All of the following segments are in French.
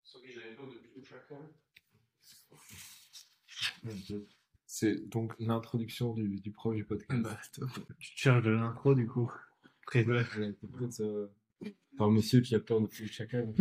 C'est donc l'introduction du projet podcast. Bah, top. Tu te charges de l'intro du coup. Très bien. Par monsieur qui a peur de tout chacal.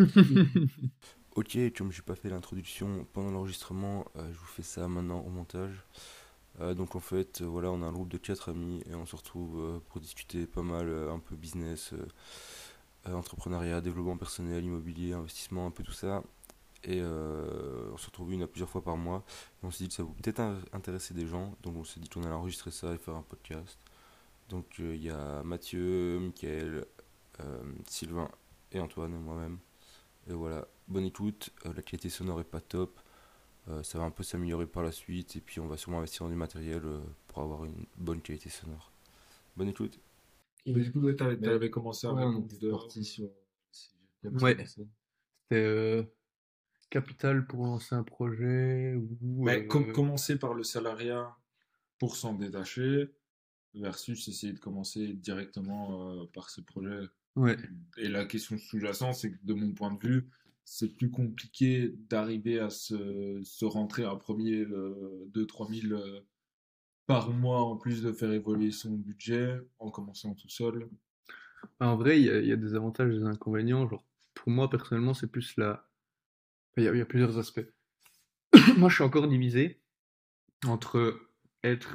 Ok, comme j'ai pas fait l'introduction pendant l'enregistrement, je vous fais ça maintenant au montage. Donc en fait, voilà, on a un groupe de 4 amis et on se retrouve pour discuter pas mal, un peu business, entrepreneuriat, développement personnel, immobilier, investissement, un peu tout ça. Et on se retrouve une à plusieurs fois par mois. Et on s'est dit que ça vous peut-être intéresser des gens, donc on s'est dit qu'on allait enregistrer ça et faire un podcast. Donc il y a Mathieu, Mickaël, Sylvain et Antoine et moi-même. Et voilà, bonne écoute, la qualité sonore est pas top, ça va un peu s'améliorer par la suite et puis on va sûrement investir dans du matériel pour avoir une bonne qualité sonore. Bonne écoute. Mais du coup, ouais, t'avais commencé à Ouais, on répondre était parti sur. Ouais. C'était capital pour lancer un projet ou. Mais commencer par le salariat pour s'en détacher versus essayer de commencer directement par ce projet. Ouais. Et la question sous-jacente, c'est que de mon point de vue, c'est plus compliqué d'arriver à se rentrer un premier 2-3 000 par mois en plus de faire évoluer son budget en commençant tout seul. En vrai, il y a des avantages et des inconvénients. Genre, pour moi, personnellement, c'est plus la. Il y a plusieurs aspects. Moi, je suis encore divisé entre être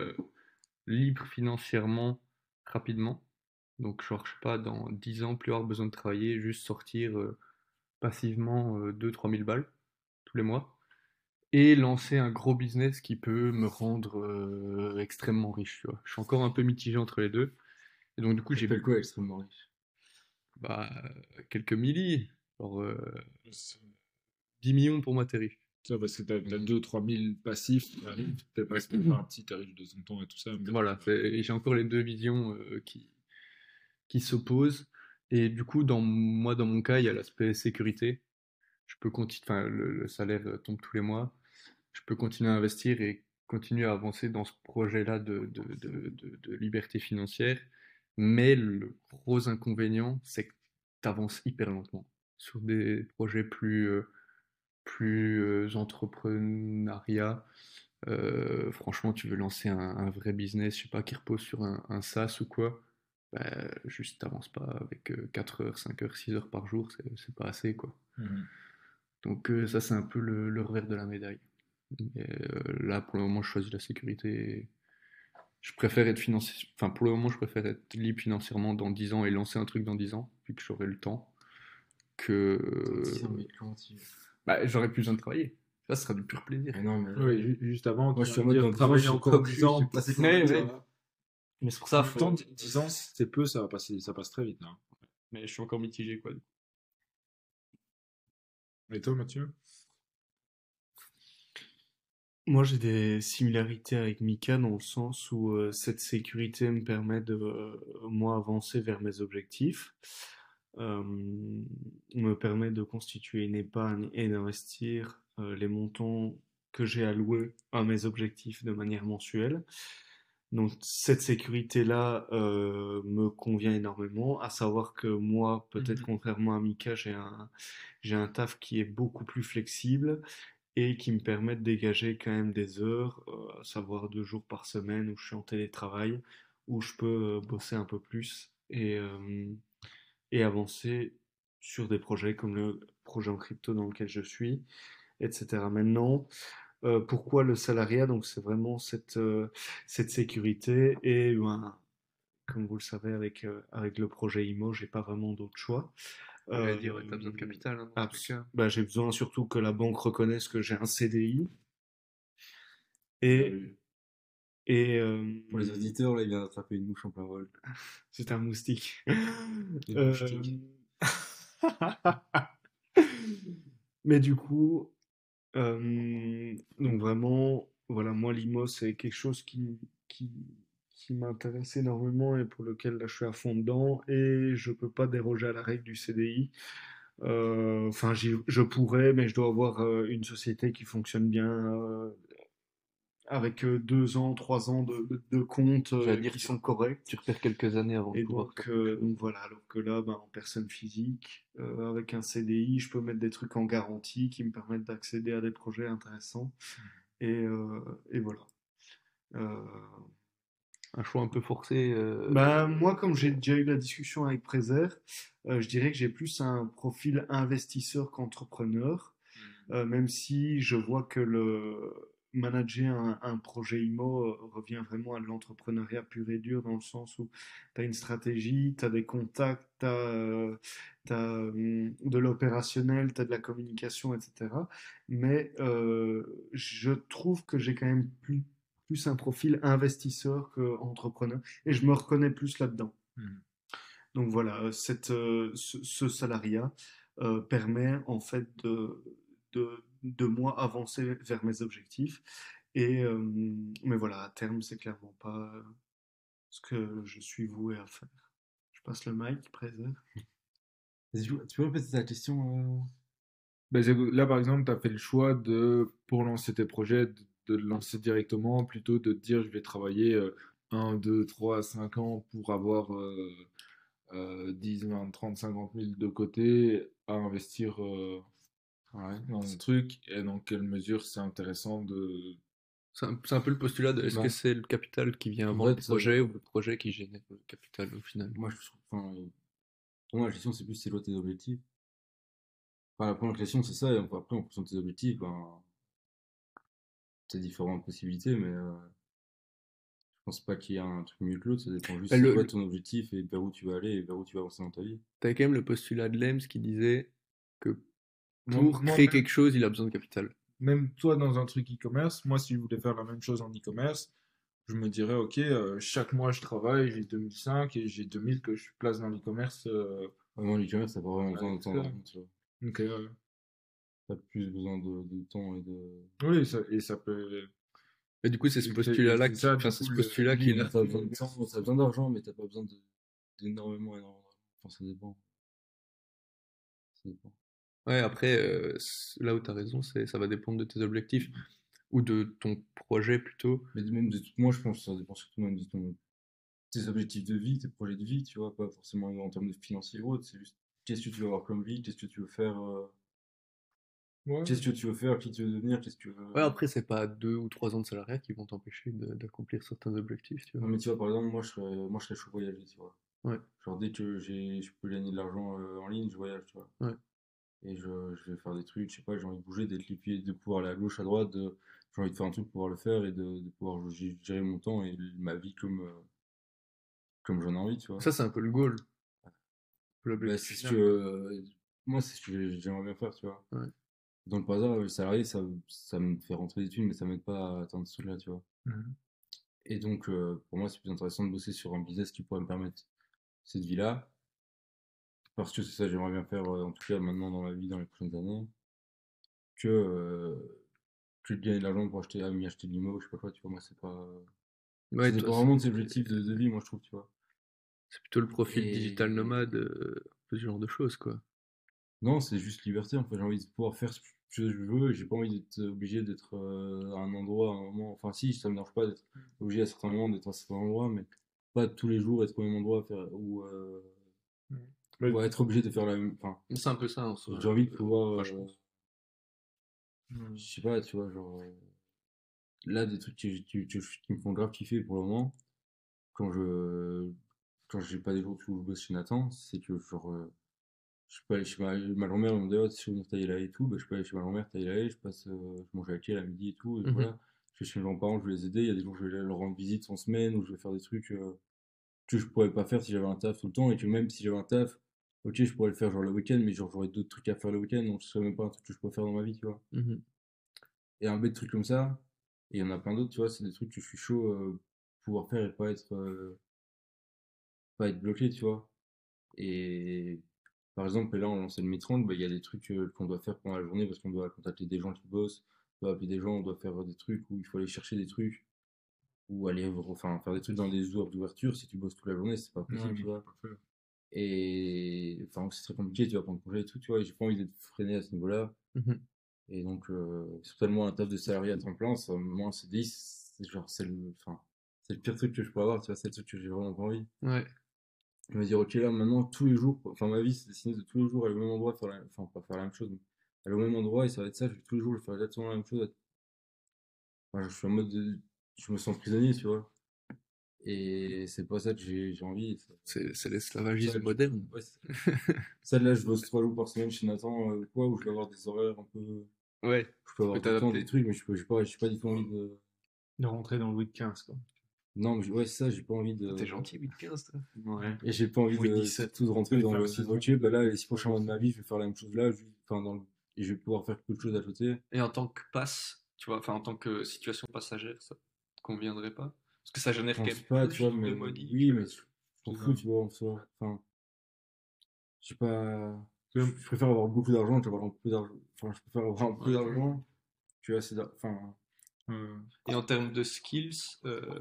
libre financièrement rapidement. Donc, genre, je sais pas, dans 10 ans, plus avoir besoin de travailler, juste sortir passivement 2-3 000 balles tous les mois. Et lancer un gros business qui peut me rendre extrêmement riche, tu vois. Je suis encore un peu mitigé entre les deux. Et donc, du coup, j'ai Fait quoi extrêmement riche? bah, quelques millis. Genre 10 millions pour moi, t'es riche. Ça, parce que t'as 2-3 000 passifs, t'arrives, t'es presque pas un petit, t'arrives de ton temps et tout ça. Mais... Voilà, j'ai encore les deux visions qui s'opposent. Et du coup, moi, dans mon cas, il y a l'aspect sécurité. Je peux continuer, enfin, le salaire tombe tous les mois. Je peux continuer à investir et continuer à avancer dans ce projet-là de liberté financière. Mais le gros inconvénient, c'est que tu avances hyper lentement sur des projets plus entrepreneuriat. Franchement, tu veux lancer un vrai business, je sais pas, qui repose sur un SaaS ou quoi, bah, juste t'avances pas avec 4 heures, 5 heures, 6 heures par jour, c'est pas assez, quoi. Mhm. Donc ça, c'est un peu le revers de la médaille. Mais, là, pour le moment, je choisis la sécurité. Je préfère être financier, enfin, pour le moment, je préfère être libre financièrement dans 10 ans et lancer un truc dans 10 ans, vu que j'aurai le temps, que... Bah, j'aurai plus besoin de travailler. Ça sera du pur plaisir. Mais non, mais... Oui, juste avant, Moi, tu je suis vas en mode dire dans 10 ans, travailler je suis encore pas 10 ans. passé Ça Ouais, va. ouais. Mais c'est pour ça, En même temps, 10 ans, c'est peu, ça va passer, ça passe très vite. Hein. Mais je suis encore mitigé, quoi. Et toi, Mathieu? Moi, j'ai des similarités avec Mika dans le sens où cette sécurité me permet de, moi, avancer vers mes objectifs, euh, me permet de constituer une épargne et d'investir les montants que j'ai alloués à mes objectifs de manière mensuelle. Donc, cette sécurité-là me convient énormément, à savoir que moi, peut-être contrairement à Mika, j'ai un taf qui est beaucoup plus flexible et qui me permet de dégager quand même des heures, à savoir 2 jours par semaine où je suis en télétravail, où je peux bosser un peu plus et avancer sur des projets comme le projet en crypto dans lequel je suis, etc. Maintenant, pourquoi le salariat? Donc c'est vraiment cette sécurité et ben, comme vous le savez avec le projet IMO, j'ai pas vraiment d'autre choix. J'allais dire, ouais, t'as besoin de capital, hein, dans tous les cas. Bah, j'ai besoin surtout que la banque reconnaisse que j'ai un CDI. Ah Et, oui. et Pour les auditeurs, là, il vient d'attraper une mouche en plein vol. c'est un moustique. Une Euh, moustique. Mais du coup, donc vraiment, voilà, moi, l'IMO, c'est quelque chose qui, qui m'intéresse énormément et pour lequel là, je suis à fond dedans et je peux pas déroger à la règle du CDI. Enfin, je pourrais, mais je dois avoir une société qui fonctionne bien avec 2 ans, 3 ans de comptes J'allais dire, qui sont corrects. tu repères quelques années avant de Et pouvoir donc voilà, alors que là, ben, en personne physique, avec un CDI, je peux mettre des trucs en garantie qui me permettent d'accéder à des projets intéressants. Et voilà. Euh, un choix un peu forcé. Bah, moi, comme j'ai déjà eu la discussion avec Prézère, je dirais que j'ai plus un profil investisseur qu'entrepreneur, même si je vois que le manager un projet IMO revient vraiment à l'entrepreneuriat pur et dur, dans le sens où tu as une stratégie, tu as des contacts, tu as, de l'opérationnel, tu as de la communication, etc. Mais je trouve que j'ai quand même plus un profil investisseur qu'entrepreneur, et je me reconnais plus là-dedans. Mhm. Donc voilà, ce salariat permet en fait de moi avancer vers mes objectifs. Mais voilà, à terme, c'est clairement pas ce que je suis voué à faire. Je passe le mic, Prézère. Vas-y, tu peux répéter ta question Ben, là, par exemple, tu as fait le choix pour lancer tes projets, de le lancer directement, plutôt de te dire je vais travailler 1, 2, 3, 5 ans pour avoir 10, 20, 30, 50 000 de côté à investir Ouais. dans un truc, et dans quelle mesure c'est intéressant de... C'est un peu le postulat de est-ce que Bah, c'est le capital qui vient en avant le fait, projet ou le projet qui génère le capital au final? moi, je trouve, enfin, pour moi, la gestion, c'est plus c'est quoi tes objectifs. Enfin, la première question, c'est ça, et après, en fonction de tes objectifs, ben, t'as différentes possibilités, mais je pense pas qu'il y ait un truc mieux que l'autre, ça dépend juste Bah, c'est quoi ton objectif et vers où tu vas aller et vers où tu vas avancer dans ta vie. t'avais quand même le postulat de Lems qui disait que pour Moi, créer quelque chose, il a besoin de capital. même toi dans un truc e-commerce, moi si je voulais faire la même chose en e-commerce, je me dirais ok, chaque mois je travaille, j'ai 2005 et j'ai 2000 que je place dans l'e-commerce. Vraiment, l'e-commerce, t'as pas vraiment besoin de avec temps ça. d'argent, tu vois. Donc, T'as plus besoin de temps et de. oui, ça peut. Et du coup, c'est ce Et postulat-là c'est ça, enfin, du c'est ce coup, postulat qui est là. T'as besoin de temps, t'as besoin d'argent, mais t'as pas besoin d'énormément, énormément d'argent. Enfin, ça dépend. Ça dépend. Ouais, après, là où tu as raison, ça va dépendre de tes objectifs ou de ton projet plutôt. Mais même moi, je pense que ça dépend surtout même de tes objectifs de vie, tes projets de vie, tu vois, pas forcément en termes de financiers ou autre, c'est juste qu'est-ce que tu veux avoir comme vie, qu'est-ce que tu veux faire, ouais. qu'est-ce que tu veux faire, qui tu veux devenir, qu'est-ce que tu Ouais, veux. après, c'est pas 2 ou 3 ans de salariat qui vont t'empêcher d'accomplir certains objectifs, tu Non, vois. mais tu vois, par exemple, moi, je serais chaud voyager, tu vois. Ouais, Genre, dès que je peux gagner de l'argent en ligne, je voyage, tu vois. ouais. Et je vais faire des trucs, je sais pas, j'ai envie de bouger, d'être lié, de pouvoir aller à gauche, à droite, j'ai envie de faire un truc pour pouvoir le faire et de pouvoir gérer mon temps et ma vie comme j'en ai envie, tu vois. Ça, c'est un peu le goal, Bah, l'objectif c'est ce final. que, moi, c'est ce que j'aimerais bien faire, tu vois. Ouais. Dans le hasard, le salarié, ça me fait rentrer des thunes, mais ça m'aide pas à atteindre ce truc-là, tu vois. Mhm. Et donc, pour moi, c'est plus intéressant de bosser sur un business qui pourrait me permettre cette vie-là, parce que c'est ça que j'aimerais bien faire, en tout cas maintenant dans ma vie, dans les prochaines années, que, de gagner de l'argent pour m'y acheter de l'immo, je sais pas quoi, tu vois, moi, c'est pas. Ça Ouais, toi, dépend vraiment de tes objectifs de vie, moi, je trouve, tu vois. c'est plutôt le profil digital Et nomade, ce genre de choses, quoi. non, c'est juste liberté, en fait, j'ai envie de pouvoir faire ce que je veux, et j'ai pas envie d'être obligé d'être à un endroit, à un moment. Enfin, si, ça me dérange pas d'être obligé à certains moments d'être à certains endroits, mais pas tous les jours être au même endroit, Mais, ou à être obligé de faire la même. Enfin, C'est un peu ça, en soi. j'ai envie de pouvoir. Moi, je pense. Je sais pas, tu vois, genre. Là, des trucs qui me font grave kiffer pour le moment, quand je. Quand j'ai pas des jours où je bosse chez Nathan, c'est que, genre. Je peux aller chez ma grand-mère, elle me dit, oh, si je veux venir tailler là et tout, bah, je peux aller chez ma grand-mère tailler là, je passe, je mange avec elle à midi et tout, et Mhm. voilà. Je vais chez mes grands-parents, je vais les aider, il y a des jours où je vais leur rendre visite en semaine, ou je vais faire des trucs que je pourrais pas faire si j'avais un taf tout le temps, et que même si j'avais un taf, ok, je pourrais le faire genre le week-end, mais genre j'aurais d'autres trucs à faire le week-end, donc ce serait même pas un truc que je pourrais faire dans ma vie, tu vois. Mhm. Et un bête de trucs comme ça, et il y en a plein d'autres, tu vois, c'est des trucs que je suis chaud pouvoir faire et pas être bloqué, tu vois. Et par exemple, là, on lançait le Mi-30, bah, il y a des trucs qu'on doit faire pendant la journée parce qu'on doit contacter des gens qui bossent, on doit appeler des gens, on doit faire des trucs où il faut aller chercher des trucs, ou aller enfin, faire des trucs dans des heures d'ouverture. Si tu bosses toute la journée, c'est pas ouais, possible, tu non, vois. parfait. Et enfin, c'est très compliqué, tu vas prendre congé et tout, tu vois. Et j'ai pas envie d'être freiné à ce niveau-là. Mhm. Et donc, c'est totalement un taf de salarié à temps plein, ça, moi, un CDI, c'est genre, c'est le pire truc que je peux avoir, tu vois, c'est le truc que j'ai vraiment pas envie. Ouais. Je me dire, ok, là, maintenant, tous les jours, enfin, ma vie, c'est dessiné de tous les jours aller au même endroit, enfin, pas faire la même chose, mais aller au même endroit, et ça va être ça, tous les jours, je vais faire exactement la même chose. Enfin, je suis en mode, je me sens prisonnier, tu vois. Et c'est pas ça que j'ai envie. C'est Ça, l'esclavagisme moderne. ouais, ça, là, je bosse 3 jours par semaine chez Nathan, quoi, où je vais avoir des horaires un peu. Ouais, Je peux avoir tu peux tout le temps des t'adapter. trucs, mais j'ai pas du tout envie de. De rentrer dans le 8-15, quoi. Non, mais ouais, c'est ça, j'ai pas envie de. T'es gentil, 8-15, toi. Ouais. Et j'ai pas envie Oui, de 17. tout de rentrer dans Faire le le site. saison. Ok, bah là, les 6 prochains mois de ma vie, je vais faire la même chose là, enfin, et je vais pouvoir faire quelque chose à côté. Et en tant que passe, tu vois, enfin en tant que situation passagère, ça te conviendrait pas? Parce que ça Je génère quand pense même pas, plus tu vois, de mais money oui, mais que... je m'en fous, tu vois, en soi. Enfin, je sais pas. Je préfère avoir beaucoup d'argent que avoir peu d'argent. Enfin, je préfère avoir peu Ouais. d'argent que assez d'argent. Enfin, Et en termes de skills,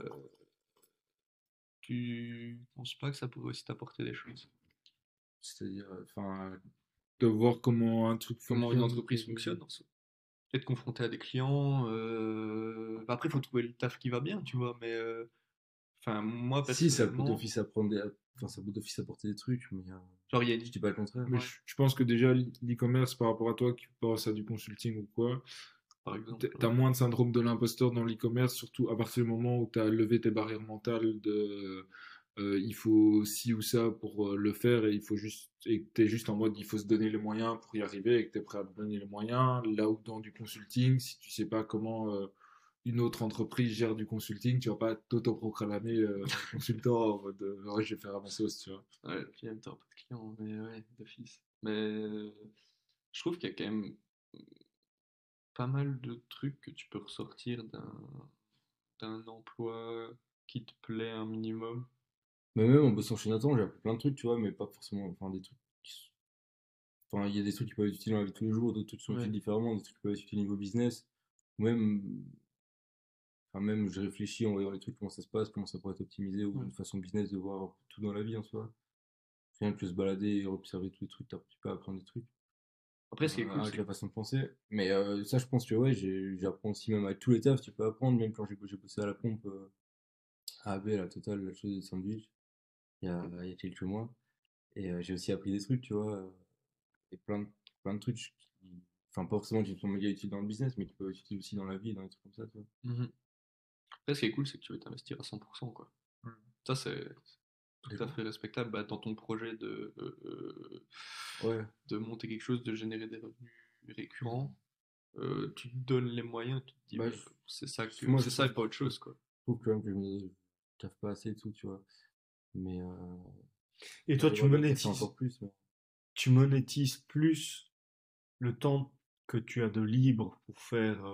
tu penses pas que ça pourrait aussi t'apporter des choses? c'est-à-dire, enfin, De voir comment un truc Comment une fonctionne. entreprise fonctionne, en soi. Être confronté à des clients. Après, il faut trouver le taf qui va bien, tu vois, mais enfin, moi si, ça peut personnellement, d'office apprendre enfin, ça peut d'office apporter des trucs, mais genre, il y a je dis pas le contraire. Mais Ouais. je pense que déjà, l'e-commerce, par rapport à toi qui penses à du consulting ou quoi, par exemple. t'as moins de syndrome de l'imposteur dans l'e-commerce, surtout à partir du moment où tu as levé tes barrières mentales de il faut ci ou ça pour le faire et il faut juste et que t'es juste en mode il faut se donner les moyens pour y arriver et que t'es prêt à te donner les moyens. Là où dans du consulting, si tu sais pas comment une autre entreprise gère du consulting, tu vas pas t'autoproclamer consultant en mode ouais, je vais faire à ma sauce, tu vois. Ouais, puis en même temps, pas de clients, mais ouais, d'office. Mais je trouve qu'il y a quand même pas mal de trucs que tu peux ressortir d'un emploi qui te plaît un minimum. Mais même en bossant chez Nathan, j'ai appris plein de trucs, tu vois, mais pas forcément, enfin, des trucs enfin, il y a des trucs qui peuvent être utiles dans la vie de tous les jours, d'autres trucs qui sont utiles Ouais. différemment, des trucs qui peuvent être utiles niveau business, ou même, enfin, même, je réfléchis en voyant les trucs, comment ça se passe, comment ça pourrait être optimisé, ou Ouais. une façon business de voir tout dans la vie en soi. Rien que se balader et observer tous les trucs, tu peux apprendre des trucs. Après, ce qui est cool, Avec c'est la façon de penser. Mais ça, je pense que ouais, j'apprends aussi même avec tous les tafs, tu peux apprendre, même quand j'ai bossé à la pompe, à AB, à la Total, la chose de sandwich, il y a quelques mois. Et j'ai aussi appris des trucs, tu vois, et plein de trucs enfin, pas forcément qui sont méga utiles dans le business, mais qui peuvent être utiles aussi dans la vie, dans des trucs comme ça, tu vois. Mhm. Après, ce qui est cool, c'est que tu veux t'investir à 100%, quoi. Ça, c'est tout à fait respectable. Bah, dans ton projet Ouais, de monter quelque chose, de générer des revenus récurrents, tu te donnes les moyens, tu te dis, bah, bon, c'est ça moi, c'est ça et pas autre chose, quoi. je trouve quand même que je taffe pas assez et tout, tu vois. Mais Et toi, j'aimerais bien taffer encore plus. tu monétises plus le temps que tu as de libre pour faire,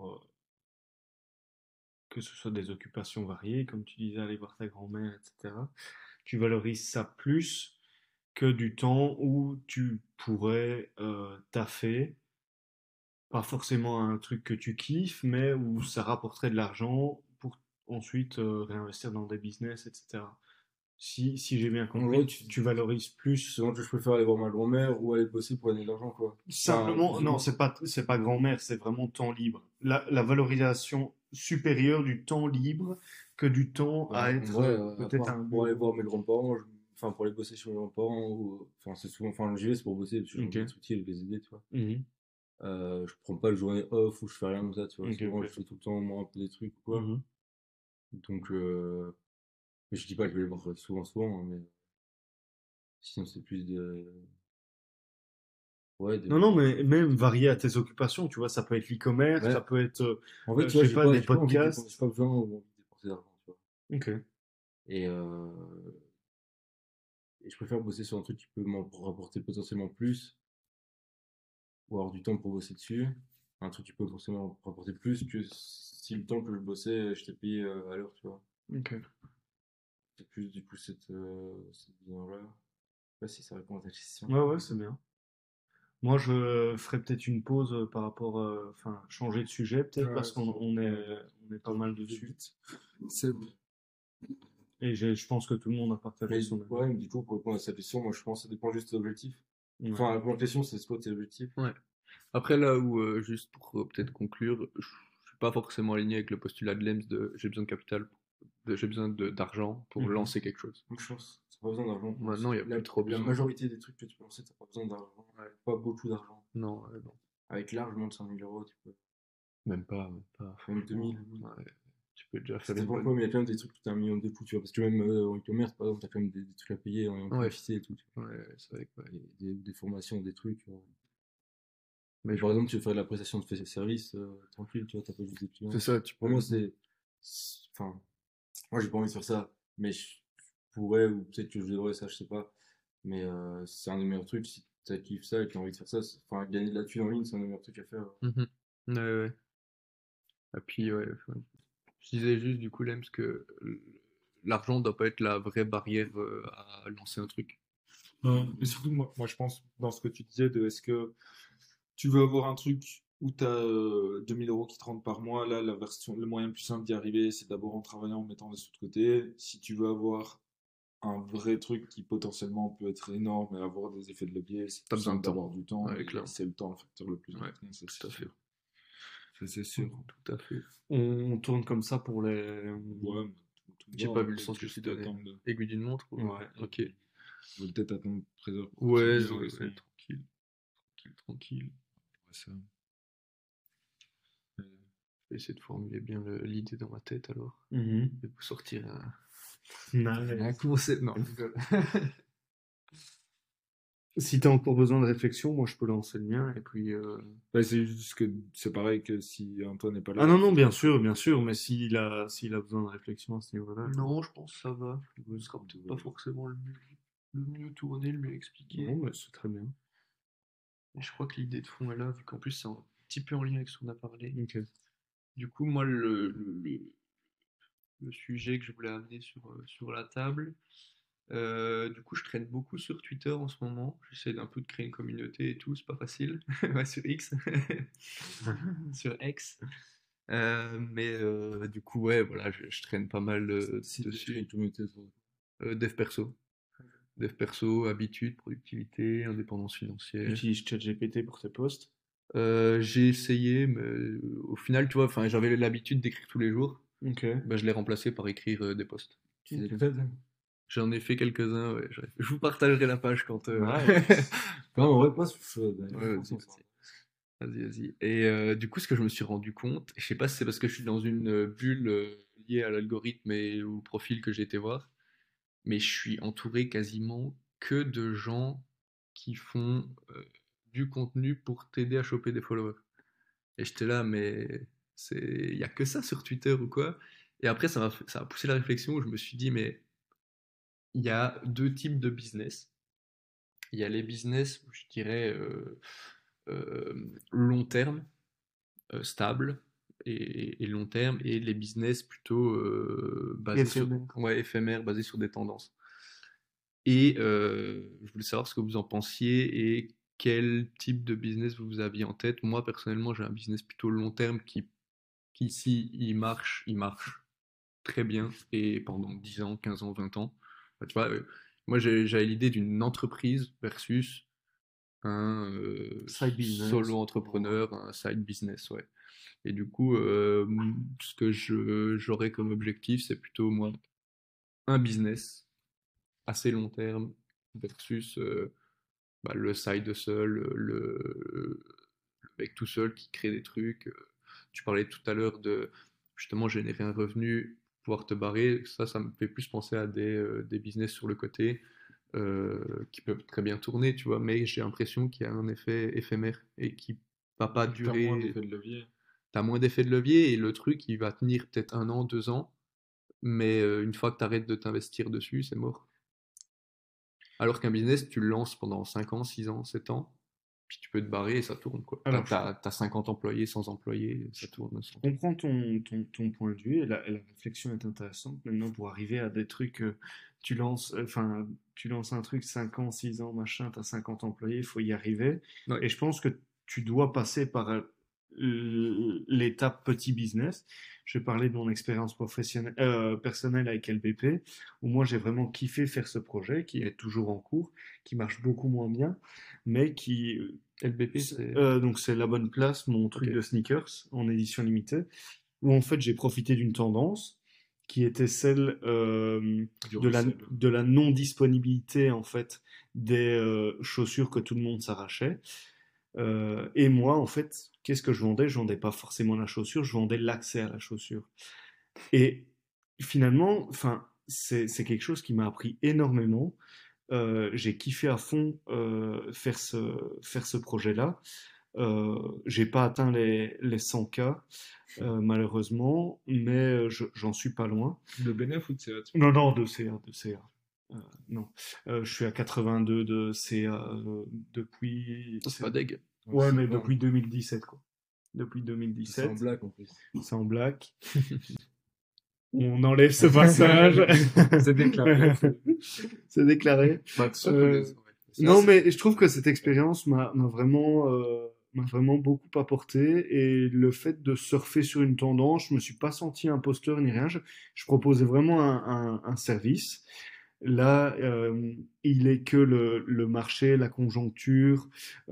que ce soit des occupations variées, comme tu disais, aller voir ta grand-mère, etc. Tu valorises ça plus que du temps où tu pourrais taffer, pas forcément un truc que tu kiffes, mais où ça rapporterait de l'argent pour ensuite réinvestir dans des business, etc. Si j'ai bien En compris, gros, tu valorises plus souvent que je préfère aller voir ma grand-mère ou aller bosser pour gagner de l'argent, quoi. Enfin, simplement, non, c'est pas grand-mère, c'est vraiment temps libre. La valorisation supérieure du temps libre que du temps à bah, en être vrai, à peut-être part un pour aller bureau. voir mes grands-parents, enfin, pour aller bosser chez mes grands-parents, ou, enfin, c'est souvent, enfin, j'y vais, c'est pour bosser, parce que j'ai Ok. envie d'être utile et de les aider, tu vois. Mhm. Je prends pas le journée off où je fais rien comme ça, tu vois. Ok, Souvent, je ok. fais tout le temps, moi, un peu des trucs, ou quoi. Mhm. Donc, mais je dis pas que je vais les voir souvent, hein, mais sinon, c'est plus de, ouais, Non, non, de mais faire des même trucs. varié à tes occupations, tu vois, ça peut être l'e-commerce, ça Ouais. peut être, En fait, tu je vois, sais pas, des j'ai pas envie de dépenser, j'ai podcasts. pas besoin ou envie de dépenser d'argent, tu vois. Ok. Et, et je préfère bosser sur un truc qui peut m'en rapporter potentiellement plus, ou avoir du temps pour bosser dessus. Un truc qui peut forcément rapporter plus que si le temps que je bossais, je t'ai payé à l'heure, tu vois. Ok. C'est plus du coup cette vision-là. Je sais pas si ça répond à ta question. Ouais, ouais, c'est bien. Moi, je ferais peut-être une pause par rapport, enfin, changer de sujet peut-être Ouais, parce on est pas mal dessus. c'est Et je pense que tout le monde a partagé Mais son avis. ouais, du coup, pour répondre à cette question, moi je pense que ça dépend juste des objectifs. Ouais. Enfin, la première question, c'est quoi tes objectifs? Ouais. Après, là où, juste pour peut-être conclure, je suis suis pas forcément aligné avec le postulat de Lems de j'ai besoin de capital, j'ai besoin d'argent pour Mhm. lancer quelque chose. Donc, je pense que t'as pas besoin d'argent pour Maintenant, il y a lancer. plus trop La besoin. majorité des trucs que tu peux lancer, t'as pas besoin d'argent. Ouais. Pas beaucoup d'argent. Non, non. Avec largement de 5000 euros, tu peux. Même pas. Même 2000. Ouais. Tu peux déjà Ça faire une dépend bonne. quoi, mais il y a quand même des trucs où t'as 1 million de coûts, tu vois. Parce que même en e-commerce, par exemple, t'as quand même des trucs à payer en Ouais. publicité et tout. Tu vois. Ouais, c'est vrai que ouais. Et des formations, des trucs. Tu vois. Mais Mais par exemple, tu veux faire de la prestation de service, tranquille, tu vois, t'as pas juste des clients. c'est ça, tu Pour peux. moi, enfin, moi, j'ai pas envie de faire ça, mais je pourrais, ou peut-être que je devrais, ça, je sais pas. Mais c'est un des meilleurs trucs, si tu kiffes ça et que tu as envie de faire ça, enfin, gagner de la thune en ligne, c'est un des meilleurs trucs à faire. Mhm. Ouais. Et puis, ouais, enfin, je disais juste du coup, Lems, que l'argent doit pas être la vraie barrière à lancer un truc. Mais surtout, moi, je pense, dans ce que tu disais, est-ce que tu veux avoir un truc où tu as 2000 euros qui te rentrent par mois, là, le moyen le plus simple d'y arriver, c'est d'abord en travaillant, en mettant des sous de côté. Si tu veux avoir un vrai truc qui potentiellement peut être énorme et avoir des effets de levier, c'est T'as plus besoin de simple temps. d'avoir du temps, Ouais, et clairement. c'est le temps le facteur le plus Ouais, important, ça, tout c'est à fait. sûr. Ça, c'est sûr. Tout à fait. On tourne comme ça pour les. Ouais, mais tout J'ai va, pas on vu le va sens que tu juste donnais. attendre. Aiguille d'une montre ou... Ouais. Ok. On va peut-être attendre 13h. Ouais, tranquille. tranquille. Ouais, ça. Je vais essayer de formuler bien l'idée dans ma tête alors. Mhm. Et vous sortir Nice. un concept. Non, je rigole. Si t'as encore besoin de réflexion, moi je peux lancer le mien et puis. Bah, c'est juste que c'est pareil que si Antoine n'est pas là. Ah non, il non, faut bien pas sûr, que- bien sûr, mais s'il a besoin de réflexion à ce niveau-là. Non, je pense que ça va. Ce sera peut-être pas forcément le mieux tourné, le mieux expliqué. Non, mais c'est très bien. Mais je crois que l'idée de fond est là, vu qu'en plus c'est un petit peu en lien avec ce qu'on a parlé. Ok. Du coup, moi, le sujet que je voulais amener sur la table, du coup, je traîne beaucoup sur Twitter en ce moment. J'essaie d'un peu de créer une communauté et tout, c'est pas facile. Ouais, sur X. Sur X. Mais du coup, ouais, voilà, je traîne pas mal Si dessus. une communauté, Dev perso. Dev perso, habitude, productivité, indépendance financière. Utilise ChatGPT pour tes posts. J'ai essayé, mais au final, tu vois, enfin, j'avais l'habitude d'écrire tous les jours. Ok. Bah, je l'ai remplacé par écrire des posts. tu fais des Ok. threads. J'en ai fait quelques-uns, ouais. Je vous partagerai la page quand. Nice. Non, en vrai, pas ce chaud. Ouais, vas-y. Et du coup, ce que je me suis rendu compte, je sais pas si c'est parce que je suis dans une bulle liée à l'algorithme et au profil que j'ai été voir, mais je suis entouré quasiment que de gens qui font du contenu pour t'aider à choper des followers. Et j'étais là, mais il y a que ça sur Twitter ou quoi? Et après, ça a poussé la réflexion où je me suis dit, mais il y a deux types de business. Il y a les business, je dirais, long terme, stable et long terme, et les business plutôt éphémères, basés sur des tendances. Et je voulais savoir ce que vous en pensiez et quel type de business vous aviez en tête. Moi, personnellement, j'ai un business plutôt long terme qui si il marche très bien et pendant 10 ans, 15 ans, 20 ans. Tu vois, moi, j'avais l'idée d'une entreprise versus un Side business. solo entrepreneur, un side business, ouais. Et du coup, ce que j'aurais comme objectif, c'est plutôt moi un business assez long terme versus le side hustle, le mec tout seul qui crée des trucs. Tu parlais tout à l'heure de justement générer un revenu, pouvoir te barrer. Ça me fait plus penser à des business sur le côté qui peuvent très bien tourner, tu vois, mais j'ai l'impression qu'il y a un effet éphémère et qui va pas T'as moins durer. d'effet de levier. T'as moins d'effet de levier et le truc il va tenir peut-être 1 an, 2 ans, mais une fois que tu arrêtes de t'investir dessus, c'est mort. Alors qu'un business, tu le lances pendant 5 ans, 6 ans, 7 ans, puis tu peux te barrer et ça tourne, quoi. Alors, T'as 50 employés, 100 employés, ça tourne. Je comprends ton point de vue et la réflexion est intéressante. Maintenant, pour arriver à des trucs, tu lances un truc 5 ans, 6 ans, machin, tu as 50 employés, il faut y arriver. Ouais. Et je pense que tu dois passer par l'étape petit business. Je vais parler de mon expérience personnelle avec LBP, où moi j'ai vraiment kiffé faire ce projet qui est toujours en cours, qui marche beaucoup moins bien, mais LBP, c'est. Donc c'est La Bonne Place, mon truc Ok. de sneakers en édition limitée, où en fait j'ai profité d'une tendance qui était celle Du de resell. la non-disponibilité en fait des chaussures que tout le monde s'arrachait. Et moi en fait, qu'est-ce que je vendais? Je vendais pas forcément la chaussure, je vendais l'accès à la chaussure. Et finalement, enfin, c'est quelque chose qui m'a appris énormément. J'ai kiffé à fond faire ce projet-là. J'ai pas atteint les 100K malheureusement, mais j'en suis pas loin. De Benef ou de CA? Non, non, de CA, de CA. Non, je suis à 82 de CA depuis. C'est pas deg. Ouais, mais c'est depuis 2017 quoi. Depuis c'est en 2017, black en plus. c'est en black. On enlève ce passage. C'est déclaré. C'est déclaré. Bah, de toute façon, Euh, Non, mais je trouve que cette expérience m'a vraiment beaucoup apporté et le fait de surfer sur une tendance, je me suis pas senti imposteur ni rien. Je proposais vraiment un service. Là, il est que le marché, la conjoncture,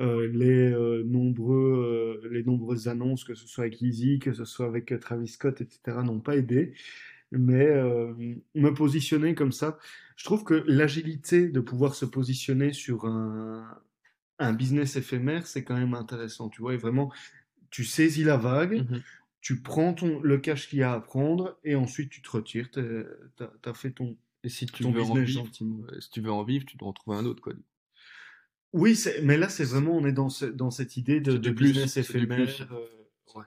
les nombreuses annonces, que ce soit avec Yeezy, que ce soit avec Travis Scott, etc., n'ont pas aidé. Mais me positionner comme ça, je trouve que l'agilité de pouvoir se positionner sur un business éphémère, c'est quand même intéressant, tu vois, et vraiment, tu saisis la vague, Mhm. tu prends le cash qu'il y a à prendre, et ensuite tu te retires, t'as fait Et si tu ton veux en business vivre, gentiment. si tu veux en vivre, tu dois en trouver un autre, quoi. Oui, mais là, c'est vraiment, on est dans cette idée C'est de du plus, business c'est du plus. éphémère. Ouais.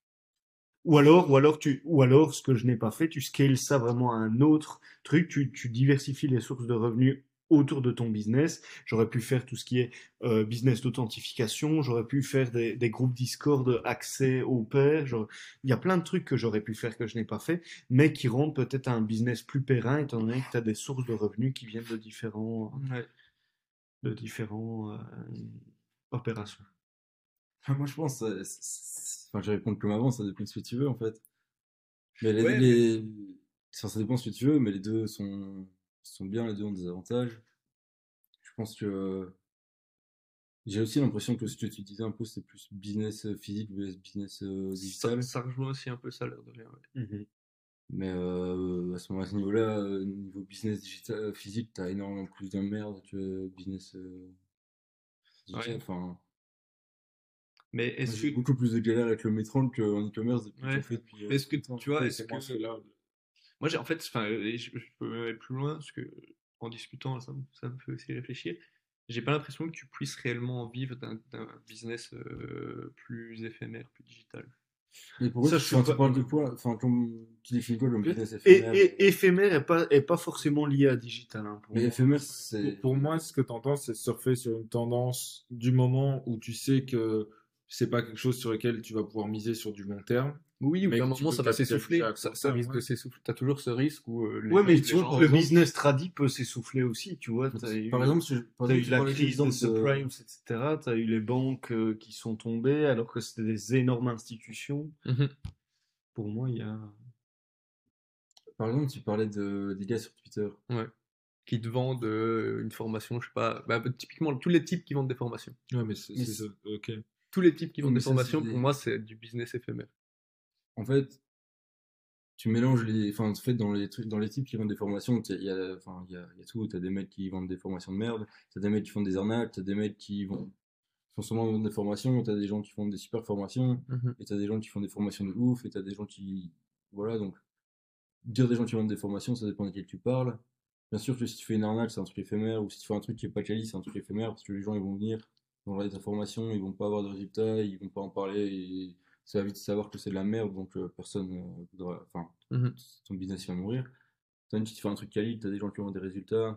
Ou alors, ce que je n'ai pas fait, tu scales ça vraiment à un autre truc, tu diversifies les sources de revenus autour de ton business. J'aurais pu faire tout ce qui est business d'authentification, j'aurais pu faire des groupes Discord accès aux pairs, il y a plein de trucs que j'aurais pu faire que je n'ai pas fait, mais qui rendent peut-être un business plus périn, étant donné que tu as des sources de revenus qui viennent Ouais. de différents opérations. Moi, je pense, enfin, je réponds comme avant, ça dépend de ce que tu veux en fait. Mais Ouais, enfin, ça dépend de ce que tu veux, mais les deux sont bien, les deux ont des avantages. Je pense que j'ai aussi l'impression que ce que tu disais un peu, c'est plus business physique vs business digital. Ça rejoint aussi un peu ça, l'air de rien. Ouais. Mais à ce niveau-là, niveau business digital, physique, t'as énormément plus de merde que business digital. Ouais. Enfin, Mais moi, est-ce j'ai que, beaucoup plus de galères avec le Metron qu'en e-commerce depuis que ouais. j'en fais depuis Mais est-ce que, longtemps. tu vois, Oui, est-ce c'est que, moins scalable. moi, en fait, enfin, et je peux aller plus loin, parce que, en discutant, ça me fait aussi réfléchir. J'ai pas l'impression que tu puisses réellement en vivre d'un business plus éphémère, plus digital. Mais pourquoi Ça, tu, je suis enfin, tu pas. parles de quoi? Enfin, tu définis quoi comme business éphémère? Éphémère est pas forcément lié à digital, hein, pour Mais moi. éphémère, Pour, c'est. pour moi, ce que tu entends, c'est surfer sur une tendance du moment où tu sais que c'est pas quelque chose sur lequel tu vas pouvoir miser sur du long terme, Oui, ou mais qu'à un que tu moment peux ça va capitaliser s'essouffler, à ça, court ça terme. risque de Ouais. s'essouffler. T'as toujours ce risque où Ouais, mais les tu vois, gens le vendent. business tradi peut s'essouffler aussi, tu vois. Par exemple, T'as eu tu la parlais crise des d'exemple de. subprimes, etc. T'as eu les banques qui sont tombées alors que c'était des énormes institutions. Mhm. Pour moi, il y a. Par exemple, tu parlais des gars sur Twitter. Ouais. Qui te vendent une formation, je sais pas. Bah, typiquement, tous les types qui vendent des formations. Ouais, mais c'est Mais ça. Ok. Tous les types qui oui, vendent mais des ça, formations, pour moi, c'est du business éphémère. En fait, tu mélanges les. Enfin, en fait, dans les trucs, dans les types qui vendent des formations, enfin, il y a tout. T'as des mecs qui vendent des formations de merde, t'as des mecs qui font des arnaques, t'as des mecs qui font seulement vendre des formations, t'as des gens qui font des super formations, Mhm. et t'as des gens qui font des formations de ouf, et t'as des gens qui. Voilà, donc, dire des gens qui vendent des formations, ça dépend de qui tu parles. Bien sûr que si tu fais une arnaque, c'est un truc éphémère, ou si tu fais un truc qui est pas quali, c'est un truc éphémère, parce que les gens ils vont venir, ils vont regarder ta formation, ils vont pas avoir de résultats, ils vont pas en parler, et ça va vite savoir que c'est de la merde, donc personne voudra. Enfin, Mhm. ton business il va mourir. Tandis que si tu fais un truc quali, t'as des gens qui ont des résultats,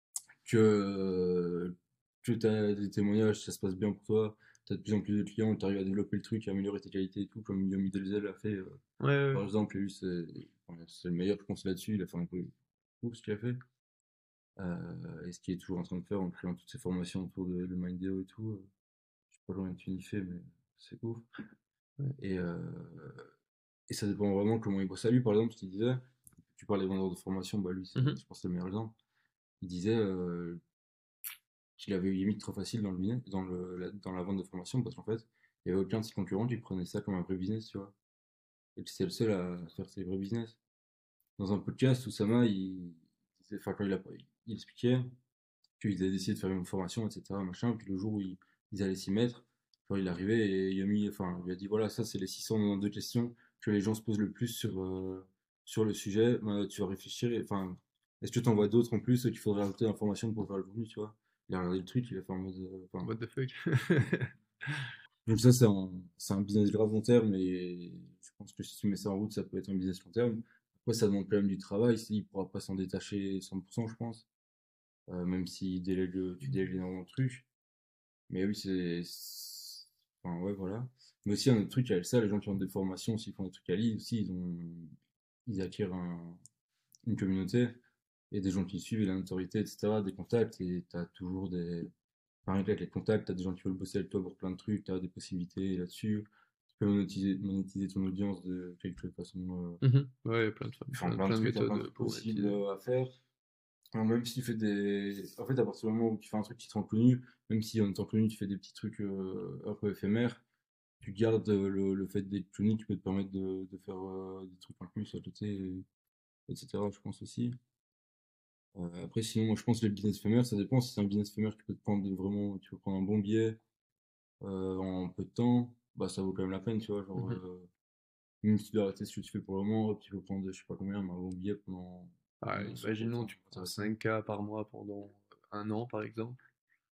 que t'as des témoignages, ça se passe bien pour toi, t'as de plus en plus de clients, t'arrives à développer le truc, à améliorer tes qualités et tout, comme Yomi Delzel a fait, Ouais, ouais, par ouais. exemple, et lui c'est le meilleur, je pense, là-dessus, il a fait un peu tout ce qu'il a fait. Et ce qu'il est toujours en train de faire en créant toutes ces formations autour de Mindeo et tout. Je sais pas combien tu y fais, mais c'est ouf. Ouais. Et ça dépend vraiment comment il bosse à lui. Par exemple, ce qu'il disait, tu parles des vendeurs de formation, bah lui, Mhm. je pense que c'est le meilleur exemple. Il disait, qu'il avait eu limite trop facile dans le business, dans la vente de formation, parce qu'en fait, il n'y avait aucun de ses concurrents qui prenait ça comme un vrai business, tu vois. Et que c'était le seul à faire ses vrais business. Dans un podcast, Oussama, enfin, quand il expliquait qu'ils avaient décidé de faire une formation, etc. Machin, puis le jour où ils allaient s'y mettre, genre, il arrivait et il lui a dit voilà, ça c'est les 692 questions que les gens se posent le plus sur le sujet. Tu vas réfléchir, enfin, est-ce que tu en vois d'autres en plus qu'il faudrait ajouter l'information pour faire le volume, tu vois? Il a regardé le truc, il a fait en mode. Enfin, What the fuck? donc ça, c'est un business grave long terme et je pense que si tu mets ça en route, ça peut être un business long terme. Après, ça demande quand même du travail, il pourra pas s'en détacher 100%, je pense. Même si tu délègues énormément de trucs. Mais oui, enfin, ouais, voilà. Mais aussi, un autre truc avec ça, les gens qui ont des formations, s'ils font des trucs à lire, aussi, ils acquièrent une communauté et des gens qui suivent et la notoriété, etc., des contacts, et t'as toujours des. Par exemple, avec les contacts, t'as des gens qui veulent bosser avec toi pour plein de trucs, t'as des possibilités là-dessus. Tu peux monétiser ton audience de quelque façon. Ouais, il y a plein de, Enfin, plein de t'as plein de méthodes trucs pour possibles monétiser. à faire. Alors, même si tu fais des. En fait, à partir du moment où tu fais un truc qui te rend connu, même si en étant connu, tu fais des petits trucs un peu éphémères, tu gardes le fait d'être connu, tu peux te permettre de faire des trucs en plus à côté, etc. Je pense aussi. Après, sinon, moi je pense que le business éphémère, ça dépend. Si c'est un business éphémère qui peut te prendre vraiment. Tu peux prendre un bon billet en peu de temps, bah ça vaut quand même la peine, tu vois. Genre, même si tu dois arrêter ce que tu fais pour le moment, hop, tu peux prendre, je sais pas combien, mais un bon billet Ah, pendant un certain imaginons, temps. tu prends Intéressant. 5K par mois pendant un an, par exemple.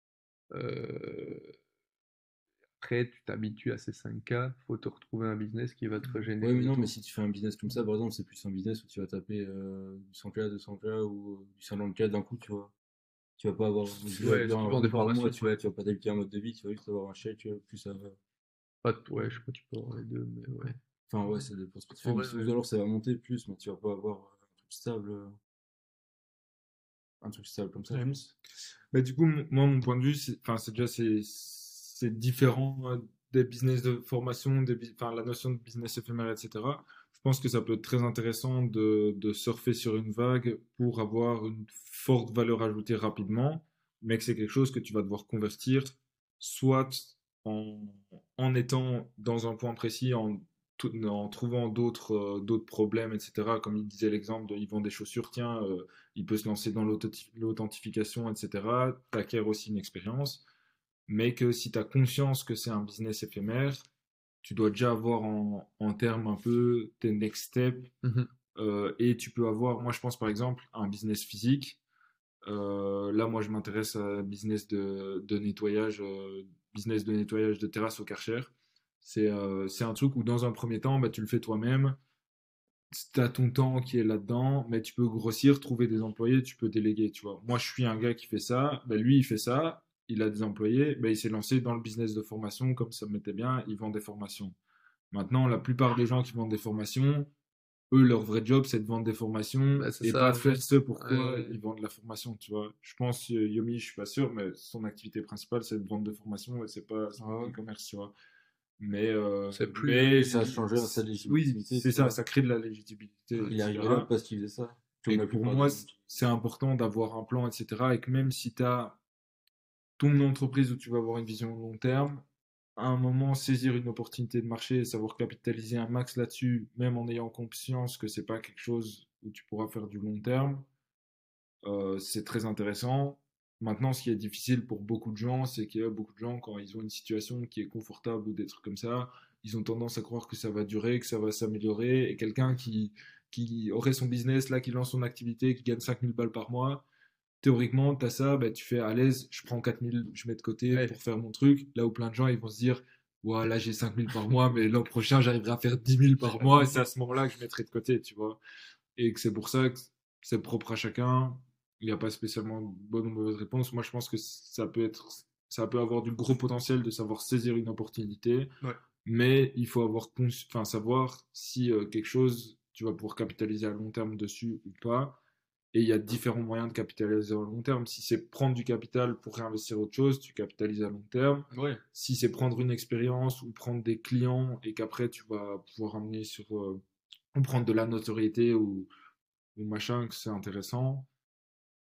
Euh, Après, tu t'habitues à ces 5K, faut te retrouver un business qui va te Ouais, mais régénérer non, mais autour. si tu fais un business comme ça, par exemple, c'est plus un business où tu vas taper du 100K, 200K ou du 50K d'un coup, tu vois. Tu vas pas avoir Ouais, bien si tu un vends des revenu par mois, formations, tu ouais. vois, tu vas pas t'habituer à un mode de vie, tu vas juste avoir un chèque, plus ça va. Ouais, je sais pas, tu peux avoir les deux, mais ouais. Enfin, ouais, ça dépend ce que tu fais, En mais vrai, ouais. ou alors ça va monter plus, mais tu vas pas avoir un truc stable comme ça, je Ouais. pense. Mais du coup, moi, mon point de vue, enfin, c'est différent des business de formation, enfin, la notion de business éphémère, etc. Je pense que ça peut être très intéressant de surfer sur une vague pour avoir une forte valeur ajoutée rapidement, mais que c'est quelque chose que tu vas devoir convertir, soit en, en étant dans un point précis, en trouvant d'autres problèmes, etc. Comme il disait l'exemple de, ils vendent des chaussures, tiens, il peut se lancer dans l'authentification, etc. Tu acquiers aussi une expérience, mais que si tu as conscience que c'est un business éphémère, tu dois déjà avoir en termes un peu tes next steps, Mhm. et tu peux avoir, moi je pense par exemple, un business physique. Là, moi je m'intéresse à business de nettoyage de terrasse au Karcher. C'est un truc où dans un premier temps, bah, tu le fais toi-même, tu as ton temps qui est là-dedans, mais tu peux grossir, trouver des employés, tu peux déléguer, tu vois. Moi, je suis un gars qui fait ça, ben, lui, il fait ça, il a des employés, ben, il s'est lancé dans le business de formation, comme ça me mettait bien, il vend des formations. Maintenant, la plupart des gens qui vendent des formations, eux, leur vrai job, c'est de vendre des formations Bah, c'est et pas ça, faire ce pourquoi ouais. ils vendent la formation, tu vois. Je pense, Yomi, je suis pas sûr, mais son activité principale, c'est de vendre des formations et c'est pas Ouais. du commerce, tu vois. Mais, C'est plus. mais Ça a changé sa oui, légitimité, c'est tu ça, vois. ça crée de la légitimité, Il est arrivé là etc. parce qu'il faisait ça, comme Et la que pour plupart des moi, gens. c'est important d'avoir un plan, etc. Et que même si tu as ton entreprise où tu vas avoir une vision long terme, à un moment, saisir une opportunité de marché et savoir capitaliser un max là-dessus, même en ayant conscience que c'est pas quelque chose où tu pourras faire du long terme, c'est très intéressant. Maintenant, ce qui est difficile pour beaucoup de gens, c'est qu'il y a beaucoup de gens, quand ils ont une situation qui est confortable ou des trucs comme ça, ils ont tendance à croire que ça va durer, que ça va s'améliorer. Et quelqu'un qui aurait son business, là, qui lance son activité, qui gagne 5000 balles par mois, théoriquement, tu as ça, bah, tu fais à l'aise, je prends 4000, je mets de côté Ouais. pour faire mon truc. Là où plein de gens, ils vont se dire, voilà, j'ai 5000 par mois, mais l'an prochain, j'arriverai à faire 10 000 par mois. Et c'est à ce moment-là que je mettrai de côté, tu vois. Et que c'est pour ça que c'est propre à chacun. Il n'y a pas spécialement de bonne ou mauvaise réponse. Moi, je pense que ça peut avoir du gros potentiel de savoir saisir une opportunité, Ouais. mais il faut enfin, savoir si quelque chose, tu vas pouvoir capitaliser à long terme dessus ou pas. Et il y a différents moyens de capitaliser à long terme. Si c'est prendre du capital pour réinvestir autre chose, tu capitalises à long terme. Ouais. Si c'est prendre une expérience ou prendre des clients et qu'après tu vas pouvoir amener ou prendre de la notoriété ou machin, que c'est intéressant.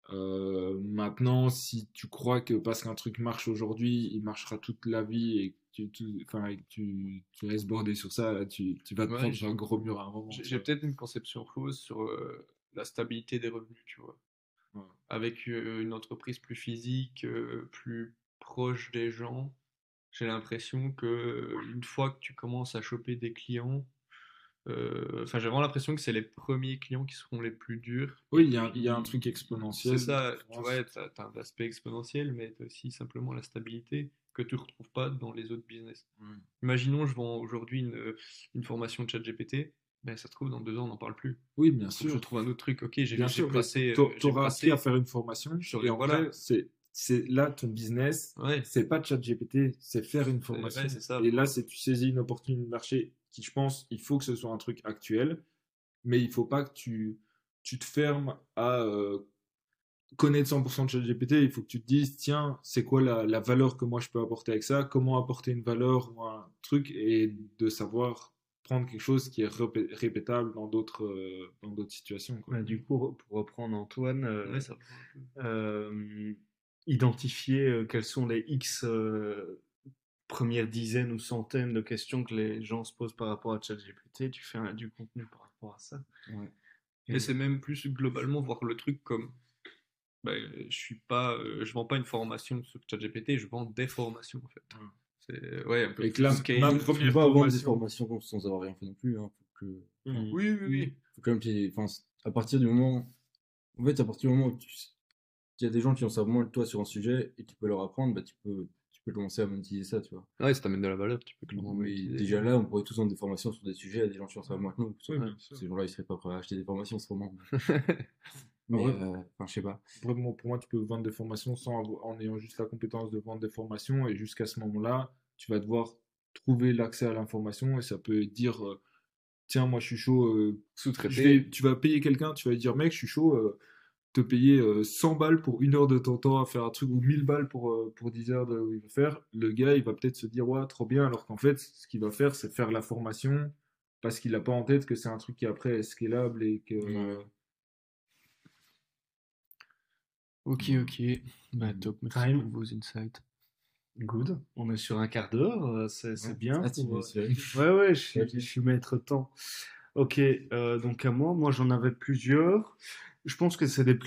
Maintenant, si tu crois que parce qu'un truc marche aujourd'hui, il marchera toute la vie et que enfin, et que tu restes bordé sur ça, là, tu vas te Ouais, prendre un gros mur à un moment, tu j'ai vois. peut-être une conception fausse sur la stabilité des revenus, tu vois. Ouais. Avec une entreprise plus physique, plus proche des gens, j'ai l'impression que une fois que tu commences à choper des clients, enfin j'ai vraiment l'impression que c'est les premiers clients qui seront les plus durs. Et Oui, il y a un puis truc c'est exponentiel. ça, tu Moi, vois, t'as un aspect exponentiel, mais t'as aussi simplement la stabilité que tu retrouves pas dans les autres business. ouais. Imaginons, je vends aujourd'hui une formation de ChatGPT, ben ça se trouve dans 2 ans on n'en parle plus. Oui, bien Faut que je sûr. trouve un autre truc. Ok, Bien sûr, mais j'ai t'auras appris à placé, faire une formation et voilà, après, c'est là ton business, ouais, c'est pas ChatGPT, c'est faire une ouais, formation. c'est ça. Et là, c'est tu saisis une opportunité de marché qui, je pense, il faut que ce soit un truc actuel, mais il faut pas que tu te fermes à connaître 100% de ChatGPT. Il faut que tu te dises, tiens, c'est quoi la valeur que moi je peux apporter avec ça, comment apporter une valeur ou un truc, et de savoir prendre quelque chose qui est répétable dans d'autres situations, quoi. Bah, du coup, pour reprendre Antoine, Ouais, ça prend un peu. identifier quelles sont les X premières dizaines ou centaines de questions que les gens se posent par rapport à ChatGPT, tu fais du contenu par rapport à ça. Ouais. Mais c'est même plus globalement voir le truc comme, ben, je vends pas une formation sur ChatGPT, je vends des formations en fait. Ouais. C'est ouais un peu Et que plus ma scale. Tu peux première pas vendre des formation. formations sans avoir rien fait non plus. Hein. Faut que, enfin, Mhm. Oui, oui, oui. faut quand même enfin, à partir du moment, en fait, à partir du moment où il y a des gens qui en savent moins que toi sur un sujet et tu peux leur apprendre, bah, tu peux commencer à monétiser ça, tu vois. Ouais, ça t'amène de la valeur, tu peux clairement Mais monétiser. déjà là, on pourrait tous vendre des formations sur des sujets à des gens qui en savent moins que nous. Oui, bien sûr. Ces gens-là, ils seraient pas prêts à acheter des formations, sûrement. Ah Mais, ouais. enfin, je sais pas. Vraiment, pour moi, tu peux vendre des formations en ayant juste la compétence de vendre des formations, et jusqu'à ce moment-là, tu vas devoir trouver l'accès à l'information, et ça peut dire, tiens, moi je suis chaud, Sous-traité. tu vas payer quelqu'un, tu vas lui dire, mec, je suis chaud, te payer 100 balles pour 1 heure de ton temps à faire un truc, ou 1000 balles pour 10 heures de il va faire. Le gars, il va peut-être se dire, ouais, trop bien, alors qu'en fait, ce qu'il va faire, c'est faire la formation parce qu'il n'a pas en tête que c'est un truc qui après est scalable et que. Ouais. Ok, ok. Bah top, merci Time. pour vos insights. Good. On est sur un quart d'heure, c'est bien. Ah, tu pour, veux, Ouais, ouais, Ok. je suis maître temps. Ok, donc à moi j'en avais plusieurs. Je pense que c'est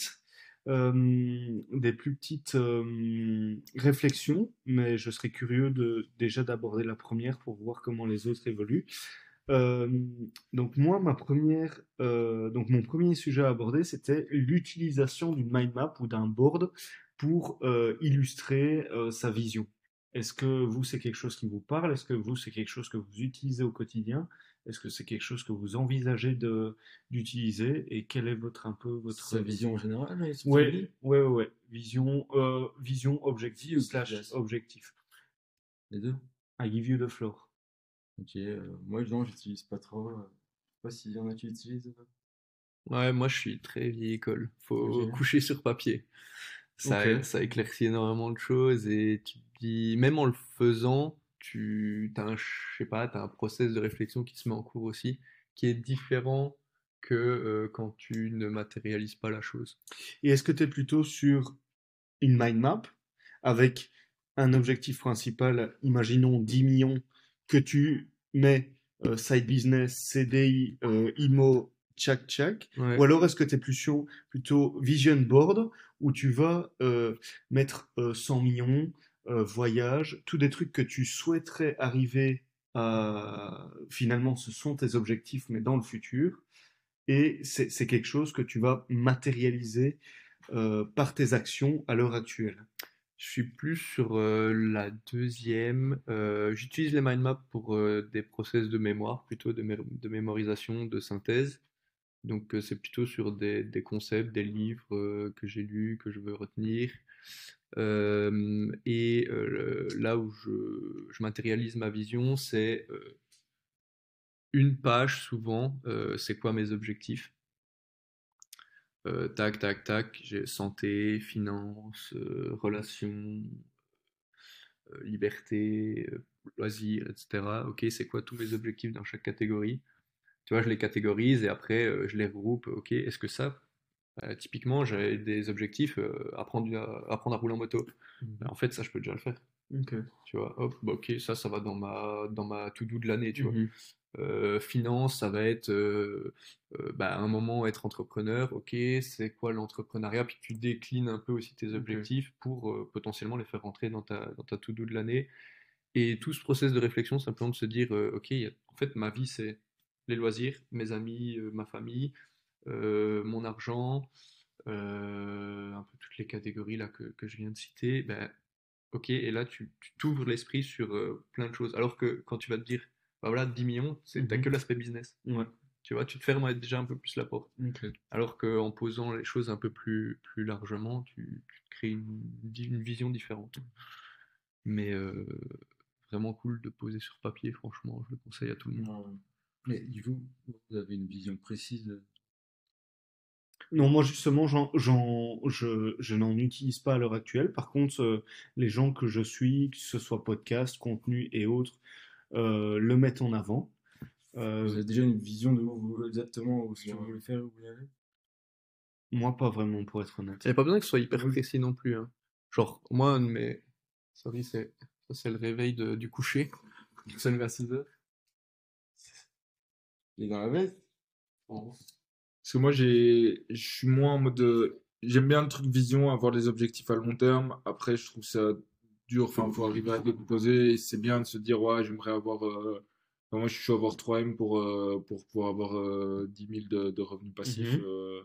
des plus petites réflexions, mais je serais curieux déjà d'aborder la première pour voir comment les autres évoluent. Euh, donc moi, donc mon premier sujet à aborder, c'était l'utilisation d'une mind map ou d'un board pour illustrer sa vision. Est-ce que vous, c'est quelque chose qui vous parle? Est-ce que vous, c'est quelque chose que vous utilisez au quotidien? Est-ce que c'est quelque chose que vous envisagez d'utiliser? Et quelle est un peu votre Sa vision en général, là, sur sa Ouais, vie, ouais. Vision objective ou slash business? objectif. Les deux. I give you the floor. Ok, moi, non, j'utilise pas trop. Je sais pas s'il y en a qui utilisent. Ouais, moi je suis très vieille école. Faut Ok. coucher sur papier. Ok. Ça éclaircit énormément de choses et tu te dis, même en le faisant, t'as un process de réflexion qui se met en cours aussi, qui est différent que quand tu ne matérialises pas la chose. Et est-ce que tu es plutôt sur une mind map avec un objectif principal, imaginons 10 millions, que tu mets side business, CDI, IMO, tchac, Ouais. ou alors est-ce que tu es plutôt vision board où tu vas mettre 100 millions, voyage, tous des trucs que tu souhaiterais arriver à... Finalement, ce sont tes objectifs, mais dans le futur, et c'est quelque chose que tu vas matérialiser par tes actions à l'heure actuelle. Je suis plus sur la deuxième. J'utilise les mind maps pour des process de mémoire, plutôt de mémorisation, de synthèse. Donc c'est plutôt sur des concepts, des livres que j'ai lus, que je veux retenir. Là où je matérialise ma vision, c'est une page souvent. C'est quoi mes objectifs? Tac, tac, tac. J'ai santé, finance, relations, liberté, loisirs, etc. Ok, c'est quoi tous mes objectifs dans chaque catégorie? Tu vois, je les catégorise et après je les regroupe. Ok, est-ce que ça, Typiquement, j'avais des objectifs, apprendre à rouler en moto. En fait, ça, je peux déjà le faire. Ok. Tu vois, hop, bah, ok, ça va dans ma to-do de l'année, tu vois. Mhm. Finance, ça va être à un moment être entrepreneur, ok, c'est quoi l'entrepreneuriat, puis tu déclines un peu aussi tes objectifs pour potentiellement les faire rentrer dans ta to-do de l'année. Et tout ce process de réflexion, simplement de se dire, ok, en fait, ma vie, c'est les loisirs, mes amis, ma famille, mon argent, un peu toutes les catégories là que je viens de citer, ben, ok, et là tu t'ouvres l'esprit sur plein de choses. Alors que quand tu vas te dire, bah voilà, 10 millions, t'as que l'aspect business. Ouais. Tu vois, tu te fermes déjà un peu plus la porte. Ok. Alors qu'en posant les choses un peu plus largement, tu te crées une vision différente. Mais vraiment cool de poser sur papier, franchement, je le conseille à tout le monde. Ouais. Mais du coup, vous avez une vision précise. Non, moi justement, je n'en utilise pas à l'heure actuelle. Par contre, les gens que je suis, que ce soit podcast, contenu et autres, le mettent en avant. Vous avez déjà une vision de exactement où ce que Ouais. vous voulez faire, où vous voulez aller? Moi, pas vraiment, pour être honnête. Il n'y a pas besoin que ce soit hyper Oui. précis non plus, hein. Genre, moi, mais. Sorry, ça, c'est le réveil du coucher. Ça lever à 6h. Il est dans la veste? Parce que moi, je suis moins en mode. J'aime bien le truc vision, avoir les objectifs à long terme. Après, je trouve ça dur. Enfin, faut arriver à décomposer. Et c'est bien de se dire, ouais, j'aimerais avoir. Enfin, moi, je suis avoir 3M pour pouvoir avoir 10 000 de revenus passifs.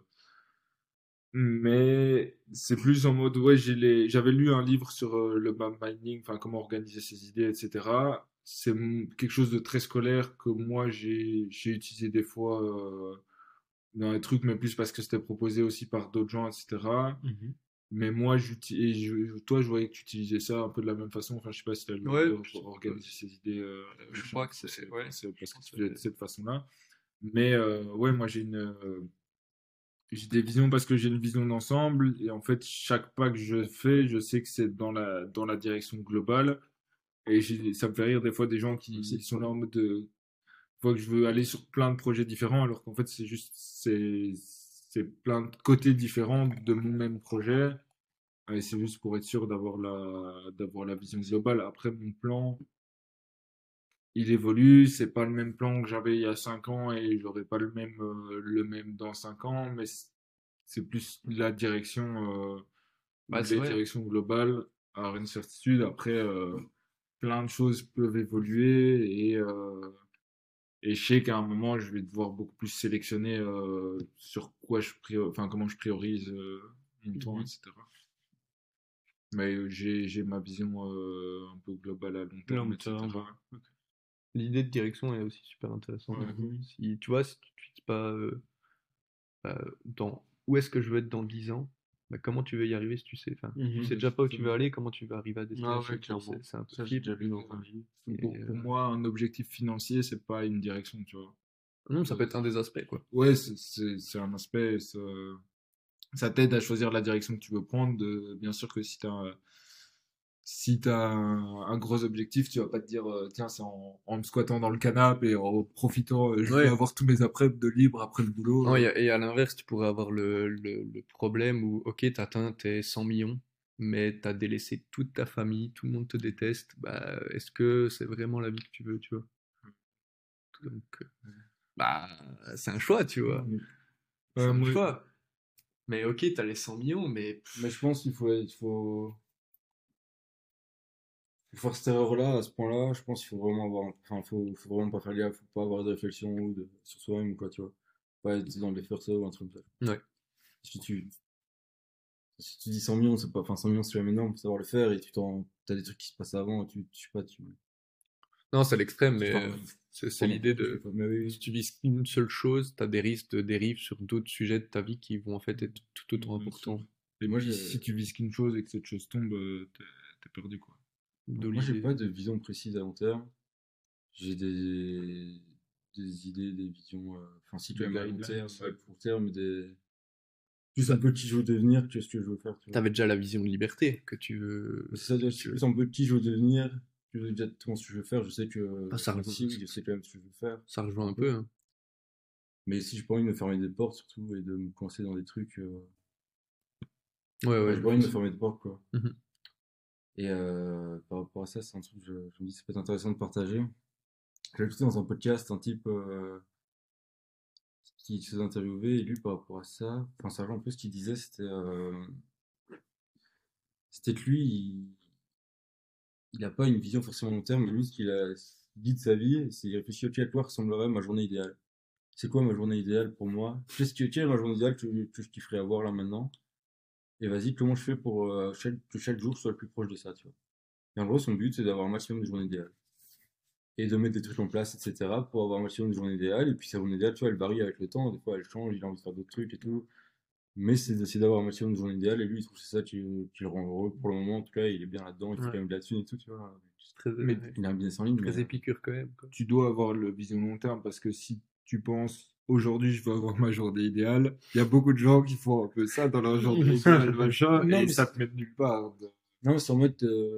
Mais c'est plus en mode, ouais, j'avais lu un livre sur le mining, enfin, comment organiser ses idées, etc. C'est quelque chose de très scolaire que moi, j'ai utilisé des fois. Dans les trucs, mais plus parce que c'était proposé aussi par d'autres gens, etc. Mhm. Mais moi, toi, je voyais que tu utilisais ça un peu de la même façon. Enfin, je sais pas si tu as le Ouais, pour organiser ses idées. je crois que c'est. Ouais. C'est parce que tu fais de cette façon-là. Mais ouais, moi, j'ai des visions parce que j'ai une vision d'ensemble. Et en fait, chaque pas que je fais, je sais que c'est dans la direction globale. Et ça me fait rire des fois des gens qui sont là en mode de vois que je veux aller sur plein de projets différents, alors qu'en fait, c'est plein de côtés différents de mon même projet. Et c'est juste pour être sûr d'avoir la vision globale. Après, mon plan, il évolue. C'est pas le même plan que j'avais il y a 5 ans et j'aurai pas le même dans 5 ans, mais c'est plus la direction, Bah, c'est les vrai. directions globales, avoir une certitude. Après, plein de choses peuvent évoluer et je sais qu'à un moment, je vais devoir beaucoup plus sélectionner sur quoi enfin, comment je priorise mon temps, etc. Mais j'ai ma vision un peu globale à long terme, Long etc. term. L'idée de direction est aussi super intéressante. Si, tu vois, si tu ne te dis pas dans où est-ce que je veux être dans 10 ans, bah, comment tu veux y arriver si tu sais. Enfin, tu sais déjà pas où tu veux aller, comment tu vas arriver à Ah destination. ouais, clairement. C'est un peu Ça, j'ai flip. déjà lu dans un livre. Et, Pour moi, un objectif financier, c'est pas une direction, tu vois. non, ça peut être un des aspects, quoi. Ouais, c'est un aspect, ça t'aide à choisir la direction que tu veux prendre. Bien sûr que si t'as un gros objectif, tu vas pas te dire, tiens, c'est en me squattant dans le canapé et en profitant, je vais Ouais. avoir tous mes après de libre après le boulot. Non, et à l'inverse, tu pourrais avoir le problème où, ok, tu atteins tes 100 millions, mais tu as délaissé toute ta famille, tout le monde te déteste. Bah, est-ce que c'est vraiment la vie que tu veux, tu vois? Donc, bah, c'est un choix, tu vois. C'est un moi, choix. Mais ok, t'as les 100 millions, mais Mais je pense faut faire cette erreur-là, à ce point-là, je pense qu'il faut vraiment enfin, faut vraiment pas faire gaffe, faut pas avoir de réflexion sur soi-même, quoi, tu vois. Pas être dans les faire ça ou un truc comme ça. ouais. Si tu dis 100 millions, c'est pas, enfin, 100 millions, c'est quand même énorme, faut savoir le faire et t'as des trucs qui se passent avant, je sais pas, Non, c'est l'extrême, tu mais pars- c'est pardon, l'idée je sais de. pas, mais oui, Si tu vises une seule chose, t'as des risques de dérive sur d'autres sujets de ta vie qui vont en fait être tout autant importants. et Moi, puis, si tu vises qu'une chose et que cette chose tombe, t'es perdu, quoi. D'où moi, j'ai l'idée. pas de vision précise à long terme. J'ai des idées, des visions, enfin, si quand même à long terme, à court terme, plus un peu qui je veux devenir que ce que je veux faire, tu vois. T'avais déjà la vision de liberté que tu veux. C'est ça, c'est plus un peu qui je veux devenir, que exactement ce que je veux faire. Je sais que Ah, ça rejoint- ici, je sais quand même ce que je veux faire. Ça rejoint un peu, hein. Mais si j'ai pas envie de me fermer des portes, surtout, et de me coincer dans des trucs, Ouais, j'ai pas envie de me je- fermer des portes, quoi. Mhm. Et par rapport à ça, c'est un truc, je me dis, ça peut être intéressant de partager. J'ai écouté dans un podcast un type qui se faisait interviewer, et lui, par rapport à ça, enfin, ça rejoint un peu ce qu'il disait, c'était que lui, il a pas une vision forcément long terme, mais lui, ce qu'il a dit de sa vie, c'est qu'il réfléchit, ok, à quoi ressemblerait ma journée idéale. C'est quoi ma journée idéale pour moi? Qu'est-ce que, quelle est ma journée idéale que je kifferais avoir là maintenant? Et vas-y, comment je fais pour que chaque jour soit le plus proche de ça, tu vois? Et en gros, son but, c'est d'avoir un maximum de journées idéales. Et de mettre des trucs en place, etc., pour avoir un maximum de journées idéales. Et puis sa journée idéale, tu vois, elle varie avec le temps. Des fois, elle change, il a envie de faire d'autres trucs et tout. Mais c'est d'essayer d'avoir un maximum de journées idéales. Et lui, il trouve que c'est ça qui le rend heureux pour le moment. En tout cas, il est bien là-dedans. Il fait Ouais. quand même de la thune et tout, tu vois. C'est très, Mais Il a un business en ligne, très mais épicure quand même, quoi. tu dois avoir le vision long terme parce que si tu penses aujourd'hui je veux avoir ma journée idéale, il y a beaucoup de gens qui font un peu ça dans leur journée idéale, machin, Non, et mais ça te met nulle part. non, c'est en mode.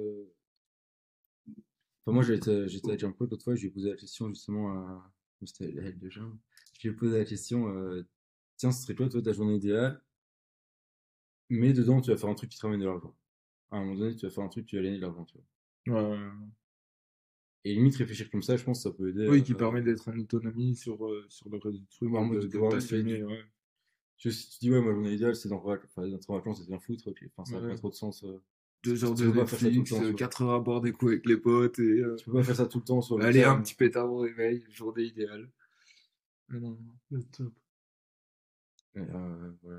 Enfin, moi, j'étais avec Jean-Claude l'autre fois, je lui ai posé la question justement à. C'était elle déjà. Je lui ai posé la question, tiens, ce serait quoi, toi, ta journée idéale? Mais dedans, tu vas faire un truc qui te ramène de l'argent. À un moment donné, tu vas faire un truc qui va gagner de l'argent, tu vois. Ouais, ouais, ouais. Et limite, réfléchir comme ça, je pense que ça peut aider. Oui, qui permet d'être en autonomie sur le reste du truc, En mode de pouvoir t'assumer, ouais. si tu dis, ouais, ma journée idéale, c'est d'entrer en vacances et de rien foutre, ok. Enfin, ça n'a Ouais. pas trop de sens. 2 heures Tu de peux pas faire ça tout le Netflix, temps, tu vois. 4 heures à boire des coups avec les potes, et Tu peux pas faire ça tout le temps sur le aller un terme. petit pétard au réveil, journée idéale. Mais non, non. Le top. Et, voilà.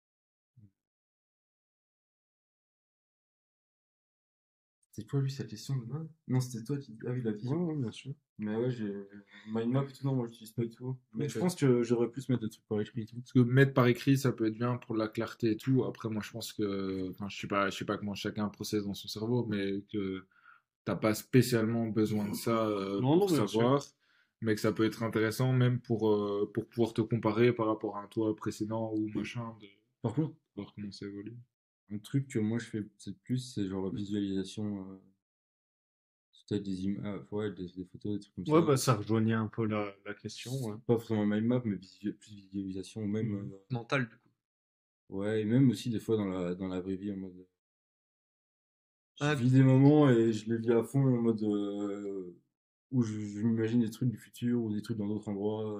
C'était quoi, lui, sa question de base? Non, c'était toi qui. Ah oui, la vision. Ouais, bien sûr. Mais ouais, j'ai mind map et tout, non, moi j'utilise pas du tout. Mais je pense que j'aurais pu se mettre des trucs par écrit et tout. Parce que mettre par écrit, ça peut être bien pour la clarté et tout. Après, moi, je pense que, enfin, je sais pas comment chacun processe dans son cerveau, mais que t'as pas spécialement besoin de ça Non, pour non, bien sûr. savoir, mais que ça peut être intéressant même pour pouvoir te comparer par rapport à un toit précédent ou machin, de Par contre, voir comment ça évolue. un truc que moi je fais peut-être plus, c'est genre la visualisation. Peut-être des images, ouais, des photos, des trucs comme Ouais, ça. bah ça rejoignait un peu la question. Ouais. Pas forcément mind map, mais plus visualisation, ou même. Mhm. Mental, du coup. Ouais, et même aussi des fois dans la vraie vie, en mode. Je Ah, vis des moments et je les vis à fond en mode. Où je m'imagine des trucs du futur ou des trucs dans d'autres endroits.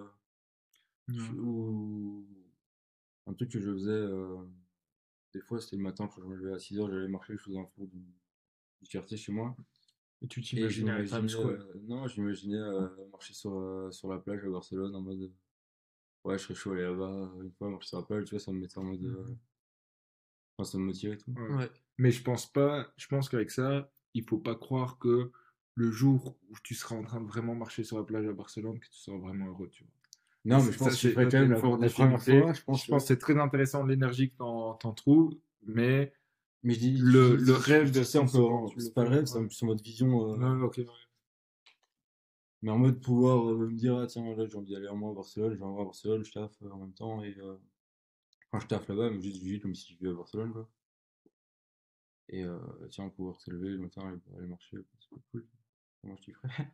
Ou un truc que je faisais. Des fois, c'était le matin quand je me levais à 6 heures, j'allais marcher, je faisais un tour du quartier chez moi. Et tu Et je t'imaginais à Times m'imaginais. Square. Non, je m'imaginais marcher sur la plage à Barcelone en mode. Ouais, je serais chaud à aller là-bas une fois, marcher sur la plage, tu vois, ça me mettait en mode. Enfin, ça me motivait et tout. Ouais. ouais. Mais je pense qu'avec ça, il faut pas croire que le jour où tu seras en train de vraiment marcher sur la plage à Barcelone, que tu seras vraiment heureux, tu vois. Non, mais Ça, je pense que je c'est ferais toi, quand t'as même une forme la première d'affinité. fois, je pense. Je pense que c'est très intéressant l'énergie que t'en trouves, mais Mais le rêve je de dis ça un peu, tu le c'est pas le fais, rêve, c'est ouais. un peu sur mode vision. Ouais, ok. Mais en mode pouvoir me dire, ah tiens, là j'ai envie d'aller un mois à Barcelone, je vais en voir à Barcelone, je taffe en même temps, et enfin je taffe là-bas, mais juste je vis comme si je vivais à Barcelone, quoi. Et tiens, pouvoir se lever le matin, aller marcher, c'est cool. Moi je kifferais.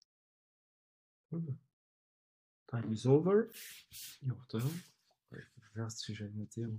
Time is over. Your turn. Ouais, faut que je regarde ce que j'avais noté, hein.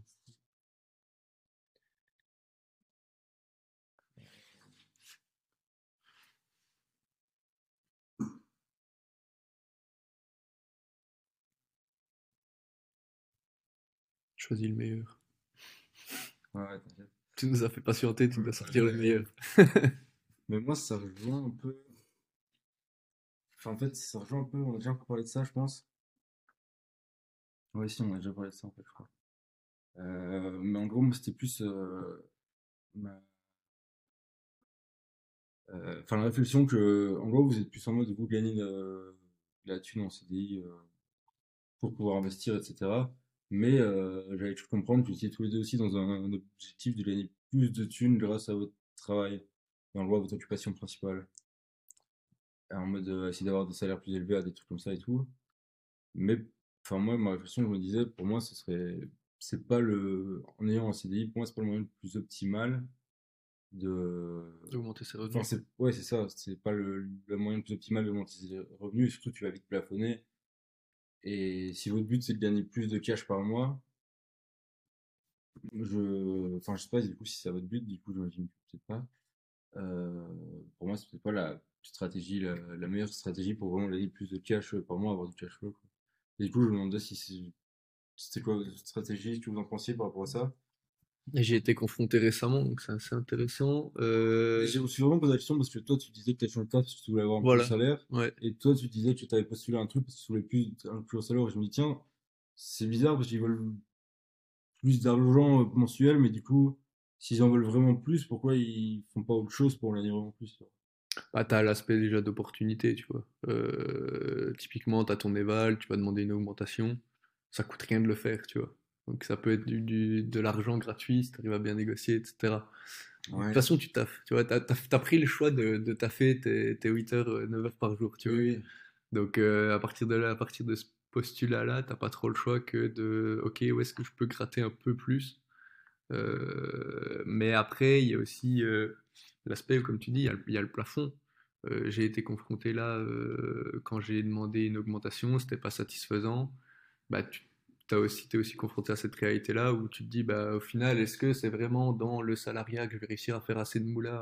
Choisis le meilleur. Ouais, t'inquiète. Tu nous as fait patienter, tu dois sortir le meilleur. Mais moi, ça rejoint un peu. Enfin, en fait, ça rejoint un peu. On a déjà un peu parlé de ça, je pense. Ouais, si, on a déjà parlé de ça, en fait, je crois. Mais en gros, moi, c'était plus. Ma- Enfin, la réflexion que. En gros, vous êtes plus en mode vous gagnez de la thune en CDI pour pouvoir investir, etc. Mais j'avais cru comprendre que vous étiez tous les deux aussi dans un objectif de gagner plus de thunes grâce à votre travail, dans le voie votre occupation principale. En mode essayer d'avoir des salaires plus élevés à des trucs comme ça et tout. Mais, enfin, moi, ma réflexion, je me disais, pour moi, ce serait, c'est pas le, en ayant un CDI, pour moi, c'est pas le moyen le plus optimal de, D'augmenter ses enfin, revenus. ouais, c'est ça, c'est pas le moyen le plus optimal d'augmenter ses revenus, et surtout, tu vas vite plafonner, Et si votre but c'est de gagner plus de cash par mois, enfin, je sais pas du coup si c'est votre but, du coup, j'imagine que peut-être pas. Euh, pour moi, c'est peut-être pas la stratégie, la meilleure stratégie pour vraiment gagner plus de cash par mois, avoir du cash flow, quoi. Et du coup, je me demandais si c'était quoi votre stratégie, ce que vous en pensiez par rapport à ça. Et j'ai été confronté récemment, donc c'est assez intéressant. Mais je me suis vraiment posé la question parce que toi, tu disais que tu as changé de taf parce que tu voulais avoir un plus haut Voilà, salaire. ouais. Et toi, tu disais que tu avais postulé un truc parce que tu voulais un plus haut salaire. Et je me dis, tiens, c'est bizarre parce qu'ils veulent plus d'argent mensuel, mais du coup, s'ils en veulent vraiment plus, pourquoi ils font pas autre chose pour en gagner vraiment plus, tu vois. Bah, t'as l'aspect déjà d'opportunité, tu vois. Typiquement, t'as ton éval, tu vas demander une augmentation, ça coûte rien de le faire, tu vois. Donc ça peut être de l'argent gratuit si t'arrives à bien négocier, etc. De toute Ouais. façon, tu taffes, tu vois. T'as pris le choix de taffer tes 8 heures, 9 heures par jour, tu Oui, vois. oui. Donc à partir de là, à partir de ce postulat-là, t'as pas trop le choix que de, ok, où est-ce que je peux gratter un peu plus? Mais après, il y a aussi l'aspect, comme tu dis, il y a le plafond. J'ai été confronté là quand j'ai demandé une augmentation, c'était pas satisfaisant. Bah, t'es aussi confronté à cette réalité-là où tu te dis, bah, au final, est-ce que c'est vraiment dans le salariat que je vais réussir à faire assez de moula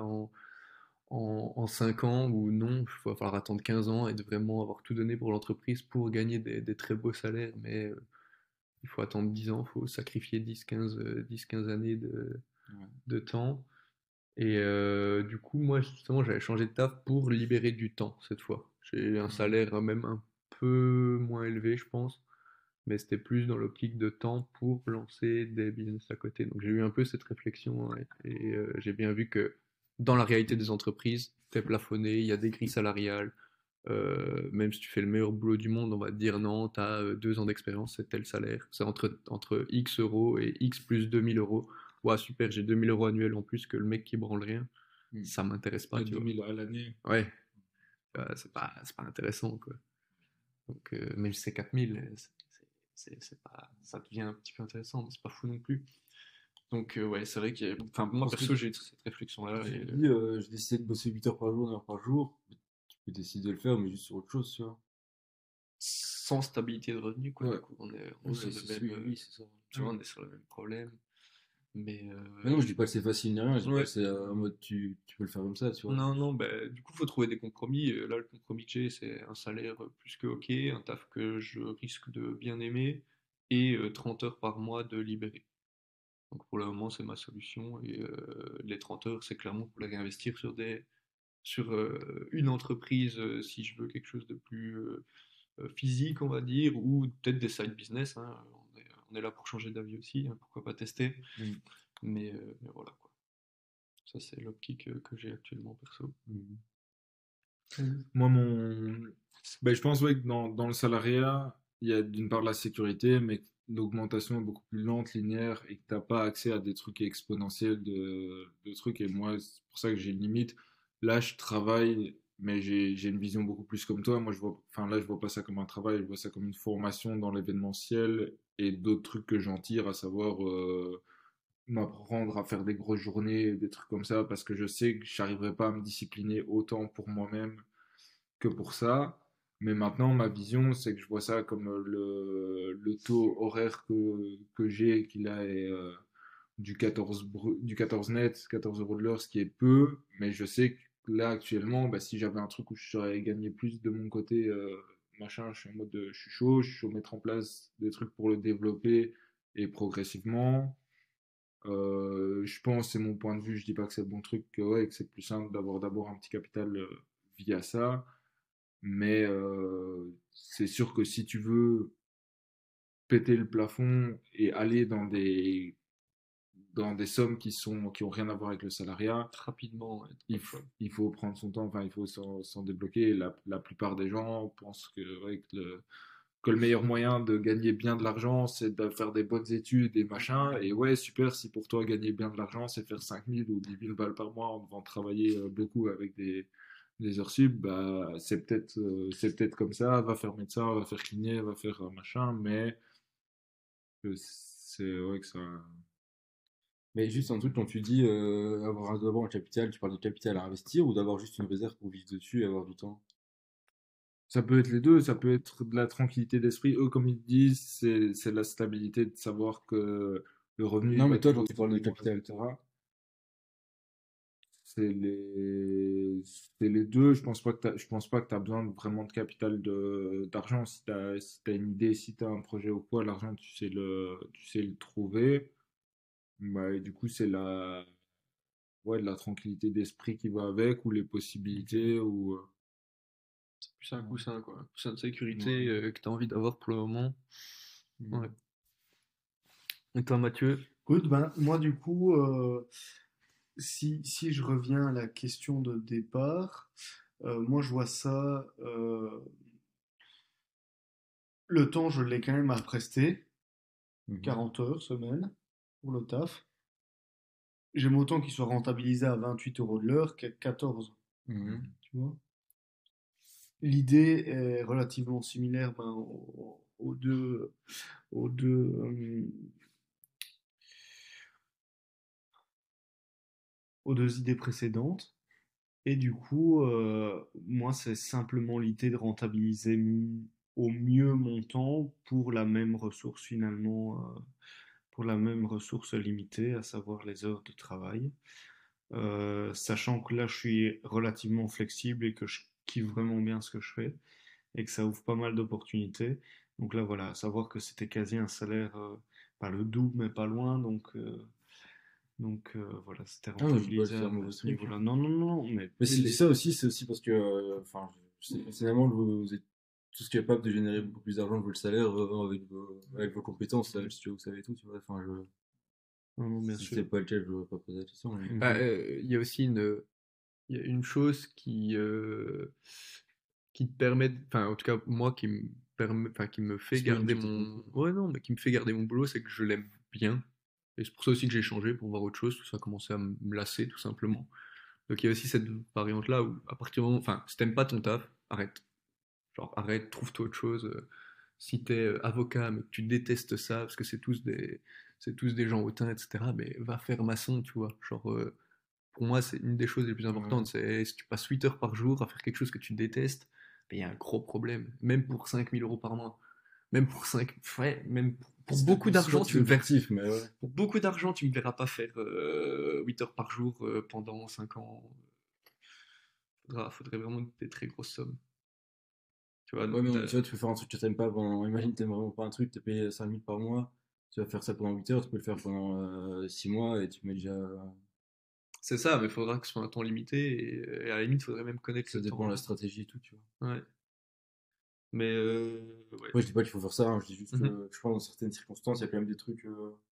en 5 ans ou non? Il va falloir attendre 15 ans et de vraiment avoir tout donné pour l'entreprise pour gagner des très beaux salaires, mais il faut attendre 10 ans, il faut sacrifier 10-15 années Ouais. de temps. Et du coup, moi, justement, j'avais changé de taf pour libérer du temps cette fois. J'ai un salaire même un peu moins élevé, je pense, mais c'était plus dans l'optique de temps pour lancer des business à côté. Donc j'ai eu un peu cette réflexion, ouais, et j'ai bien vu que dans la réalité des entreprises, t'es plafonné, il y a des grilles salariales. Même si tu fais le meilleur boulot du monde, on va te dire non, tu as 2 ans d'expérience, c'est tel salaire. C'est entre X euros et X plus 2000 euros. Ouais, super, j'ai 2000 euros annuels en plus que le mec qui branle rien. Mm. Ça m'intéresse pas, Ouais, tu vois. 2000 à l'année. Ouais, c'est pas intéressant, quoi. Donc, même si c'est 4000, c'est pas, ça devient un petit peu intéressant, mais c'est pas fou non plus. Donc, ouais, c'est vrai que, enfin, moi Parce que perso, j'ai eu cette réflexion-là. tu Et, te dis, je décide de bosser 8 heures par jour, 9 heures par jour. Tu peux décider de le faire, mais juste sur autre chose, tu vois. sans stabilité de revenu, quoi, du Ouais. coup, on est Oui, sur le c'est ça, même, oui, c'est ça. tu vois, on est sur le même problème. Mais Mais non, je dis pas que c'est facile ni rien, je dis pas ouais. que c'est en mode tu peux le faire comme ça, tu vois. Non, non, bah, du coup, faut trouver des compromis. Là, le compromis que j'ai, c'est un salaire plus que OK, un taf que je risque de bien aimer et 30 heures par mois de libéré. Donc pour le moment, c'est ma solution. Et les 30 heures, c'est clairement pour les réinvestir sur une entreprise si je veux quelque chose de plus physique, on va dire, ou peut-être des side business, hein. On est là pour changer d'avis aussi, hein, pourquoi pas tester. Mm. Mais voilà quoi. Ça, c'est l'optique que j'ai actuellement perso. Moi, ben, je pense ouais, que dans le salariat, il y a d'une part la sécurité, mais que l'augmentation est beaucoup plus lente, linéaire, et que tu n'as pas accès à des trucs exponentiels de trucs. Et moi, c'est pour ça que j'ai une limite. Là, je travaille, mais j'ai une vision beaucoup plus comme toi. Moi, enfin, là, je vois pas ça comme un travail, je vois ça comme une formation dans l'événementiel et d'autres trucs que j'en tire, à savoir m'apprendre à faire des grosses journées, des trucs comme ça, parce que je sais que j'arriverai pas à me discipliner autant pour moi-même que pour ça. Mais maintenant, ma vision, c'est que je vois ça comme le taux horaire que j'ai, qui là est du 14 net, 14 euros de l'heure, ce qui est peu. Mais je sais que là, actuellement, bah, si j'avais un truc où je saurais gagner plus de mon côté, machin, je suis en mode je suis chaud mettre en place des trucs pour le développer et progressivement. Je pense, c'est mon point de vue, je dis pas que c'est le bon truc, que, ouais, que c'est plus simple d'avoir d'abord un petit capital via ça. Mais c'est sûr que si tu veux péter le plafond et aller dans des sommes qui ont rien à voir avec le salariat, Rapidement, ouais, il faut prendre son temps, enfin, il faut s'en débloquer. La plupart des gens pensent ouais, que le meilleur moyen de gagner bien de l'argent, c'est de faire des bonnes études et machin. Et ouais, super, si pour toi gagner bien de l'argent, c'est faire 5000 ou 10 000 balles par mois en devant travailler beaucoup avec des heures sub, bah, c'est peut-être comme ça, va faire médecin, va faire kiné, va faire machin, mais c'est ouais que ça. Mais juste un truc, quand tu dis avoir d'abord un capital, tu parles de capital à investir ou d'avoir juste une réserve pour vivre dessus et avoir du temps? Ça peut être les deux, ça peut être de la tranquillité d'esprit. Eux, comme ils disent, c'est la stabilité de savoir que le revenu il Non, va mais être toi, tous quand tu parles de les mois. capital, etc. C'est les deux. Je pense pas que tu as besoin vraiment de capital d'argent. Si t'as une idée, si tu as un projet ou quoi, l'argent, tu sais le trouver. Bah, et du coup, ouais, de la tranquillité d'esprit qui va avec, ou les possibilités, ou, Plus un coussin, quoi. Un coussin de sécurité ouais. que tu as envie d'avoir pour le moment. Ouais. Mm. Et toi, Mathieu? Écoute, ben, moi, du coup, si je reviens à la question de départ, moi, je vois ça, le temps, je l'ai quand même à prester, Mhm. 40 heures semaine, pour le taf. J'aime autant qu'il soit rentabilisé à 28 euros de l'heure qu'à 14, Mhm. tu vois. L'idée est relativement similaire ben, aux deux, aux deux idées précédentes. Et du coup, moi, c'est simplement l'idée de rentabiliser au mieux mon temps pour la même ressource finalement, pour la même ressource limitée, à savoir les heures de travail. Sachant que là, je suis relativement flexible et que je kiffe vraiment bien ce que je fais et que ça ouvre pas mal d'opportunités. Donc là, voilà, à savoir que c'était quasi un salaire, pas le double, mais pas loin. Donc voilà, c'était Ah, mais je veux pas rentabilisé dire un mauvais à ce truc, hein. niveau-là. Non, non, non, mais Mais si je dis ça aussi, c'est aussi parce que, enfin, finalement, vous êtes tous capables de générer beaucoup plus d'argent que le salaire avec vos compétences, là, si vous savez tout, tu vois. Enfin, non, non, bien si c'était sûr. pas le cas, je ne pas poser la question. Mais... Bah, Mhm. il y a aussi il y a une chose qui te permet, enfin, en tout cas, moi, qui me permet, enfin, qui me fait C'est pas une garder petite mon, technique. ouais, non, mais qui me fait garder mon boulot, c'est que je l'aime bien. Et c'est pour ça aussi que j'ai changé pour voir autre chose, tout ça a commencé à me lasser, tout simplement. Donc il y a aussi cette variante-là où, à partir du moment, enfin, si t'aimes pas ton taf, arrête. Genre, arrête, trouve-toi autre chose. Si t'es avocat, mais que tu détestes ça, parce que c'est tous des gens hautains, etc., mais va faire maçon, tu vois. Genre, pour moi, c'est une des choses les plus importantes. C'est si tu passes 8 heures par jour à faire quelque chose que tu détestes, ben, il y a un gros problème. Même pour 5 000 € par mois. Même pour 5, ouais, même pour C'est beaucoup pas d'argent, tout l'objectif, mais ouais. pour beaucoup d'argent, tu me verras pas faire 8 heures par jour pendant 5 ans. Faudrait vraiment des très grosses sommes. Tu vois, Ouais, mais tu vois, tu peux faire un truc que t'aimes pas pendant. Imagine, t'aimes vraiment pas un truc, t'es payé 5000 par mois, tu vas faire ça pendant 8 heures, tu peux le faire pendant 6 mois et tu mets déjà. c'est ça, mais il faudra que ce soit un temps limité et à la limite, il faudrait même connaître Ça le dépend de temps. la stratégie et tout, tu vois. Ouais. Mais ouais. Ouais, je dis pas qu'il faut faire ça, hein, je dis juste Mhm. que je pense dans certaines circonstances, il y a quand même des trucs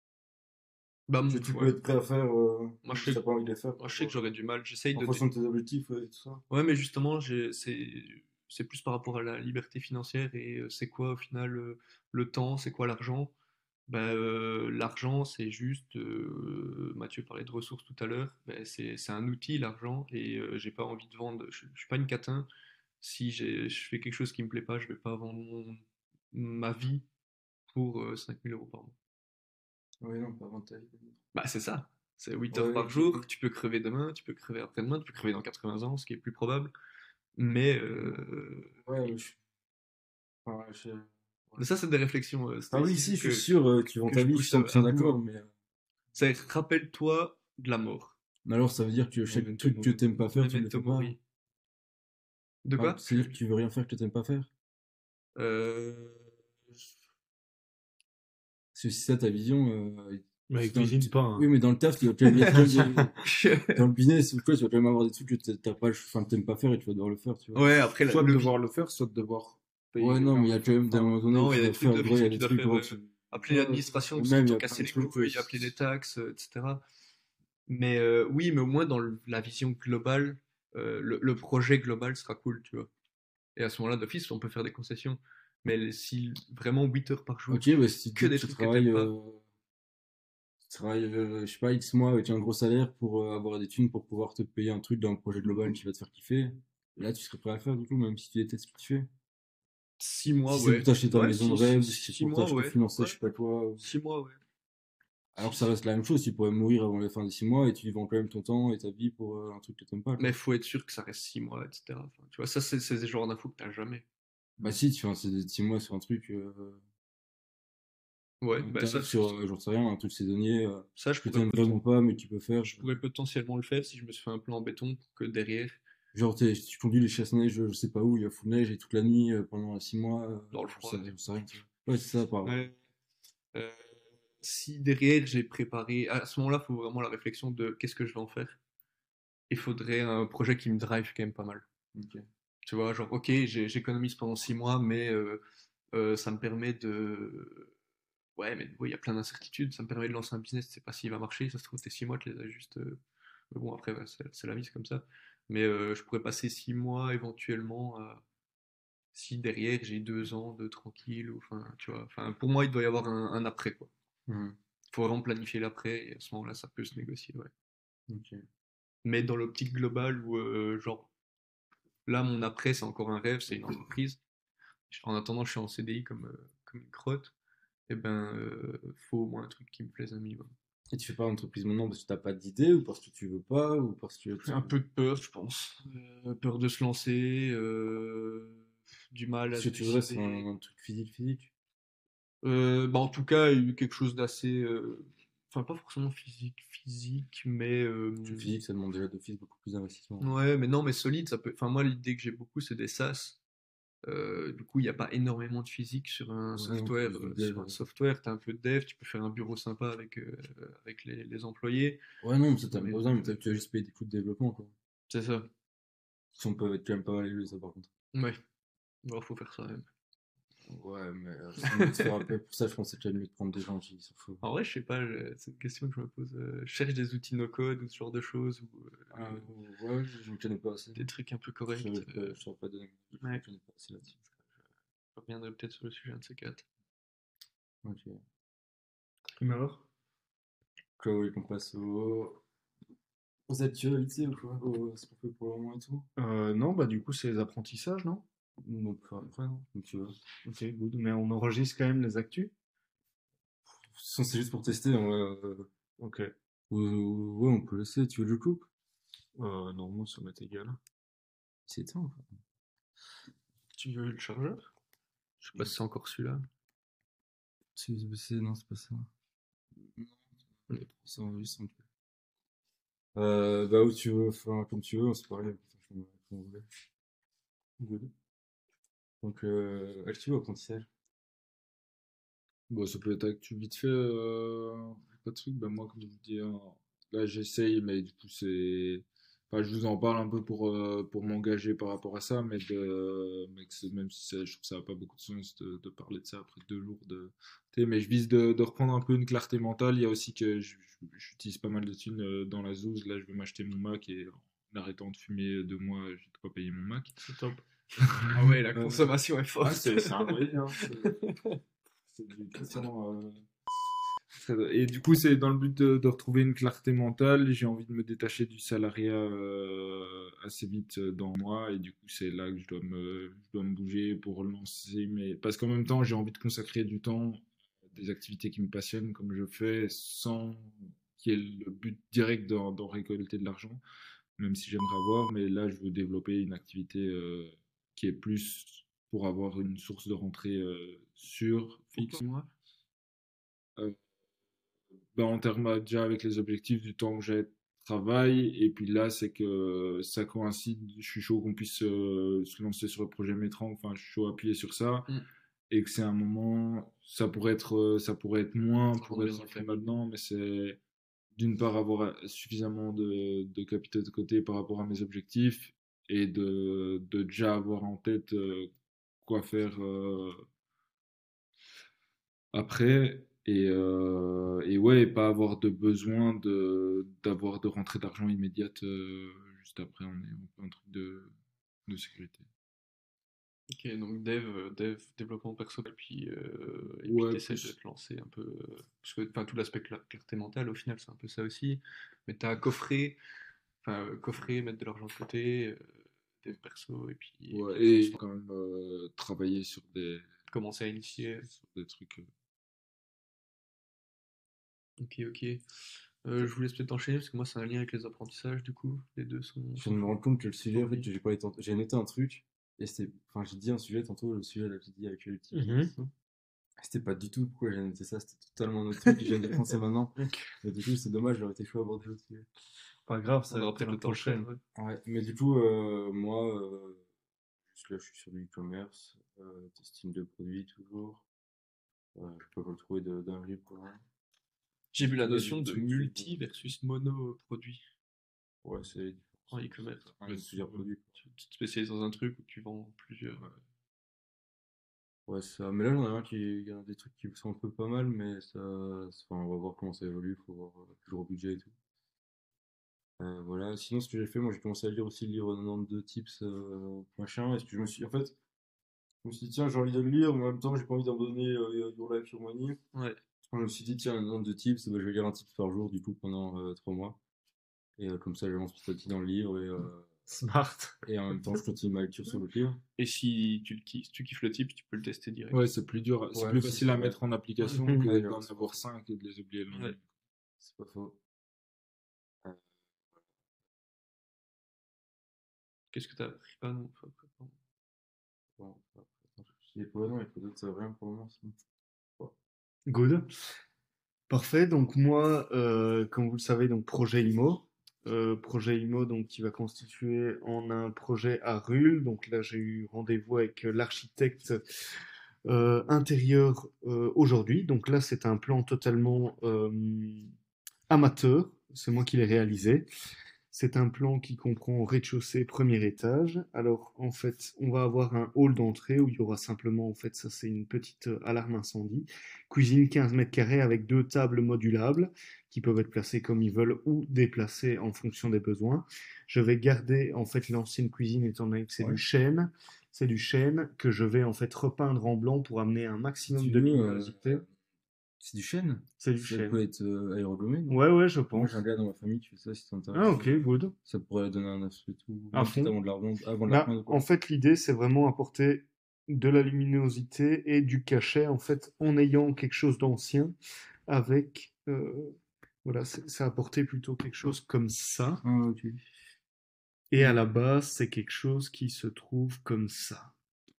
Bah, que tu peux ouais. être prêt à faire, Moi, même si t'as pas envie de les faire, moi, je sais que j'aurais du mal. J'essaye en de. fonction de tes objectifs et tout ça. Ouais, mais justement, c'est plus par rapport à la liberté financière et c'est quoi au final le temps, c'est quoi l'argent? Bah, l'argent, c'est juste, Mathieu parlait de ressources tout à l'heure, bah, c'est un outil l'argent et j'ai pas envie de vendre, je suis pas une catin. Si je fais quelque chose qui me plaît pas, je vais pas vendre ma vie pour 5 000 € par mois. Oui, non, pas avant ta vie. Bah, c'est ça. C'est 8 heures Ouais, par ok, jour, ok. tu peux crever demain, tu peux crever après-demain, tu peux crever dans 80 ans, ce qui est plus probable. Mais Ouais, mais enfin, ça, c'est des réflexions ah oui, si, stoïcisme je suis sûr, tu vends que ta je vie, je suis pousse 100% à bout. d'accord, mais C'est rappelle-toi de la mort. alors ça veut dire que chaque Memento truc que mori. t'aimes pas faire, tu le Memento fais pas, hein. mori. De Enfin, quoi? c'est-à-dire que tu veux rien faire que t'aimes pas faire. Euh, Parce que si c'est ça ta vision, Mais si il cuisine pas, oui, hein. mais dans le taf, il y a quand même dans le business ou quoi, tu vas quand même avoir des trucs que t'as pas, enfin, que t'aimes pas faire et tu vas devoir le faire, tu vois. Ouais, après, Soit de devoir le faire, soit de devoir payer Ouais, non, quelqu'un mais il de y a le quand faire. même d'un Enfin, moment donné où non, il y tu a des dois trucs faire, gros, il d'office y que a tu des dois trucs, faire. gros, Appeler l'administration et parce qu'ils même, il y t'ont a plein cassé de les trucs, couilles, appeler les taxes, etc. Mais oui, mais au moins dans la vision globale, le projet global sera cool, tu vois. Et à ce moment-là, d'office, on peut faire des concessions. Mais si vraiment 8 heures par jour, ok, bah, si que tu dis des que trucs que t'aimes pas, tu travailles, je sais pas, X mois avec un gros salaire pour avoir des thunes pour pouvoir te payer un truc dans un projet global qui va te faire kiffer, là, tu serais prêt à le faire, du coup, même si tu détestes ce que tu fais. 6 mois, Si c'est pour ouais. t'acheter ta Ouais, maison de rêve, si c'est six pour mois, t'acheter, ouais. financer, Ouais, je sais pas quoi. 6 mois, ouais. Alors que Si- ça reste la même chose, tu pourrais mourir avant la fin des 6 mois et tu vends quand même ton temps et ta vie pour un truc que t'aimes pas, Mais quoi. faut être sûr que ça reste 6 mois, etc. Enfin, tu vois, ça, c'est des genres d'infos que t'as jamais. Bah si, tu fais un CD de 6 mois sur un truc, Ouais, bah ça, sur, j'en sais rien, un truc saisonnier, ça, je que pourrais, t'aimes vraiment pas, mais que tu peux faire. je pourrais potentiellement le faire si je me suis fait un plan en béton pour que derrière, Genre, tu conduis les chasse-neige, je sais pas où, il y a full neige et toute la nuit pendant 6 mois. dans le j'en froid. sais rien, tu vois. Ouais, c'est ça, par exemple. Ouais. Euh, Si derrière j'ai préparé, à ce moment-là, il faut vraiment la réflexion de qu'est-ce que je vais en faire. Il faudrait un projet qui me drive quand même pas mal. Ok. Tu vois, genre, ok, j'économise pendant 6 mois, mais ça me permet de. Ouais, mais il y a plein d'incertitudes. Ça me permet de lancer un business, tu sais pas s'il va marcher. Ça se trouve, tes 6 mois, tu les as juste. Mais bon, après, ouais, c'est la vie, c'est comme ça. Mais je pourrais passer 6 mois éventuellement si derrière j'ai 2 ans de tranquille. Enfin, tu vois. Enfin, pour moi, il doit y avoir un après, quoi. Mhm. Faut vraiment planifier l'après, et à ce moment-là, ça peut se négocier, ouais. Ok. Mais dans l'optique globale où, genre, là, mon après, c'est encore un rêve, c'est une entreprise. En attendant, je suis en CDI comme une crotte. Et ben, faut au moins un truc qui me plaise un minimum. Et tu fais pas d'entreprise maintenant parce que t'as pas d'idée ou parce que tu veux pas ou parce que Un peu de peur, je pense. Peur de se lancer, du mal à ce se que tu voudrais, c'est décider. un truc physique. Bah, en tout cas, il y a eu quelque chose d'assez. Enfin, pas forcément physique, mais. Le physique, ça demande déjà d'office beaucoup plus d'investissement. Ouais, mais non, mais solide, ça peut. Enfin, moi, l'idée que j'ai beaucoup, c'est des SaaS. Du coup, il n'y a pas énormément de physique sur un Ouais, software. plus de dev, Sur un software, tu as un peu de dev, tu peux faire un bureau sympa avec les employés. Ouais, non, mais ça t'as pas Mais besoin, mais tu vas juste payer des coûts de développement, quoi. c'est ça. Qui sont peuvent être quand même pas mal élevés, ça, par contre. Ouais, il faut faire ça même. Ouais, mais sinon, de se faire appeler pour ça, je pense que c'est déjà mieux de prendre des gens qui s'en foutent. En vrai, je sais pas, c'est une question que je me pose. Je cherche des outils no-code ou ce genre de choses, ou Ouais, je me connais pas assez. des trucs un peu corrects. Je saurais pas donner. Je me Ouais, connais pas assez là-dessus. je reviendrai peut-être sur le sujet un de ces quatre. Ok. Alors? Quoi, oui, qu'on passe aux actualités ou quoi? Ce qu'on fait pour le moment et tout? Non, bah du coup, c'est les apprentissages, non? Donc, après, non? Donc, tu vois. Ok, good. Mais on enregistre quand même les actus? C'est juste pour tester, hein, ouais. Ok. Ouais, on peut laisser. Tu veux que je coupe? Non, moi, ça m'est égal. C'est ça, en fait. Tu veux le chargeur? Je sais pas si c'est encore celui-là. C'est USB-C, non, c'est pas ça. Non, c'est juste un peu. Bah, où tu veux, enfin, comme tu veux, c'est pareil. Comme vous voulez. Good. Donc, actu ou apprentissage? Bon, ça peut être actu vite fait, pas de truc. Ben moi, comme je vous dis, hein, là j'essaye, mais du coup c'est. Enfin, je vous en parle un peu pour m'engager par rapport à ça, mais même si je trouve que ça n'a pas beaucoup de sens de parler de ça après 2 jours de. Mais je vise de reprendre un peu une clarté mentale. Il y a aussi que j'utilise pas mal de thunes dans la zouze. Là, je vais m'acheter mon Mac et en arrêtant de fumer 2 mois, j'ai de quoi payer mon Mac. C'est top. Ah ouais, la Euh, consommation est forte. Ah, c'est un vrai, hein. C'est du Christian. Et du coup, c'est dans le but de retrouver une clarté mentale. J'ai envie de me détacher du salariat assez vite dans moi. Et du coup, c'est là que je dois me bouger pour relancer. Parce qu'en même temps, j'ai envie de consacrer du temps à des activités qui me passionnent, comme je fais, sans qu'il y ait le but direct d'en récolter de l'argent, même si j'aimerais avoir. Mais là, je veux développer une activité qui est plus pour avoir une source de rentrée sûre, fixe. Moi. Euh, ben, en termes déjà avec les objectifs du temps que j'ai de travail, et puis là, c'est que ça coïncide, je suis chaud qu'on puisse se lancer sur le projet Métran, enfin, je suis chaud à appuyer sur ça, Mm. et que c'est un moment, ça pourrait être moins Ça pour rentre bien être dans le fait thème. maintenant, mais c'est d'une part avoir suffisamment de capital de côté par rapport à mes objectifs, et de déjà avoir en tête quoi faire après. Et ouais, et pas avoir de besoin d'avoir de rentrée d'argent immédiate juste après. On est un peu un truc de sécurité. Ok, donc développement perso, et puis Ouais, t'essaies de plus. te lancer un peu. Parce que enfin, tout l'aspect clarté mentale, au final, c'est un peu ça aussi. Mais t'as coffrer, mettre de l'argent de côté, dev perso, et puis Ouais, après, et quand même travailler commencer à initier. sur des trucs. Ok, ok. Je vous laisse peut-être enchaîner parce que moi, c'est un lien avec les apprentissages, du coup. Les deux sont. Je viens de me rendre compte que le sujet, en fait, j'ai pas été... j'ai noté un truc. Et c'était, enfin, j'ai dit un sujet tantôt, le sujet, là, j'ai dit avec le petit. Mhm. C'était pas du tout pourquoi j'ai noté ça, c'était totalement un autre truc, je viens de penser maintenant. Mais du coup, c'est dommage, j'aurais été chaud à aborder l'autre sujet. Pas grave, On ça aura va peut-être la le temps de prochaine. faire, ouais. Ouais, mais du coup, moi, là, je suis sur du e-commerce, testing de produits toujours. Je peux pas le trouver de dinguerie pour moi. J'ai vu la Il y a des notion de trucs multi versus mono produit Ouais, c'est en e-commerce. il y a plusieurs produits. Tu te spécialises dans un truc où tu vends plusieurs. Ouais, ça. Mais là, j'en ai un il y a des trucs qui sont un peu pas mal, mais ça, enfin, on va voir comment ça évolue, faut voir toujours au budget et tout. Voilà. Sinon, ce que j'ai fait, moi, j'ai commencé à lire aussi le livre 92 tips, machin. Est-ce que je me suis, en fait, je me suis dit, tiens, j'ai envie de le lire, mais en même temps, j'ai pas envie d'abandonner Your Life, Your Money. Ouais. Je me suis dit, tiens, 92 tips, bah, je vais lire un tips par jour, du coup, pendant 3 mois. Et comme ça, j'avance petit à petit dans le livre Smart. et en même temps, je continue ma lecture sur le livre. Et si tu kiffes le type, tu peux le tester direct. Ouais, c'est plus dur, c'est Ouais, plus c'est facile à ça, mettre en application Mhm. que Ouais, d'en c'est avoir pas faux. 5 et de les oublier le lendemain. Ouais. C'est pas faux. Euh, Qu'est-ce que t'as appris? Ah non, pardon. bon, attends, je sais pas, non, il faut d'autres, ça rien pour le moment. Ouais. Good. Parfait. Donc moi, comme vous le savez, donc projet IMO. Projet IMO donc qui va constituer en un projet à Rulle. Donc là, j'ai eu rendez-vous avec l'architecte intérieur aujourd'hui. Donc là, c'est un plan totalement amateur. C'est moi qui l'ai réalisé. C'est un plan qui comprend rez-de-chaussée, premier étage. Alors, en fait, on va avoir un hall d'entrée où il y aura simplement, en fait, ça c'est une petite alarme incendie. Cuisine 15 mètres carrés avec 2 tables modulables qui peuvent être placées comme ils veulent ou déplacées en fonction des besoins. Je vais garder, en fait, l'ancienne cuisine étant donné que c'est Ouais. du chêne. C'est du chêne que je vais, en fait, repeindre en blanc pour amener un maximum Si de tu veux, luminosité. c'est du chêne. C'est du Ça chêne. peut être aérogommé, non? Ouais, je Moi, pense. j'ai un gars dans ma famille qui fait ça, si ça t'intéresse. Ah, ok, good. Ça pourrait donner un aspect tout. À Même fond. peut-être avant de la revendre, avant de la Là, repeindre, quoi. en fait, l'idée, c'est vraiment apporter de la luminosité et du cachet, en fait, en ayant quelque chose d'ancien, avec, voilà, c'est apporter plutôt quelque chose comme ça. Ah, ok. Et à la base, c'est quelque chose qui se trouve comme ça.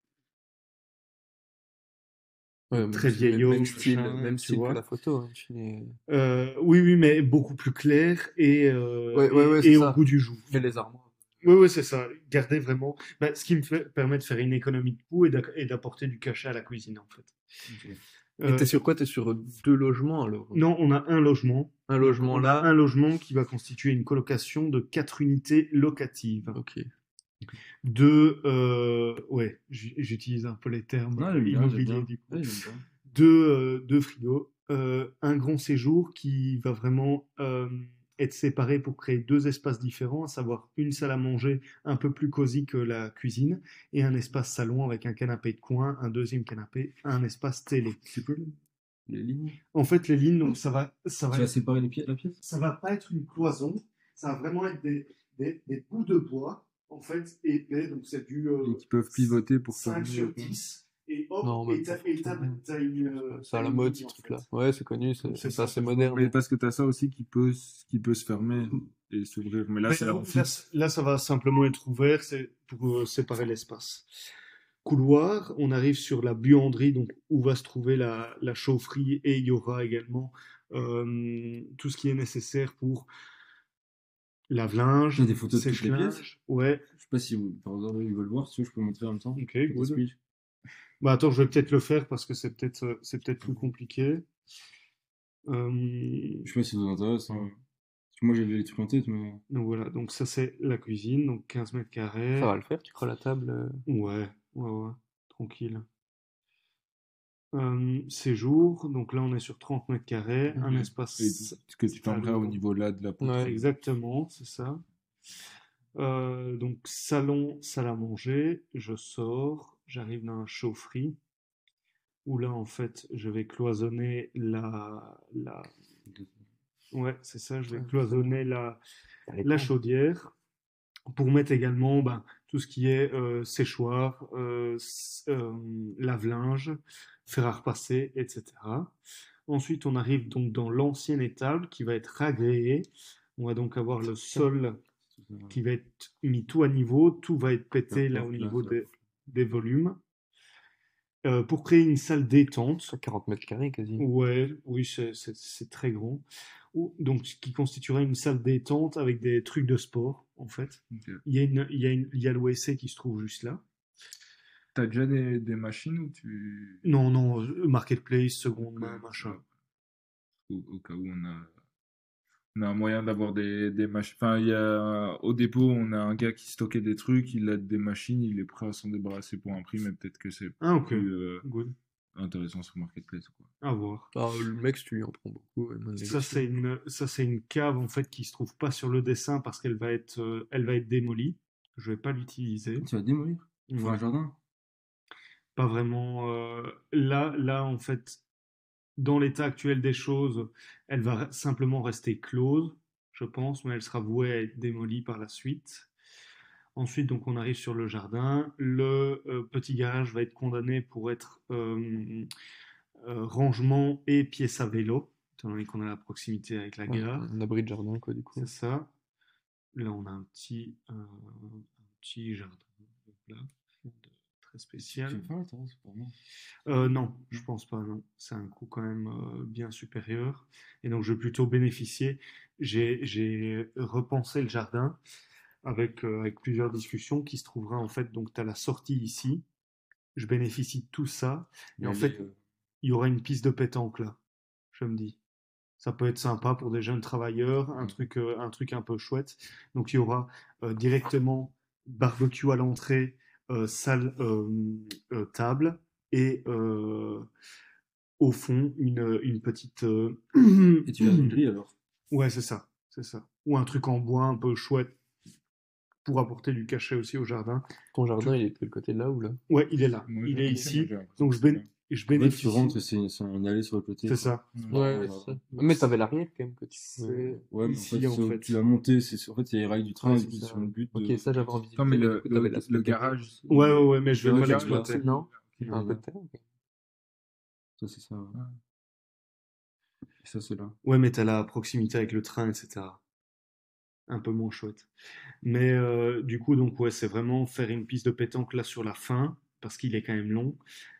Ouais, même Très style- vieillot, même style, machin, même tu style que vois. la photo. Hein, tu n'es- Oui, mais beaucoup plus clair Ouais, c'est et au ça. goût du jour. Mais les armoires. Oui, c'est ça. Garder vraiment. Bah, ce qui permet de faire une économie de coût et d'apporter du cachet à la cuisine, en fait. Ok. Et t'es sur quoi? T'es sur 2 logements alors? Non, on a un logement. Un logement On a là. un logement qui va constituer une colocation de 4 unités locatives. Ok. Ouais, j'utilise un peu les termes Non, j'aime bien, immobiliers j'aime bien. du coup. Ouais, j'aime bien. Deux frigos, un grand séjour qui va vraiment être séparé pour créer 2 espaces différents, à savoir une salle à manger un peu plus cosy que la cuisine et un espace salon avec un canapé de coin, un deuxième canapé, un espace télé. C'est quoi les lignes? En fait, les lignes, donc ça va Tu vas séparer la pièce? ça va pas être une cloison, ça va vraiment être des bouts de bois, en fait, épais, donc c'est du Et qui peuvent pivoter pour 5 fermer, sur quoi. 10, et hop, Non, et même t'as pas. une... C'est à la mode, ces trucs-là. Ouais, c'est connu, C'est c'est ça. assez moderne. Mais parce que tu as ça aussi qui peut se fermer et s'ouvrir. Mais là, Mais c'est là, en fixe. là, ça va simplement être ouvert, c'est pour séparer l'espace. Couloir, on arrive sur la buanderie, donc où va se trouver la chaufferie, et il y aura également tout ce qui est nécessaire pour lave-linge, Il y a des photos de toutes les pièces? sèche-linge. Ouais, Je sais pas si par exemple ils veulent voir, si tu veux, je peux montrer en même temps. ok, Je good. t'explique. Bah attends, je vais peut-être le faire parce que c'est peut-être plus compliqué. Je sais pas si ça vous intéresse, hein. Parce que moi j'avais les trucs en tête, mais. Donc voilà, donc ça c'est la cuisine, donc 15 mètres carrés. Ça va le faire, tu crois la table? Ouais, tranquille. Séjour, donc là on est sur 30 mètres carrés, un Et espace. ce que tu fermerais au niveau là de la porte. Ouais. Exactement, c'est ça. Donc salon, salle à manger, je sors, j'arrive dans la chaufferie, où là en fait je vais cloisonner Ouais, c'est ça, je vais cloisonner la chaudière pour mettre également tout ce qui est séchoir, lave-linge, fer à repasser, etc. Ensuite, on arrive donc dans l'ancienne étable qui va être ragréée. On va donc avoir le sol qui va être mis tout à niveau, tout va être pété là au niveau des volumes. Pour créer une salle détente, 40 mètres carrés quasi. ouais, oui, c'est très grand. Donc, qui constituerait une salle détente avec des trucs de sport, en fait. Ok. Il y a l'OSC qui se trouve juste là. T'as déjà des machines où tu... Non, non, marketplace, seconde Ok, main, machin. au cas où on a un moyen d'avoir des machines. Enfin, au dépôt, on a un gars qui stockait des trucs, il a des machines, il est prêt à s'en débarrasser pour un prix, mais peut-être que c'est Ah, ok, plus good. intéressant sur Marketplace, quoi. À voir. Ah, le mec, tu lui en prends beaucoup. Ouais, Ça, c'est une cave, en fait, qui se trouve pas sur le dessin parce qu'elle elle va être démolie. Je vais pas l'utiliser. Tu vas démolir? Pour Ouais. un jardin? Pas vraiment. Là, en fait, dans l'état actuel des choses, elle va simplement rester close, je pense, mais elle sera vouée à être démolie par la suite. Ensuite, donc, on arrive sur le jardin. Le petit garage va être condamné pour être rangement et pièce à vélo, étant donné qu'on est à la proximité avec la gare. Un abri de jardin, quoi, du coup. C'est ça. Là, on a un petit jardin. Donc là, très Tu spécial. veux faire la terrasse pour moi? Non, je pense pas, non. C'est un coût quand même bien supérieur. Et donc, je vais plutôt bénéficier. J'ai repensé le jardin avec plusieurs discussions qui se trouvera en fait. Donc, tu as la sortie ici. Je bénéficie de tout ça. Et en fait, il y aura une piste de pétanque là, je me dis. Ça peut être sympa pour des jeunes travailleurs, un truc un peu chouette. Donc, il y aura directement barbecue à l'entrée, salle, table et au fond une petite. Et tu viens de gris alors? Ouais, c'est ça, c'est ça. Ou un truc en bois un peu chouette pour apporter du cachet aussi au jardin. Ton jardin, il est de quel côté, là ou là? Ouais, il est là, Moi, il j'ai est compris, ici. moi, j'ai l'impression Donc que c'est bien. je En fait, tu bénéficie. rentres, c'est une allée sur le côté. C'est ça. Ouais, c'est ça. Mais t'avais l'arrière quand même que tu pouvais. C'est Ouais, mais ici en fait, tu l'as monté, en fait, il y a les rails du train, Ouais, et c'est puis ça. sur le but Ok, de... ça j'avais envie de Non, mais visiter, le, du coup, t'avais le, l'aspect le terrain garage. aussi. Ouais, mais je vais Le pas garage, l'exploiter. Non, Il est un peu là. de terrain. Ok. Ça, c'est ça. Ouais. Et ça, c'est là. Ouais, mais t'as la proximité avec le train, etc. Un peu moins chouette. Mais du coup, donc ouais, c'est vraiment faire une piste de pétanque là sur la fin, parce qu'il est quand même long.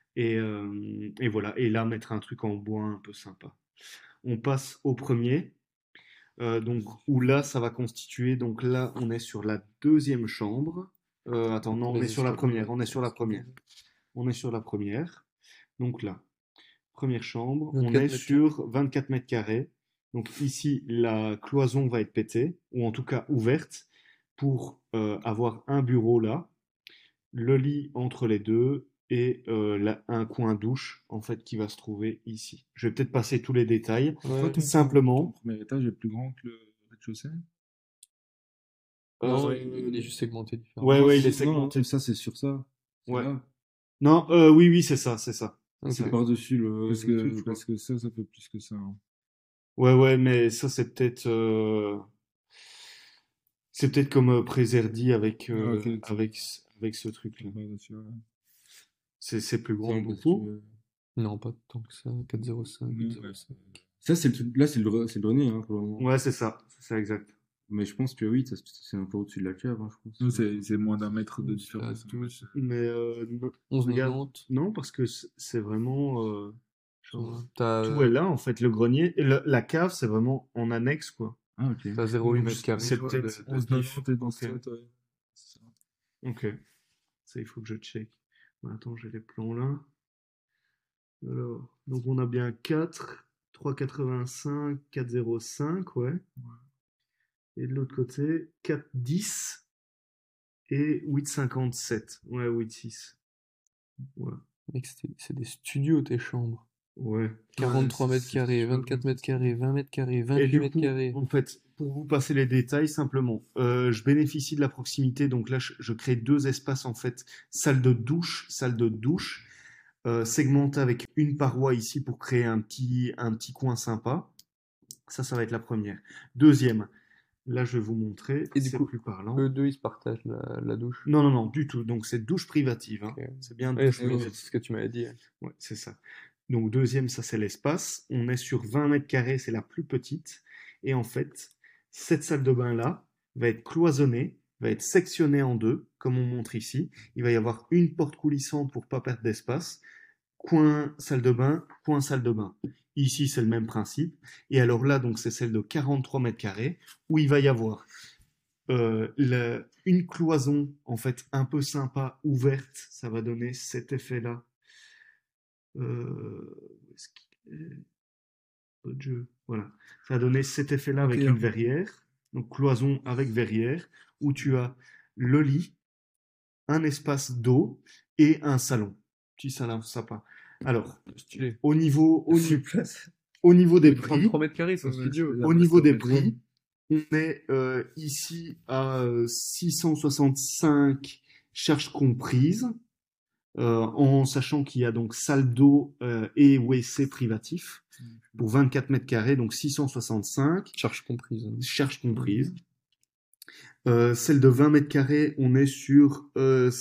Et voilà. Et là, mettre un truc en bois un peu sympa. On passe au premier. Donc, où là, ça va constituer. Donc là, on est sur la deuxième chambre. Attends, non, on est Vas-y, sur la c'est première. On est sur la première. On est sur la première. Donc là, première chambre. On 24 est mètres sur 24 mètres carrés. Donc ici, la cloison va être pétée, ou en tout cas ouverte, pour avoir un bureau là, le lit entre les deux et un coin douche en fait qui va se trouver ici. Je vais peut-être passer tous les détails. Ouais. Ton Simplement, premier étage est plus grand que le rez-de-chaussée? Non, euh, il est juste segmenté différent. ouais, il est Non, segmenté. ça, c'est sur ça. C'est Ouais. là. Non, oui, c'est ça, c'est ça. Ok. C'est par-dessus le Parce le que, truc, je crois. parce que ça fait plus que ça, hein. Ouais, mais ça c'est peut-être comme Préserdi avec Ah, ok, ok. avec ce truc-là. Ouais, bien sûr, ouais. C'est plus grand Tiens, que parce beaucoup. que- Non, pas tant que ça. 4,05. Non, 4,05. Ça, c'est le truc. Là, c'est le grenier, hein, pour le moment. Ouais, c'est ça, exact. Mais je pense que oui, c'est un peu au-dessus de la cave, hein, je pense. Nous, c'est moins d'un mètre de C'est différence. à 12. Mais non, 11,90. non, parce que c'est vraiment genre, T'as tout est là en fait. Le grenier, et la cave, c'est vraiment en annexe quoi. Ah, ok. t'as 0,8 Donc, mètres carrés. c'est quoi, peut-être de 11,90 diff. et dans Ok. ce stade, ouais. C'est ça. Ok, ça il faut que je check. Attends, j'ai les plans là. Alors, donc on a bien 4, 3,85, 4,05, ouais. Et de l'autre côté, 4,10 et 8,57. Ouais, 8,6. Ouais. Mec, c'est des studios, tes chambres. Ouais. 43 Ouais, mètres carrés, 24 mètres carrés, 20 mètres carrés, Et 28 du mètres coup, carrés. en fait, pour vous passer les détails simplement, je bénéficie de la proximité. Donc là, je crée deux espaces en fait, salle de douche, segmentée avec une paroi ici pour créer un petit coin sympa. Ça va être la première. Deuxième, là, je vais vous montrer. Et du C'est coup, plus parlant. Eux deux, ils se partagent la douche. Non, du tout. Donc c'est douche privative, hein. Ok. C'est bien Ouais, douche c'est privative. c'est ce que tu m'avais dit. Ouais, c'est ça. Donc deuxième, ça c'est l'espace. On est sur 20 mètres carrés, c'est la plus petite. Et en fait, cette salle de bain là va être cloisonnée va être sectionné en deux, comme on montre ici. Il va y avoir une porte coulissante pour pas perdre d'espace. Coin salle de bain, coin salle de bain. Ici, c'est le même principe. Et alors là, donc, c'est celle de 43 mètres carrés, où il va y avoir une cloison, en fait, un peu sympa, ouverte. Ça va donner cet effet-là. Où est-ce qu'il est Autre jeu. Voilà. Ça va donner cet effet-là avec une verrière. Donc, cloison avec verrière, où tu as le lit, un espace d'eau et un salon. Petit salon sympa. Alors, Stylé. au niveau des prix, 33 mètres carrés, c'est un studio. au niveau des prix, on est ici à 665 charges comprises, en sachant qu'il y a donc salle d'eau et WC privatif pour 24 mètres carrés, donc 665 Charge comprise. charges comprises. Celle de 20 mètres carrés, on est sur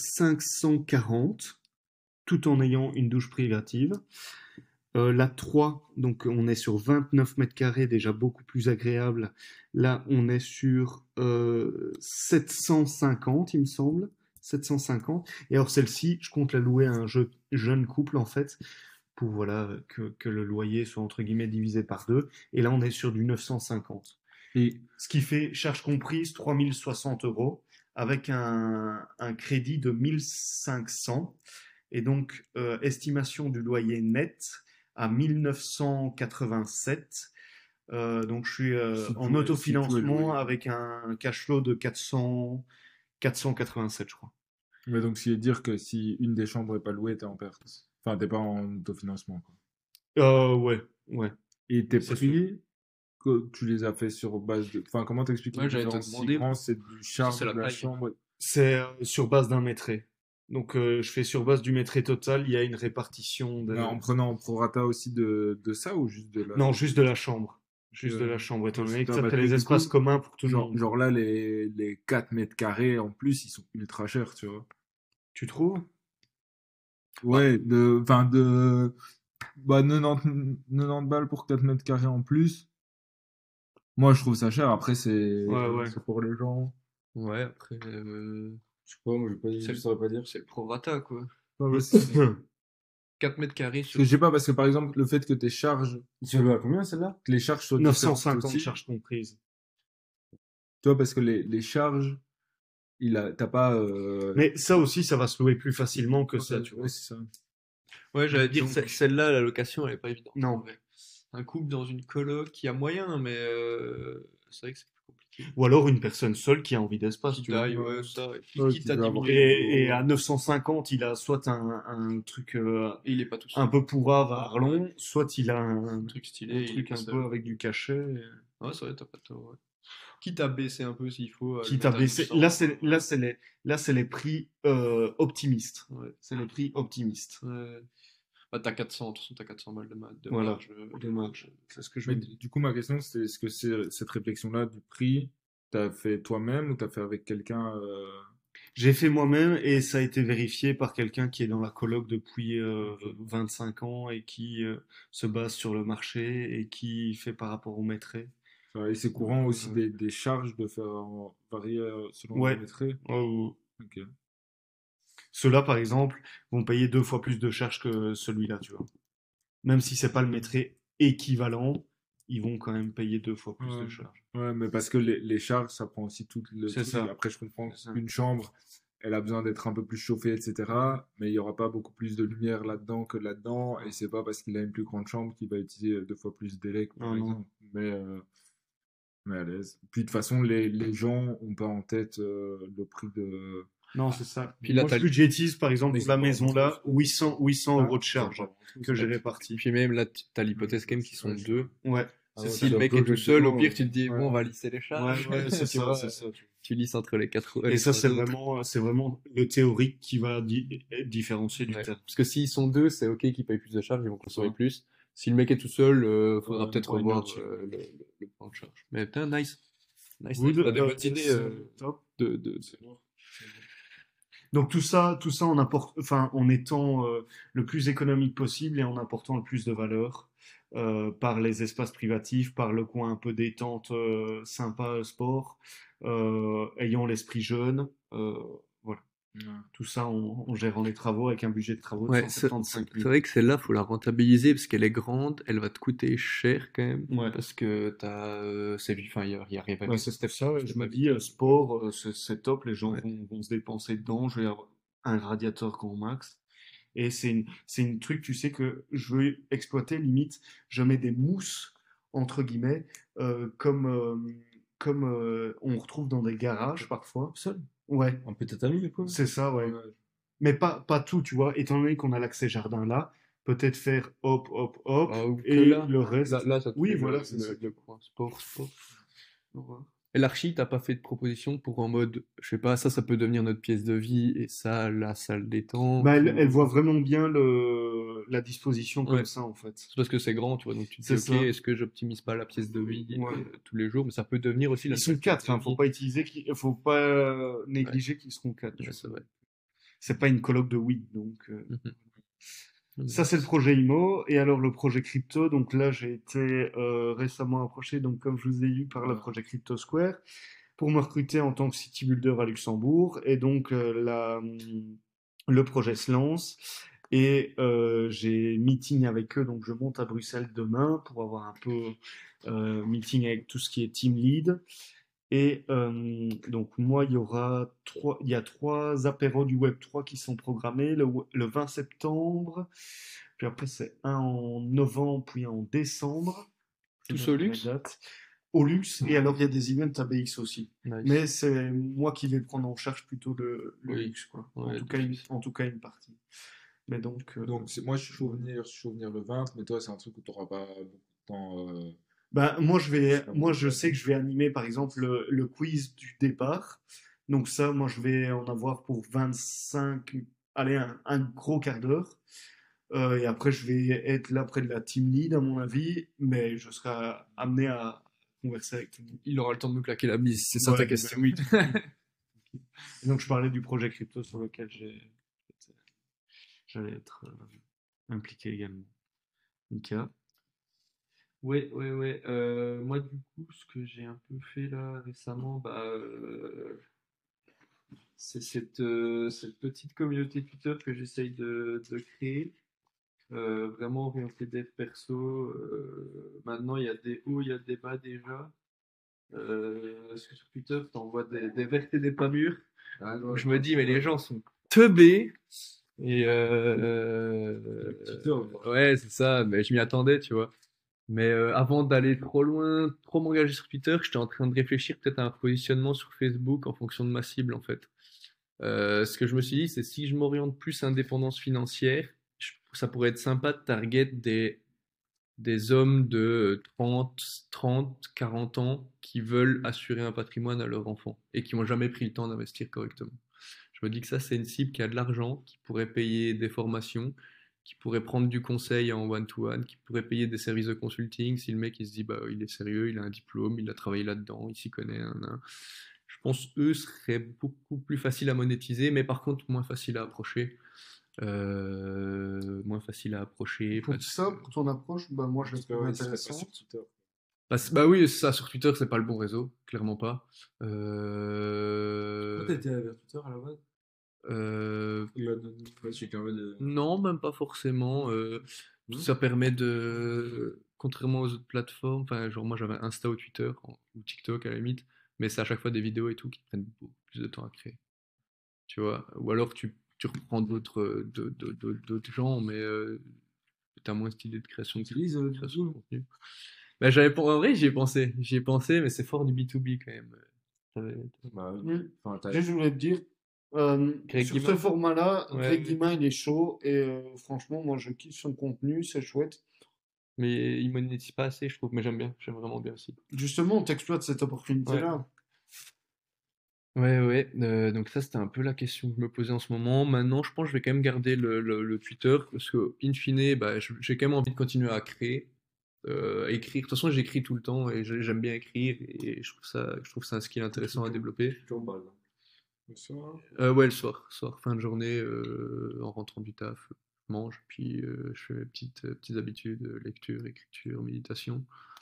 540, tout en ayant une douche privative. La 3, donc on est sur 29 mètres carrés, déjà beaucoup plus agréable. Là, on est sur 750, il me semble. 750. Et alors celle-ci, je compte la louer à un jeune couple, en fait, pour voilà, que le loyer soit entre guillemets divisé par deux. Et là, on est sur du 950. Et Ce qui fait, charge comprise, 3060 € avec un crédit de 1500. Et donc, estimation du loyer net à 1987. Donc, je suis en autofinancement avec un cash flow de 487, je crois. mais donc, c'est dire que si une des chambres n'est pas louée, t'es en perte. Enfin, t'es pas en autofinancement, quoi. Ouais. Et tes C'est prix, que tu les as fait sur base de... Enfin, comment t'expliques la Ouais, j'allais te différence? demander, Si grand, c'est du charge c'est la de la taille. chambre. C'est sur base d'un mètré. Donc, je fais sur base du mètré total. Il y a une répartition de... Mais en prenant en prorata aussi de ça ou juste de la... Non, juste de la chambre. Juste de la chambre, étant donné que Putain, ça, bah, t'as les du espaces coup, communs pour tout le monde. genre là, les 4 mètres carrés en plus, ils sont ultra chers, tu vois. Tu trouves? Ouais, enfin, bah, 90 balles pour 4 mètres carrés en plus. Moi, je trouve ça cher. Après, c'est Ouais. c'est pour les gens. Ouais, après, Je sais pas, moi C'est je saurais pas dire. c'est le prorata, quoi. Ouais, ouais, c'est- 4 mètres carrés Parce sur... que je sais pas, parce que par exemple, le fait que tes charges, Tu veux à combien celle-là? que les charges soient 950 aussi, charges comprises. tu vois, parce que les charges, t'as pas. Mais ça aussi, ça va se louer plus facilement que ça, Ouais, tu vois. ouais, c'est ça. Ouais, j'allais dire, Donc- celle-là, la location, elle est pas évidente. Non. en vrai. Un couple dans une coloc, il y a moyen, mais c'est vrai que c'est plus compliqué. Ou alors une personne seule qui a envie d'espace, Qui tu vois. taille, ouais, ça. Et puis Ouais, quitte qui à peut avoir- diminuer. Et à 950, il a soit un truc Et il est pas tout seul. un peu pourrave à Arlon, soit il a un truc stylé. il est truc pas un seul. peu avec du cachet. Ouais, c'est vrai, t'as pas tort, ouais. Quitte à baisser un peu s'il faut. Quitte à baisser. Là, c'est les prix optimistes. Ouais. C'est les prix optimistes. Ouais. Bah, t'as 400, de toute façon, t'as 400 balles de Voilà. marge. De marge. C'est ce que je Mais veux dire. du coup, ma question, c'est est-ce que c'est cette réflexion-là du prix, t'as fait toi-même ou t'as fait avec quelqu'un J'ai fait moi-même et ça a été vérifié par quelqu'un qui est dans la coloc depuis 25 ans et qui se base sur le marché et qui fait par rapport au mètré. et c'est courant aussi des charges de faire varier selon Ouais. le mètré? Ok. Ceux-là, par exemple, vont payer 2 fois plus de charges que celui-là, tu vois. Même si c'est pas le mètré équivalent, ils vont quand même payer 2 fois plus de Ouais. charges. Ouais, mais parce que les charges, ça prend aussi tout le C'est truc. ça. Après, je comprends C'est ça. qu'une chambre, elle a besoin d'être un peu plus chauffée, etc. Mais il n'y aura pas beaucoup plus de lumière là-dedans que là-dedans. Et c'est pas parce qu'il a une plus grande chambre qu'il va utiliser 2 fois plus d'élec, par Non, non. exemple. Mais à l'aise. Puis de toute façon, les gens ont pas en tête le prix de... Non, c'est ça. Puis là, Moi, t'as je le- budgétise, par exemple, Mais pour la c'est pas maison là, 800 Ah, euros de charge que j'ai réparti. Puis même là, t'as l'hypothèse quand même qu'ils sont deux. Ouais, Ah c'est ouais, ça. Si le mec est tout seul, au pire, tu te dis, Ouais. bon, on va lisser les charges. Ouais, c'est Tu ça, vois, c'est ça. tu lisses entre les quatre. Et les ça, trois autres. c'est vraiment le théorique qui va différencier du Ouais. terme. Parce que s'ils sont deux, c'est ok qu'ils payent plus de charges, ils vont consommer Ouais. plus. Si le mec est tout seul, faudra Ouais, peut-être why revoir not. le plan de charge. Mais putain, nice. Nice, Good, nice. T'as des bonnes idées top. de... Donc tout ça en étant le plus économique possible et en apportant le plus de valeur par les espaces privatifs, par le coin un peu détente, sympa, sport, ayant l'esprit jeune. Voilà. Tout ça en gérant les travaux avec un budget de travaux de Ouais, 175 c'est 000. vrai que celle-là, faut la rentabiliser parce qu'elle est grande, elle va te coûter cher quand même, Ouais. parce que enfin, il y a rien à Ouais, c'est ça, ouais. c'est Je pas me dis, sport, c'est top, les gens Ouais. vont se dépenser dedans, je vais avoir un radiateur grand max. Et c'est une truc, tu sais, que je veux exploiter, limite, je mets des mousses, entre guillemets, comme on retrouve dans des garages parfois. Seul? Ouais, Un peu tatami ou quoi? c'est ça, ouais. Ouais. Mais pas tout, tu vois, étant donné qu'on a l'accès jardin là, peut-être faire hop, hop, hop, Ah, ou que et là, le reste. là, ça te Oui, fait voilà, c'est ça. le coin sport. Ouais. Et l'archi, t'as pas fait de proposition pour en mode, je sais pas, ça peut devenir notre pièce de vie et ça, la salle détente. Bah, elle ou- voit vraiment bien la disposition comme Ouais. ça, en fait. C'est parce que c'est grand, tu vois, donc tu te C'est dis, ok, ça. est-ce que j'optimise pas la pièce de vie Ouais. tous les jours, mais ça peut devenir aussi la Ils sont pièce quatre, de hein, vie. faut pas négliger qu'ils seront quatre. tu Ouais, vois. c'est vrai. C'est pas une coloc de weed, donc. Mhm. Ça, c'est le projet IMO. Et alors, le projet crypto, donc là, j'ai été récemment approché, donc comme je vous ai eu, par le projet Crypto Square, pour me recruter en tant que city builder à Luxembourg. Et donc, le projet se lance. Et j'ai meeting avec eux, donc je monte à Bruxelles demain pour avoir un peu meeting avec tout ce qui est team lead. Et donc moi, il y a trois apéros du Web3 qui sont programmés, le 20 septembre, puis après c'est un en novembre, puis un en décembre. Je Tous donne au les luxe? dates. Au luxe, et alors il y a des events à BX aussi. Nice. Mais c'est moi qui vais prendre en charge plutôt le Oui. luxe, quoi. Ouais, En tout cas, une partie. Mais donc, Donc, moi, je suis chaud venir le 20, mais toi, c'est un truc où tu n'auras pas beaucoup de temps. bah, C'est pas moi, beaucoup je de sais temps. que je vais animer, par exemple, le quiz du départ. Donc ça, moi, je vais en avoir pour 25, allez, un gros quart d'heure. Et après, je vais être là près de la team lead, à mon avis, mais je serai amené à converser avec tout le monde. Il aura le temps de me claquer la bise, c'est ça Ouais, ta ben question. oui, Et donc, je parlais du projet crypto sur lequel j'allais être impliqué également. Mika? Ouais. Moi, du coup, ce que j'ai un peu fait là récemment, c'est cette petite communauté Twitter que j'essaye de créer, vraiment orientée dev perso. Maintenant, il y a des hauts, il y a des bas déjà. Parce que sur Twitter, t'envoies des vertes et des pas mûres. Je me dis, mais les gens sont teubés. Et Twitter, ouais, c'est ça, mais je m'y attendais, tu vois. Mais avant d'aller trop loin, trop m'engager sur Twitter, j'étais en train de réfléchir peut-être à un positionnement sur Facebook en fonction de ma cible, en fait. Ce que je me suis dit, c'est si je m'oriente plus indépendance financière, ça pourrait être sympa de target des hommes de 30, 40 ans qui veulent assurer un patrimoine à leur enfant et qui n'ont jamais pris le temps d'investir correctement. Je me dis que ça, c'est une cible qui a de l'argent, qui pourrait payer des formations, qui pourrait prendre du conseil en one-to-one, qui pourrait payer des services de consulting si le mec il se dit bah il est sérieux, il a un diplôme, il a travaillé là-dedans, il s'y connaît. Je pense eux seraient beaucoup plus faciles à monétiser, mais par contre moins faciles à approcher. Moins facile à approcher. Pour ça, pour ton approche, bah, moi, je le Parce que, trouve ouais, ce serait pas intéressant. sur Twitter. Bah oui, ça sur Twitter, c'est pas le bon réseau, clairement pas. Toi, t'étais vers Twitter à la base? Ouais, je suis quand même de. Non, même pas forcément. Non. Ça permet de, contrairement aux autres plateformes, enfin, genre moi j'avais Insta ou Twitter ou TikTok à la limite, mais c'est à chaque fois des vidéos et tout qui prennent beaucoup plus de temps à créer. Tu vois, ou alors tu reprends d'autres gens, mais t'as moins cette idée de création de Utilise création de Google. contenu. Bah, en vrai, j'y ai pensé, mais c'est fort du B2B quand même. Bah oui. Enfin, Je voulais te dire, Greg sur Guillemin. ce format-là, Ouais, Greg ouais. Guillemin, il est chaud et franchement, moi, je kiffe son contenu, c'est chouette. Mais il monétise pas assez, je trouve, mais j'aime vraiment bien aussi. Justement, on t'exploite cette opportunité-là. Ouais, donc ça c'était un peu la question que je me posais en ce moment. Maintenant, je pense que je vais quand même garder le Twitter parce que, in fine, bah, j'ai quand même envie de continuer à créer, écrire. De toute façon, j'écris tout le temps et j'aime bien écrire et je trouve ça un skill intéressant à développer. Toujours pas, là. Le soir. Ouais, le soir, fin de journée, en rentrant du taf, je mange, puis je fais mes petites habitudes, lecture, écriture, méditation.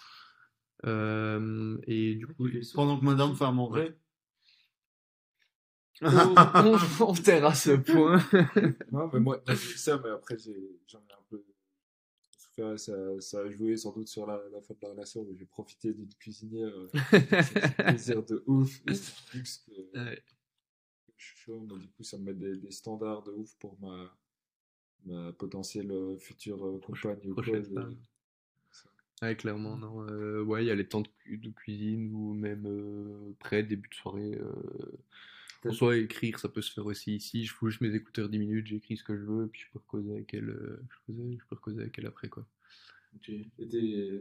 Et du coup, Pendant que madame fait à ouais. manger. On terrasse ce point. Non, mais moi, j'ai dit ça, mais après, j'en ai un peu souffert. Ça a joué sans doute sur la fin de la relation, mais j'ai profité d'une cuisinière. Ça me fait plaisir de ouf. Et c'est un luxe que Ouais, je suis chaud, mais du coup, ça me met des standards de ouf pour ma potentielle future compagne ou quoi. prochaine femme. Ouais, clairement, non. Ouais, il y a les temps de cuisine ou même près, début de soirée. En soi, écrire, ça peut se faire aussi ici. Je fous juste mes écouteurs 10 minutes, j'écris ce que je veux, puis je peux recauser avec elle, je peux recauser avec elle après, quoi. Ok. Et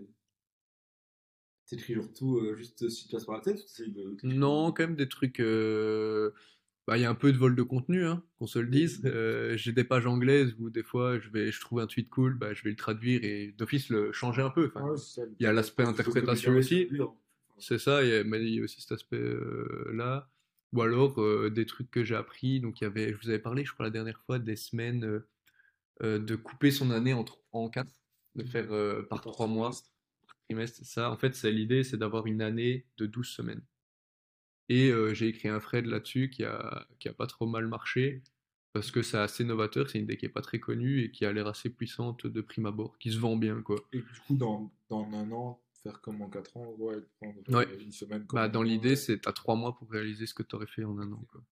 t'écris genre tout juste si tu passes par la tête ou t'essayes de. Non, quand même des trucs. Bah, il y a un peu de vol de contenu, hein, qu'on se le dise. J'ai des pages anglaises où des fois je trouve un tweet cool, bah, je vais le traduire et d'office le changer un peu. Enfin, Ouais, c'est ça, il y a l'aspect interprétation aussi. Enfin, C'est ça, mais il y a aussi cet aspect là. Ou alors des trucs que j'ai appris. Donc je vous avais parlé, je crois, la dernière fois, des semaines de couper son année en quatre, de faire par 3 mois, trimestre. Ça, en fait, l'idée, c'est d'avoir une année de 12 semaines. Et j'ai écrit un thread là-dessus qui a pas trop mal marché, parce que c'est assez novateur, c'est une idée qui est pas très connue et qui a l'air assez puissante de prime abord, qui se vend bien, quoi. Et du coup, dans un an, faire comme en 4 ans, ouais, prendre Ouais. une semaine comme Bah, un dans mois, l'idée, c'est t'as 3 mois pour réaliser ce que tu aurais fait en un an, quoi.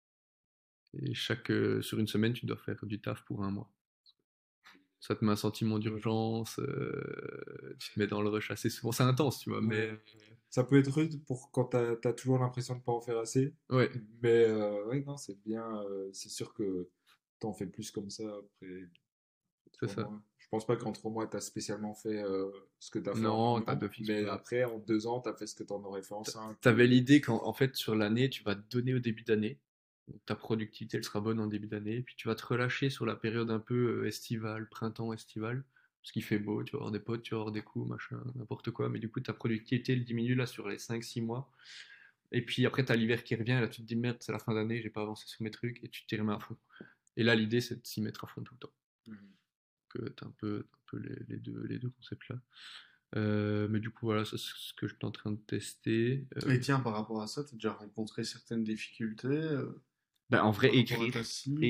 Et sur une semaine, tu dois faire du taf pour un mois. Ça te met un sentiment d'urgence, tu te mets dans le rush assez souvent. C'est intense, tu vois, mais ça peut être rude pour quand t'as toujours l'impression de pas en faire assez. ouais, Mais ouais, non, c'est bien. C'est sûr que t'en fais plus comme ça après c'est 3 ça. mois. Je pense pas qu'en 3 mois, t'as spécialement fait ce que t'as fait en Non, un t'as an. d'office Mais pas. après, en 2 ans, t'as fait ce que t'en aurais fait en 5. T'avais l'idée qu'en fait, sur l'année, tu vas te donner au début d'année. Donc, ta productivité, elle sera bonne en début d'année. Puis tu vas te relâcher sur la période un peu estivale, printemps estival. Parce qu'il fait beau, tu vas avoir des potes, tu vas avoir des coups, machin, n'importe quoi. Mais du coup, ta productivité, elle diminue là sur les 5-6 mois. Et puis après, t'as l'hiver qui revient. Et là, tu te dis, merde, c'est la fin d'année, j'ai pas avancé sur mes trucs. Et tu t'y remets à fond. Et là, l'idée, c'est de s'y mettre à fond tout le temps. Que t'as un peu les deux concepts là. Mais du coup, voilà, ça, c'est ce que je suis en train de tester. Et tiens, par rapport à ça, t'as déjà rencontré certaines difficultés Bah, en vrai, par rapport à ta cible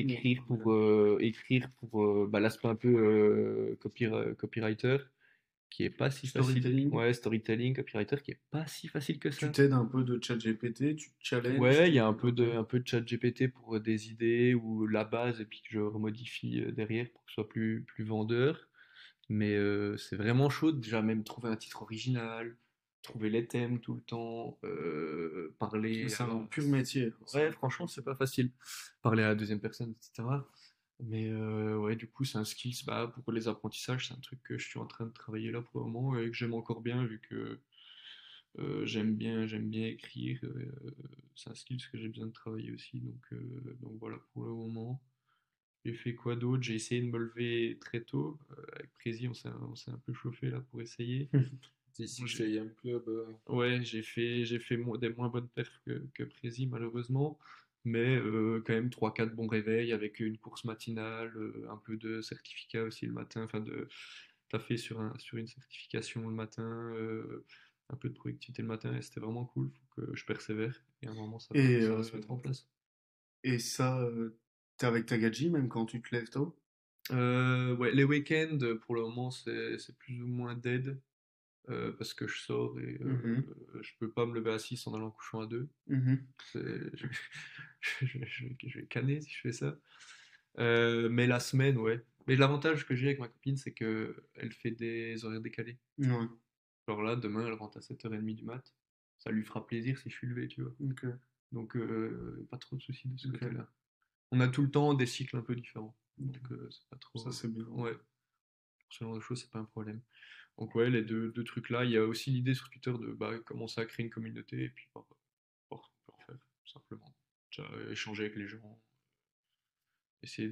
écrire pour bah, l'aspect un peu copywriter, qui est pas si facile. Storytelling. Ouais, storytelling, copywriter, qui est pas si facile que Tu ça. t'aides un peu de ChatGPT, tu te challenges. Ouais, il y a un peu de chat GPT pour des idées ou la base et puis que je remodifie derrière pour que ce soit plus vendeur. Mais c'est vraiment chaud de déjà même trouver un titre original, trouver les thèmes tout le temps, parler. C'est un pur métier. Ouais, franchement, c'est pas facile. Parler à la deuxième personne, etc. Mais ouais, du coup, c'est un skills. Bah, pour les apprentissages, c'est un truc que je suis en train de travailler là pour le moment et que j'aime encore bien vu que j'aime bien écrire. C'est un skills que j'ai besoin de travailler aussi. Donc voilà pour le moment. J'ai fait quoi d'autre? J'ai essayé de me lever très tôt. Avec Prési, on s'est un peu chauffé là pour essayer. C'est ici que c'est un club. Ouais, j'ai fait des moins bonnes perfs que Prési, malheureusement. Mais quand même 3-4 bons réveils avec une course matinale, un peu de certificat aussi le matin. Enfin, t'as fait sur une certification le matin, un peu de productivité le matin. Et c'était vraiment cool. Faut que je persévère. Et à un moment, ça va se mettre en place. Et ça, t'es avec ta gadget même quand tu te lèves tôt? Ouais, les week-ends, pour le moment, c'est plus ou moins dead. Parce que je sors et je peux pas me lever à 6 en allant couchant à 2. Je, je vais canner si je fais ça. Mais la semaine, ouais. Mais l'avantage que j'ai avec ma copine, c'est que elle fait des horaires décalés. Ouais. Genre là, demain, elle rentre à 7h30 du mat. Ça lui fera plaisir si je suis levé, tu vois. Ok. Donc, pas trop de soucis de ce côté-là. On a tout le temps des cycles un peu différents. Donc, c'est pas trop. Ça, c'est bien. Ouais. Pour ce genre de choses, c'est pas un problème. Donc ouais, les deux trucs là. Il y a aussi l'idée sur Twitter de commencer à créer une communauté et puis voir faire, tout simplement. Déjà, échanger avec les gens, essayer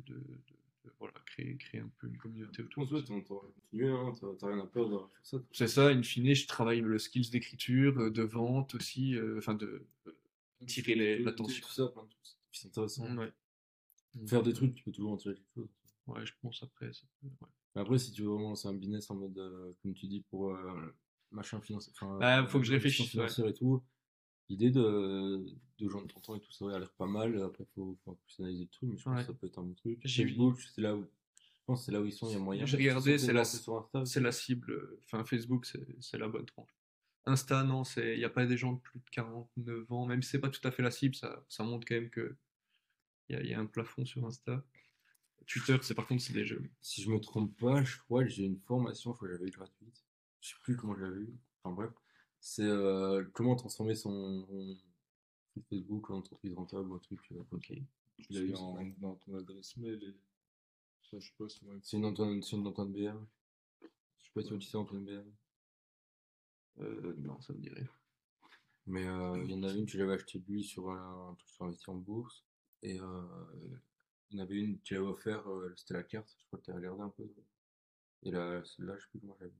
voilà, créer un peu une communauté Je autour pense de que ça. t'auras continué, hein, t'as rien à perdre à faire ça. C'est ça, in fine, je travaille le skills d'écriture, de vente aussi, enfin tirer l'attention. Tout ça, plein de trucs. C'est intéressant. Ouais. Faire des trucs, tu peux toujours en tirer quelque chose. Ouais, je pense après. Ouais. Mais après, si tu veux vraiment lancer un business en mode, comme tu dis, pour machin financier, enfin, Bah, faut que je gestion réfléchisse, financière et tout, l'idée de gens de 30 ans et tout, ça a l'air pas mal. Après, faut un peu plus analyser le truc, mais je pense Ouais. que ça peut être un bon truc. J'ai Facebook, c'est là où, je pense que c'est là où ils sont, il y a moyen. J'ai regardé, Surtout c'est lancer sur Insta, c'est la cible. Enfin, Facebook, c'est la bonne tranche. Insta, non, il n'y a pas des gens de plus de 49 ans, même si c'est pas tout à fait la cible, ça montre quand même que il y a un plafond sur Insta. Twitter, par contre, c'est des jeux. Si je me trompe pas, je crois que j'ai une formation, je crois que j'avais eu gratuite. Je sais plus comment j'avais eu. Enfin bref, c'est comment transformer son Facebook en entreprise rentable ou un truc comme ça. Tu l'as eu dans ton adresse mail et ça, je sais pas si moi. C'est une Antoine BM. Je sais pas si tu sais Antoine BM. Non, ça me dirait. Mais il y en a une que j'avais acheté de lui sur un truc sur investir en bourse. Et il y en avait une qui avait offert, c'était la carte. Je crois que tu as regardé un peu. Et là, celle-là, je sais plus comment j'avais.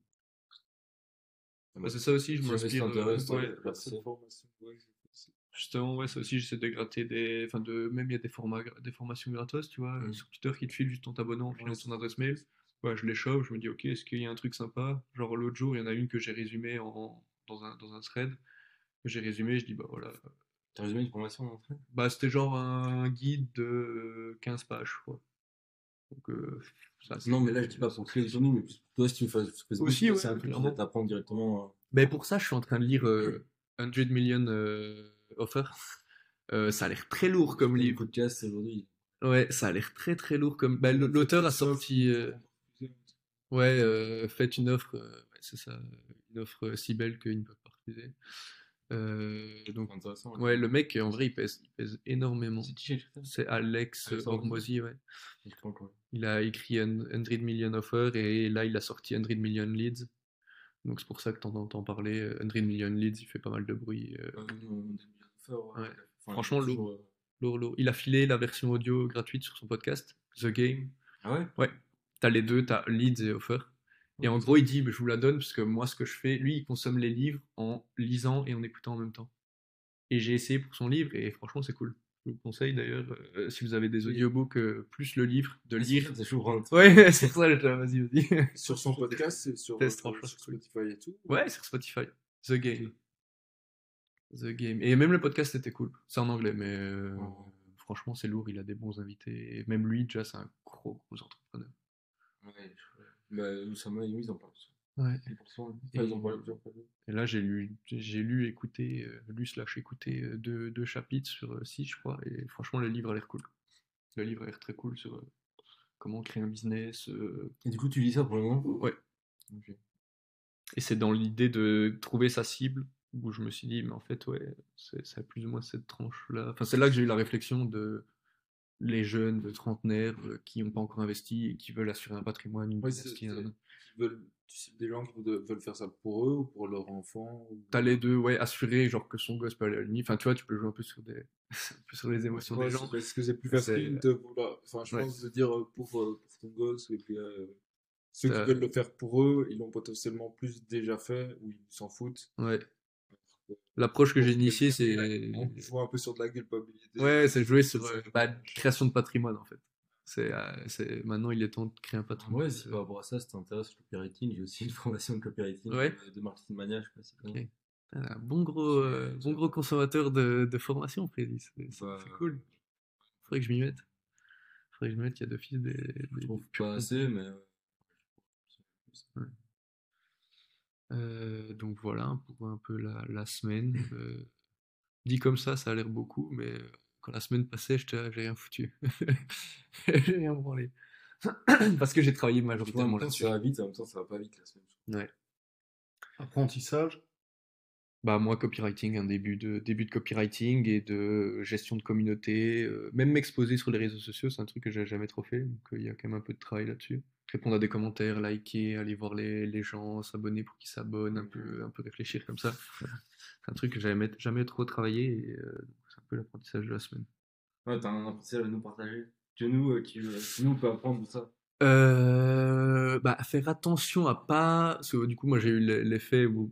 Bah, c'est ça aussi, je Si jamais ça m'inspire. t'intéresse, Ouais, ouais, Cette formation, ouais, justement, ouais, ça aussi, j'essaie de gratter des. Enfin, même il y a des formations gratos, tu vois, Mm. sur Twitter qui te filent juste en t'abonnant, en filant ton adresse mail. Ouais, je les chope, je me dis, ok, est-ce qu'il y a un truc sympa? Genre, l'autre jour, il y en a une que j'ai résumée dans un thread. Que j'ai résumé, je dis, bah voilà. T'as résumé une formation en fait? Bah, c'était genre un guide de 15 pages, je crois. Donc, ça, Non, mais là, je dis pas pour créer des journaux, mais plus pour toi, si tu fais sur Facebook, Aussi, ouais, c'est un truc qui clairement. va t'apprendre directement. Mais pour ça, je suis en train de lire 100 Million Offer. Ça a l'air très lourd comme Le livre. podcast aujourd'hui. Ouais, ça a l'air très très lourd comme. Bah, l'auteur a sorti. Ouais, faites une offre. Ouais, c'est ça, une offre si belle qu'ils ne peuvent pas refuser. Donc, Intéressant. ouais, le mec, en vrai, il pèse énormément. C'est qui j'ai écrit ça? C'est Alex Alex Hormozy, ouais. Je sais pas encore. Il a écrit 100 Million Offer et là, il a sorti 100 Million Leads. Donc, c'est pour ça que t'en entends parler. 100 Million Leads, il fait pas mal de bruit. Ouais. Franchement, lourd. Lourd. Il a filé la version audio gratuite sur son podcast, The Game. Ah ouais? Ouais, t'as les deux, t'as Leads et Offer. Et en gros, il dit, je vous la donne, parce que moi, ce que je fais, lui, il consomme les livres en lisant et en écoutant en même temps. Et j'ai essayé pour son livre, et franchement, c'est cool. Je vous conseille d'ailleurs, si vous avez des audiobooks plus le livre, de lire. C'est chaud. Ouais, c'est ça, vas-y. Sur son podcast, c'est sur Franchement, sur Spotify et tout. Ouais, sur Spotify. The Game. The Game. Et même le podcast était cool. C'est en anglais, mais franchement, c'est lourd. Il a des bons invités. Et même lui, déjà, c'est un gros entrepreneur. Ouais, bah, Oussama, ils en parlent. Ouais. Ils en parlent plusieurs fois. Et là, j'ai lu, écouté, écouté deux chapitres sur 6, je crois. Et franchement, le livre a l'air cool. Le livre a l'air très cool sur comment créer un business. Et du coup, tu lis ça pour le moment? Ouais. Ok. Et c'est dans l'idée de trouver sa cible, où je me suis dit, mais en fait, ouais, c'est plus ou moins cette tranche-là. Enfin, c'est là que j'ai eu la réflexion de les jeunes, de trentenaires, qui n'ont pas encore investi et qui veulent assurer un patrimoine, une Ouais, dynastie. tu sais, des gens qui veulent faire ça pour eux ou pour leur enfant T'as les deux, ouais, assurer, genre que son gosse peut aller à l'uni. Enfin, tu vois, tu peux jouer un peu sur sur les émotions des gens. Parce que c'est plus facile de vouloir. Enfin, je Ouais. pense de dire pour ton gosse, et puis ceux qui veulent le faire pour eux, ils l'ont potentiellement plus déjà fait ou ils s'en foutent. Ouais. L'approche que j'ai initiée, c'est. On joue un peu sur de la culpabilité. Ouais, c'est jouer sur création de patrimoine en fait. Maintenant il est temps de créer un patrimoine. Ouais, si par rapport à ça, si t'intéresses au copywriting, j'ai aussi une formation de copywriting Ouais. de Marketing Mania, je sais pas si tu connais. Ok. Un bon gros consommateur de formation, Freddy. C'est cool. Faudrait que je m'y mette. Il y a d'office Je trouve pas assez, mais. Donc voilà pour un peu la semaine. Dit comme ça a l'air beaucoup, mais quand la semaine passait, j'ai rien foutu. J'ai rien branlé. Parce que j'ai travaillé majoritairement là-dessus. Ça va vite, en même temps, ça va pas vite la semaine. Ouais. Apprentissage. Bah moi, copywriting, un début de copywriting et de gestion de communauté. Même m'exposer sur les réseaux sociaux, c'est un truc que j'ai jamais trop fait. Donc il y a quand même un peu de travail là-dessus. Répondre à des commentaires, liker, aller voir les gens, s'abonner pour qu'ils s'abonnent, un peu réfléchir comme ça. C'est un truc que j'avais jamais trop travaillé et c'est un peu l'apprentissage de la semaine. Ouais, t'as un apprentissage à nous partager. Que nous, on peut apprendre de ça. Bah, faire attention à pas. Parce que du coup, moi j'ai eu l'effet où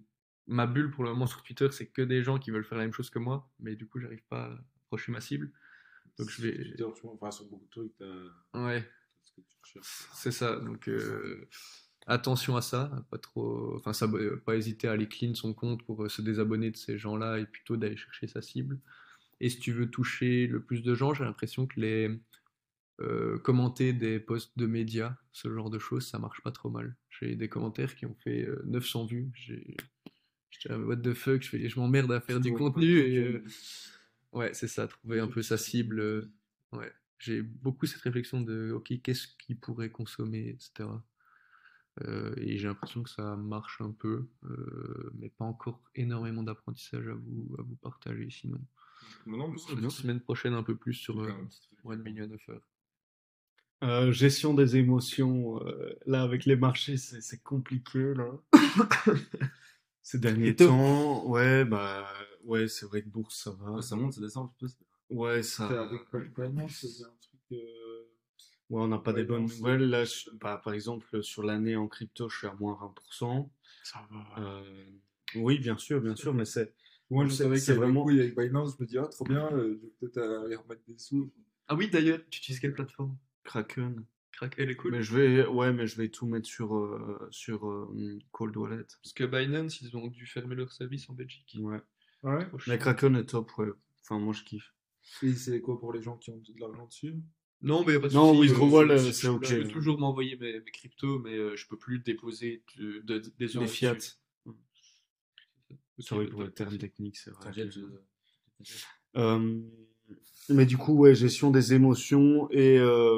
ma bulle pour le moment sur Twitter, c'est que des gens qui veulent faire la même chose que moi, mais du coup, j'arrive pas à approcher ma cible. Donc je vais. Twitter, tu vois, enfin, sur beaucoup de trucs, Ouais, ce que tu recherches. c'est ça. Donc attention à ça, à pas trop. Enfin, ça, pas hésiter à aller clean son compte pour se désabonner de ces gens-là et plutôt d'aller chercher sa cible. Et si tu veux toucher le plus de gens, j'ai l'impression que les commenter des posts de médias, ce genre de choses, ça marche pas trop mal. J'ai des commentaires qui ont fait 900 vues. J'étais là, what the fuck, je m'emmerde à faire du contenu et ouais, c'est ça, trouver un peu sa cible. Ouais, j'ai beaucoup cette réflexion de ok, qu'est-ce qu'il pourrait consommer, etc. Et j'ai l'impression que ça marche un peu, mais pas encore énormément d'apprentissage à vous partager sinon. Non, mais c'est bien. Semaine prochaine un peu plus sur C'est quand même un petit truc. 1 million of heures. Gestion des émotions, là avec les marchés c'est compliqué là. Ces derniers Et toi temps, ouais c'est vrai que bourse ça va. Ça monte, ça descend un petit peu. Ouais ça. Avec Binance, c'est un truc. Ouais, on n'a pas des bonnes Binance, nouvelles. Là, par exemple, sur l'année en crypto, je suis à moins 20%. Ça va. Oui, bien sûr, mais c'est. Moi, je savais c'est qu'il y avait vraiment. beaucoup avec Binance, je me dis, ah, trop bien, je vais peut-être aller remettre des sous. Ah oui, d'ailleurs, tu utilises quelle plateforme? Kraken. Elle est cool. Mais je vais tout mettre sur Cold Wallet. Parce que Binance, ils ont dû fermer leur service en Belgique. Ouais. Ouais. Trop Mais chiant. Kraken est top, ouais. Enfin, moi, je kiffe. Et c'est quoi pour les gens qui ont de l'argent dessus? Non, mais y a pas de Non, souci. Withdrawal, c'est je ok. peux toujours m'envoyer mes cryptos, mais je peux plus déposer des euros Les fiat. dessus. Ok, Sorry bah, pour le top. terme technique, c'est vrai. T'inquiète, Euh, mais du coup, ouais, gestion des émotions et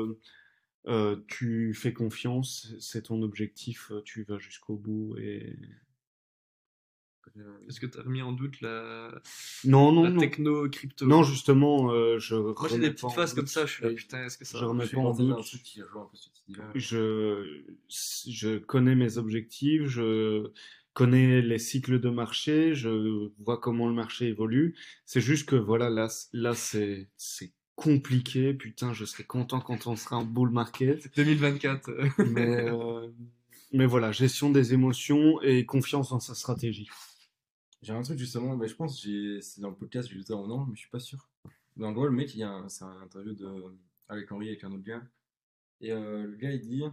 tu fais confiance, c'est ton objectif, tu vas jusqu'au bout et. Est-ce que tu as remis en doute Non, la non. techno crypto? Non, justement, je Moi, j'ai remets des pas petites en phases comme doute. ça, je suis là, putain, est-ce que ça Je va remets marcher? pas en partager un doute. truc qui rejoint un peu cette idée-là. Je connais mes objectifs, je connais les cycles de marché, je vois comment le marché évolue. C'est juste que voilà, là c'est compliqué. Putain, je serais content quand on sera en bull market. 2024. Mais, mais voilà, gestion des émotions et confiance dans sa stratégie. J'ai un truc justement, mais je pense que c'est dans le podcast, j'ai jeté en nom, mais je suis pas sûr. Mais en gros, le mec, c'est un interview avec Henri, avec un autre gars. Et le gars, il dit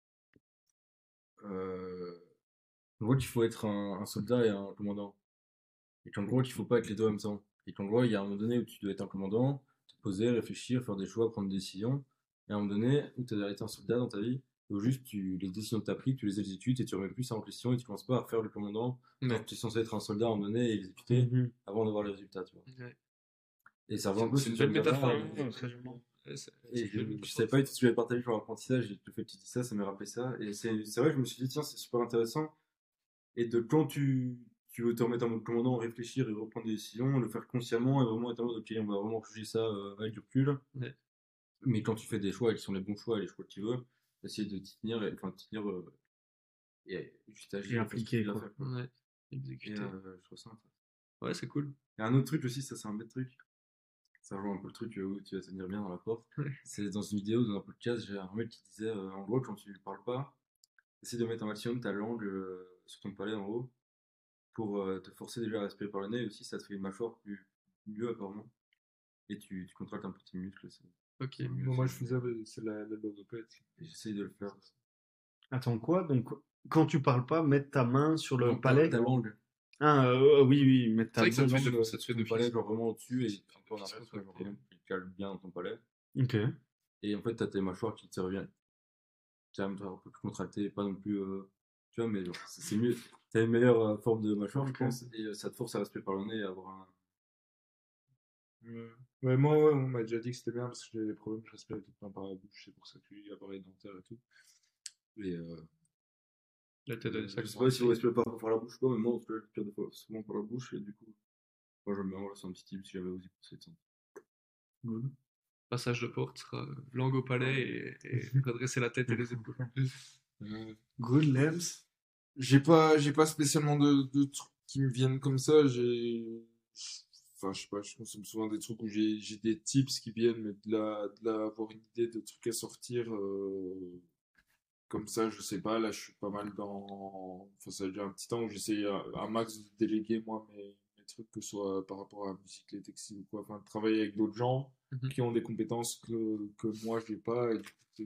en gros qu'il faut être un soldat et un commandant. Et qu'en gros, qu'il faut pas être les deux en même temps. Et qu'en gros, il y a un moment donné où tu dois être un commandant, te poser, réfléchir, faire des choix, prendre des décisions. Et à un moment donné où tu dois être un soldat dans ta vie, où juste les décisions que tu as prises, tu les exécutes et tu remets plus ça en question et tu commences pas à faire le commandant. Ouais. Quand tu es censé être un soldat à un moment donné et exécuter Mhm. avant d'avoir les résultats, tu vois. Ouais. Et ça revient un peu C'est sur une ce que belle tu viens de métaphore. dire, hein, là, absolument. Ouais, et une belle je métaphore. savais pas du tout ce que tu avais partagé sur l'apprentissage, et le fait que tu dis ça, ça m'a rappelé ça. Et c'est vrai, je me suis dit, tiens, c'est super intéressant. Et de quand tu veux te remettre en mode commandant, réfléchir et reprendre des décisions, le faire consciemment et vraiment être en mode, ok, on va vraiment juger ça avec du recul. Ouais. Mais quand tu fais des choix et qui sont les bons choix et les choix que tu veux, essayer de t'y tenir, et juste agir. Et appliquer, faire ce que tu quoi. dois faire, Ouais. Et Exécuter. je trouve ça intéressant. Ouais, c'est cool. Et un autre truc aussi, ça c'est un bête truc. Ça rejoint un peu le truc où tu vas tenir bien dans la porte. Ouais. C'est dans une vidéo, dans un podcast, j'ai un mec qui disait en gros, quand tu parles pas, essaie de mettre un maximum ta langue sur ton palais en haut pour te forcer déjà à respirer par le nez. Et aussi, ça te fait une mâchoire mieux apparemment. Et tu contractes un peu tes muscles. Ok. C'est mieux Moi, aussi. je faisais, c'est la logopède. Et j'essaye de le faire. Attends, quoi? Donc, quand tu parles pas, mettre ta main sur le Donc, palais. ta langue. Ah, oui, mettre ta C'est vrai que ça te main. fait ça te fait ton d'office. palais, genre vraiment au-dessus et un peu en D'office arrière, tu vois, genre contracté. vraiment, tu te cales bien dans ton palais. Ok. Et en fait, t'as tes mâchoires qui te reviennent. Tu as un peu plus contracté, pas non plus. Tu vois, mais genre, c'est mieux. T'as une meilleure forme de mâchoire, je pense, et ça te force à respirer par le nez et à avoir un. Ouais, moi, ouais, on m'a déjà dit que c'était bien parce que j'avais des problèmes, je respirais tout le temps par la bouche, c'est pour ça que j'ai appareil dentaire et tout. Et Là, t'as donné ça je sais comme pas si on conseil. respire pas par la bouche ou pas, mais moi, en tout cas, je respire des fois souvent par la bouche, et du coup, moi, je me mets en place un petit tip si j'avais osé pour cette Passage de porte sera langue au palais et redresser la tête et les épaules. Good, Lems. j'ai pas spécialement de trucs qui me viennent comme ça. Enfin, je sais pas, je consomme souvent des trucs où j'ai des tips qui viennent, mais avoir une idée de trucs à sortir, comme ça, je sais pas, là, je suis pas mal dans. Enfin, ça fait déjà un petit temps où j'essaie un max de déléguer, moi, mes trucs, que ce soit par rapport à la musique, les textiles ou quoi. Enfin, de travailler avec d'autres gens Mhm. qui ont des compétences que moi, je n'ai pas. Et du coup, c'est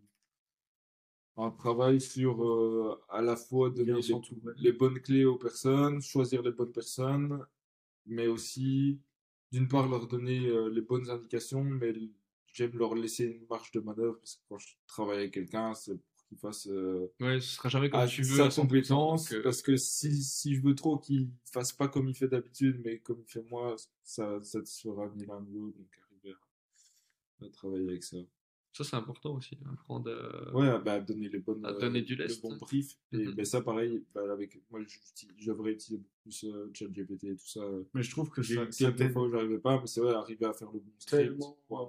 un travail sur à la fois donner Bien s'entourer. les bonnes clés aux personnes, choisir les bonnes personnes, mais aussi, d'une part, leur donner les bonnes indications, mais j'aime leur laisser une marge de manœuvre, parce que quand je travaille avec quelqu'un, c'est pour qu'il fasse Ouais, ce sera jamais comme à tu veux sa à 100%. compétence, Donc, parce que si je veux trop qu'il fasse pas comme il fait d'habitude, mais comme il fait moi, ça te sera ni l'un ni l'autre, donc arriver à travailler avec ça. ça, c'est important aussi, apprendre Ouais, bah, donner à donner du le lest. bon brief. Et Mhm. ben, ça, pareil, bah, avec moi, j'aimerais utiliser beaucoup plus ChatGPT et tout ça. Mais je trouve que J'ai ça, eu ça quelques t'aide fois où j'arrivais pas, mais c'est vrai, arriver à faire le bon script. tellement Ouais.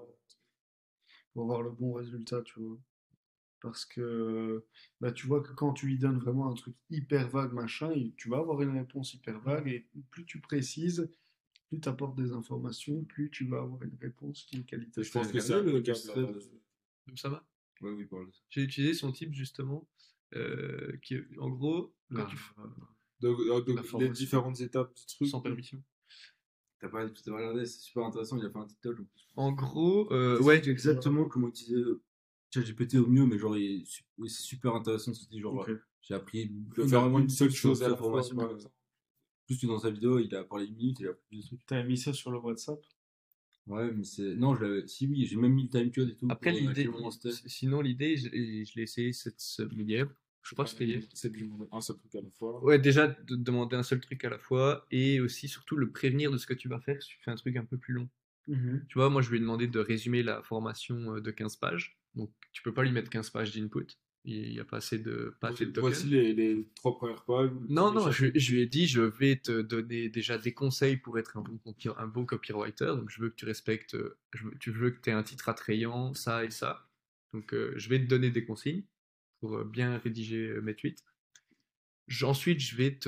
pour avoir le bon résultat, tu vois. Parce que bah, tu vois que quand tu lui donnes vraiment un truc hyper vague, machin, tu vas avoir une réponse hyper vague, et plus tu précises, plus tu apportes des informations, plus tu vas avoir une réponse qui est Et qualitative. je pense que Regardez c'est le applicable thread. Donc, ça va. Ouais, oui, parle de ça. J'ai utilisé son type, justement, qui, en gros, quand La, tu fais de la les formation. différentes étapes du truc. sans permission. T'as pas regardé, c'est super intéressant. Il a fait un TikTok en plus. En gros, Il ouais, explique exactement comment utiliser ChatGPT au mieux, mais genre, oui, c'est super intéressant. C'était genre, Ok. j'ai appris De faire énormément une de seule trucs sur chose à sa la fois, formation. par exemple. Plus que dans sa vidéo, il a parlé une minute, il a appris plus de trucs. T'as mis ça sur le WhatsApp? Ouais, mais c'est. Non, si, oui, j'ai même mis le timecode et tout. après, pour, à l'idée, quel moment c'était. sinon, l'idée, je l'ai essayé cette semaine hier. Je crois que c'était hier. C'est de lui demander un seul truc à la fois. Ouais, déjà, de demander un seul truc à la fois et aussi, surtout, le prévenir de ce que tu vas faire si tu fais un truc un peu plus long. Tu vois, moi, je lui ai demandé de résumer la formation de 15 pages. Donc, tu peux pas lui mettre 15 pages d'input. Il n'y a pas assez de tokens. Voici les 3 premières pages. Non, non, je lui ai dit, je vais te donner déjà des conseils pour être un bon copywriter. Donc, je veux que tu respectes, tu veux que tu aies un titre attrayant, ça et ça. Donc, je vais te donner des consignes pour bien rédiger mes tweets. Ensuite, je vais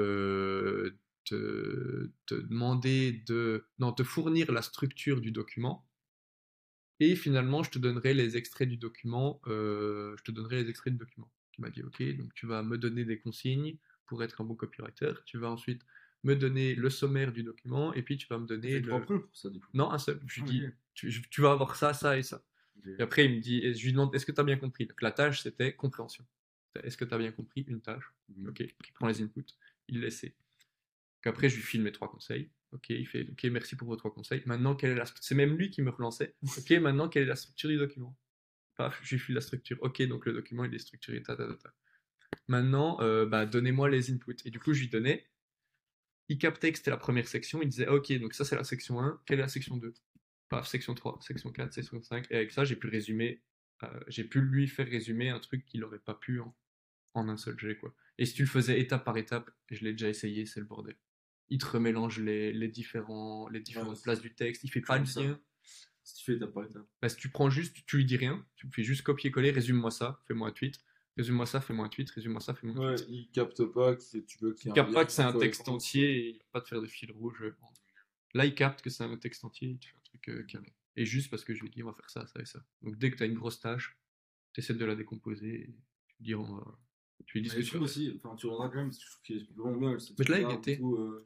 te demander non, te fournir la structure du document. Et finalement, je te donnerai les extraits du document. Je te donnerai les extraits du document. Il m'a dit, OK, donc tu vas me donner des consignes pour être un bon copywriter. Tu vas ensuite me donner le sommaire du document. Et puis, tu vas me donner Fait 3 points pour ça, du coup. Non, un seul. Je lui dis, Ok. tu vas avoir ça, ça et ça. Ok. Et après, il me dit, et je lui demande, est-ce que tu as bien compris? Donc, la tâche, c'était compréhension. Est-ce que tu as bien compris une tâche? Mhm. OK, il prend les inputs, il l'essaie. Donc après, je lui file mes 3 conseils. OK, il fait, OK, merci pour vos 3 conseils. Maintenant, quelle est la structure? C'est même lui qui me relançait. OK, maintenant, quelle est la structure du document? Paf, je lui file la structure. OK, donc le document, il est structuré, ta, ta, ta, ta. Maintenant, bah, donnez-moi les inputs. Et du coup, je lui donnais. Il captait que c'était la première section. Il disait, OK, donc ça, c'est la section 1. Quelle est la section 2? Paf, section 3, section 4, section 5. Et avec ça, j'ai pu résumer. J'ai pu lui faire résumer un truc qu'il n'aurait pas pu en un seul jet, quoi. Et si tu le faisais étape par étape, je l'ai déjà essayé, c'est le bordel. Il te remélange les différentes places du texte, il fait pas le Comme ça. lien. Si tu fais étape par étape. Bah, si tu prends juste, tu lui dis rien, tu fais juste copier-coller, résume-moi ça, fais-moi un tweet, résume-moi ça, fais-moi un tweet, résume-moi ça, fais-moi un Ouais, tweet. il capte pas que tu veux qu'il y Il ait un capte pas lien, que c'est un une texte cohérence. entier et il va pas te faire de fil rouge. Là, il capte que c'est un texte entier et tu fais un truc carré. Et juste parce que je lui dis, on va faire ça, ça et ça. Donc dès que tu as une grosse tâche, tu essaies de la décomposer et tu lui dis, tu lui dis ce Mais que je tu trouve vas faire. aussi, enfin, tu regarderas quand même, parce que je trouve qu'il est vraiment bien. Mais je l'avais guetté.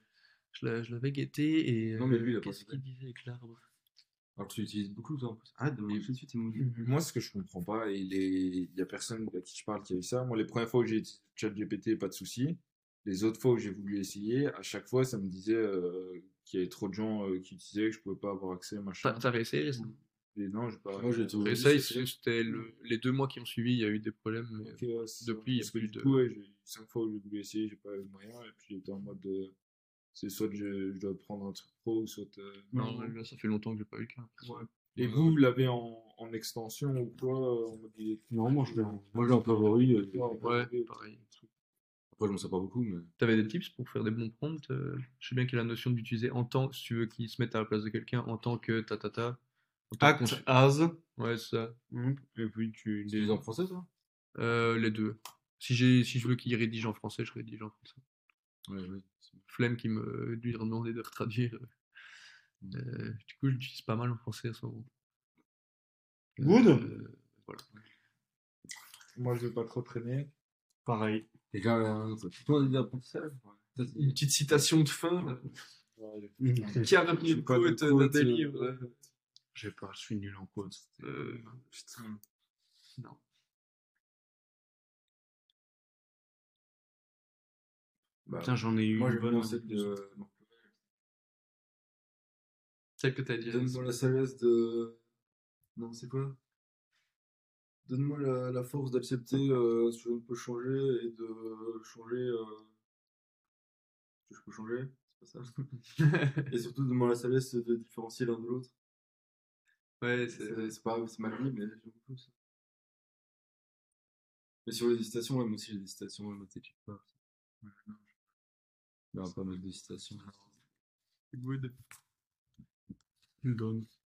Je l'avais guetté et Non, mais lui, il a pas qu'est-ce fait. qu'il disait avec l'arbre? Alors que tu l'utilises beaucoup, toi, en plus. Arrête de manger tout de suite, c'est mon Moi, ce que je comprends pas, il y a personne à qui je parle qui a eu ça. Moi, les premières fois où j'ai utilisé ChatGPT, pas de souci. Les autres fois où j'ai voulu essayer, à chaque fois, ça me disait qu'il y avait trop de gens qui utilisaient, que je pouvais pas avoir accès, machin. T'as réessayé récemment? Et non, j'ai pas. Moi, j'ai tout Réessaye, essayé. c'était les 2 mois qui ont suivi, il y a eu des problèmes. Mais Ok, ouais, c'est ça. depuis, il y a Parce que plus du de. coup, ouais, j'ai eu 5 fois où j'ai voulu essayer, j'ai pas eu le moyen. Et puis j'étais en mode de. C'est soit je dois prendre un truc pro, ou soit. Non, là, ça fait longtemps que j'ai pas eu le cas. Ouais. Et vous l'avez en extension ou quoi en mode Non, moi je l'ai Moi, j'ai un favori. Ouais, pareil. Après, je m'en sais pas beaucoup, mais. T'avais des tips pour faire des bons prompts? Je sais bien qu'il y a la notion d'utiliser en tant, si tu veux qu'il se mette à la place de quelqu'un, en tant que ta. En tant que Act as. Ouais, c'est ça. Et puis tu Tu l'utilises en français, toi? Les deux. Si je veux qu'il rédige en français, je rédige en français. Ouais, ouais. Flemme qui me lui demander de retraduire. Du coup, je l'utilise pas mal en français à ce moment. Good. Voilà. Moi, je veux pas trop traîner. Pareil. Et quand tout le monde a dit l'apprentissage. Ouais. Ça, Une petite citation de fin. Ouais. Qui a retenu J'ai le pas de quote quote, d'Atali? ouais. J'ai pas, je suis nul en quote. Putain. Non. Bah, Putain, j'en ai eu moi, une j'aime bonne. bien en celle plus. de. Celle que t'as dit. Donne-moi la sagesse de. Non, c'est quoi? Donne-moi la force d'accepter ce que je ne peux changer et de changer ce que je peux changer. C'est pas ça. Et surtout, donne-moi la sagesse de différencier l'un de l'autre. Ouais, c'est. C'est pas c'est mal dit, mais j'aime beaucoup ça. Mais sur les citations, ouais, moi aussi j'ai des citations, ouais, notées quelque part. Ouais, non, je vais pas mettre de citations. Good. Donne.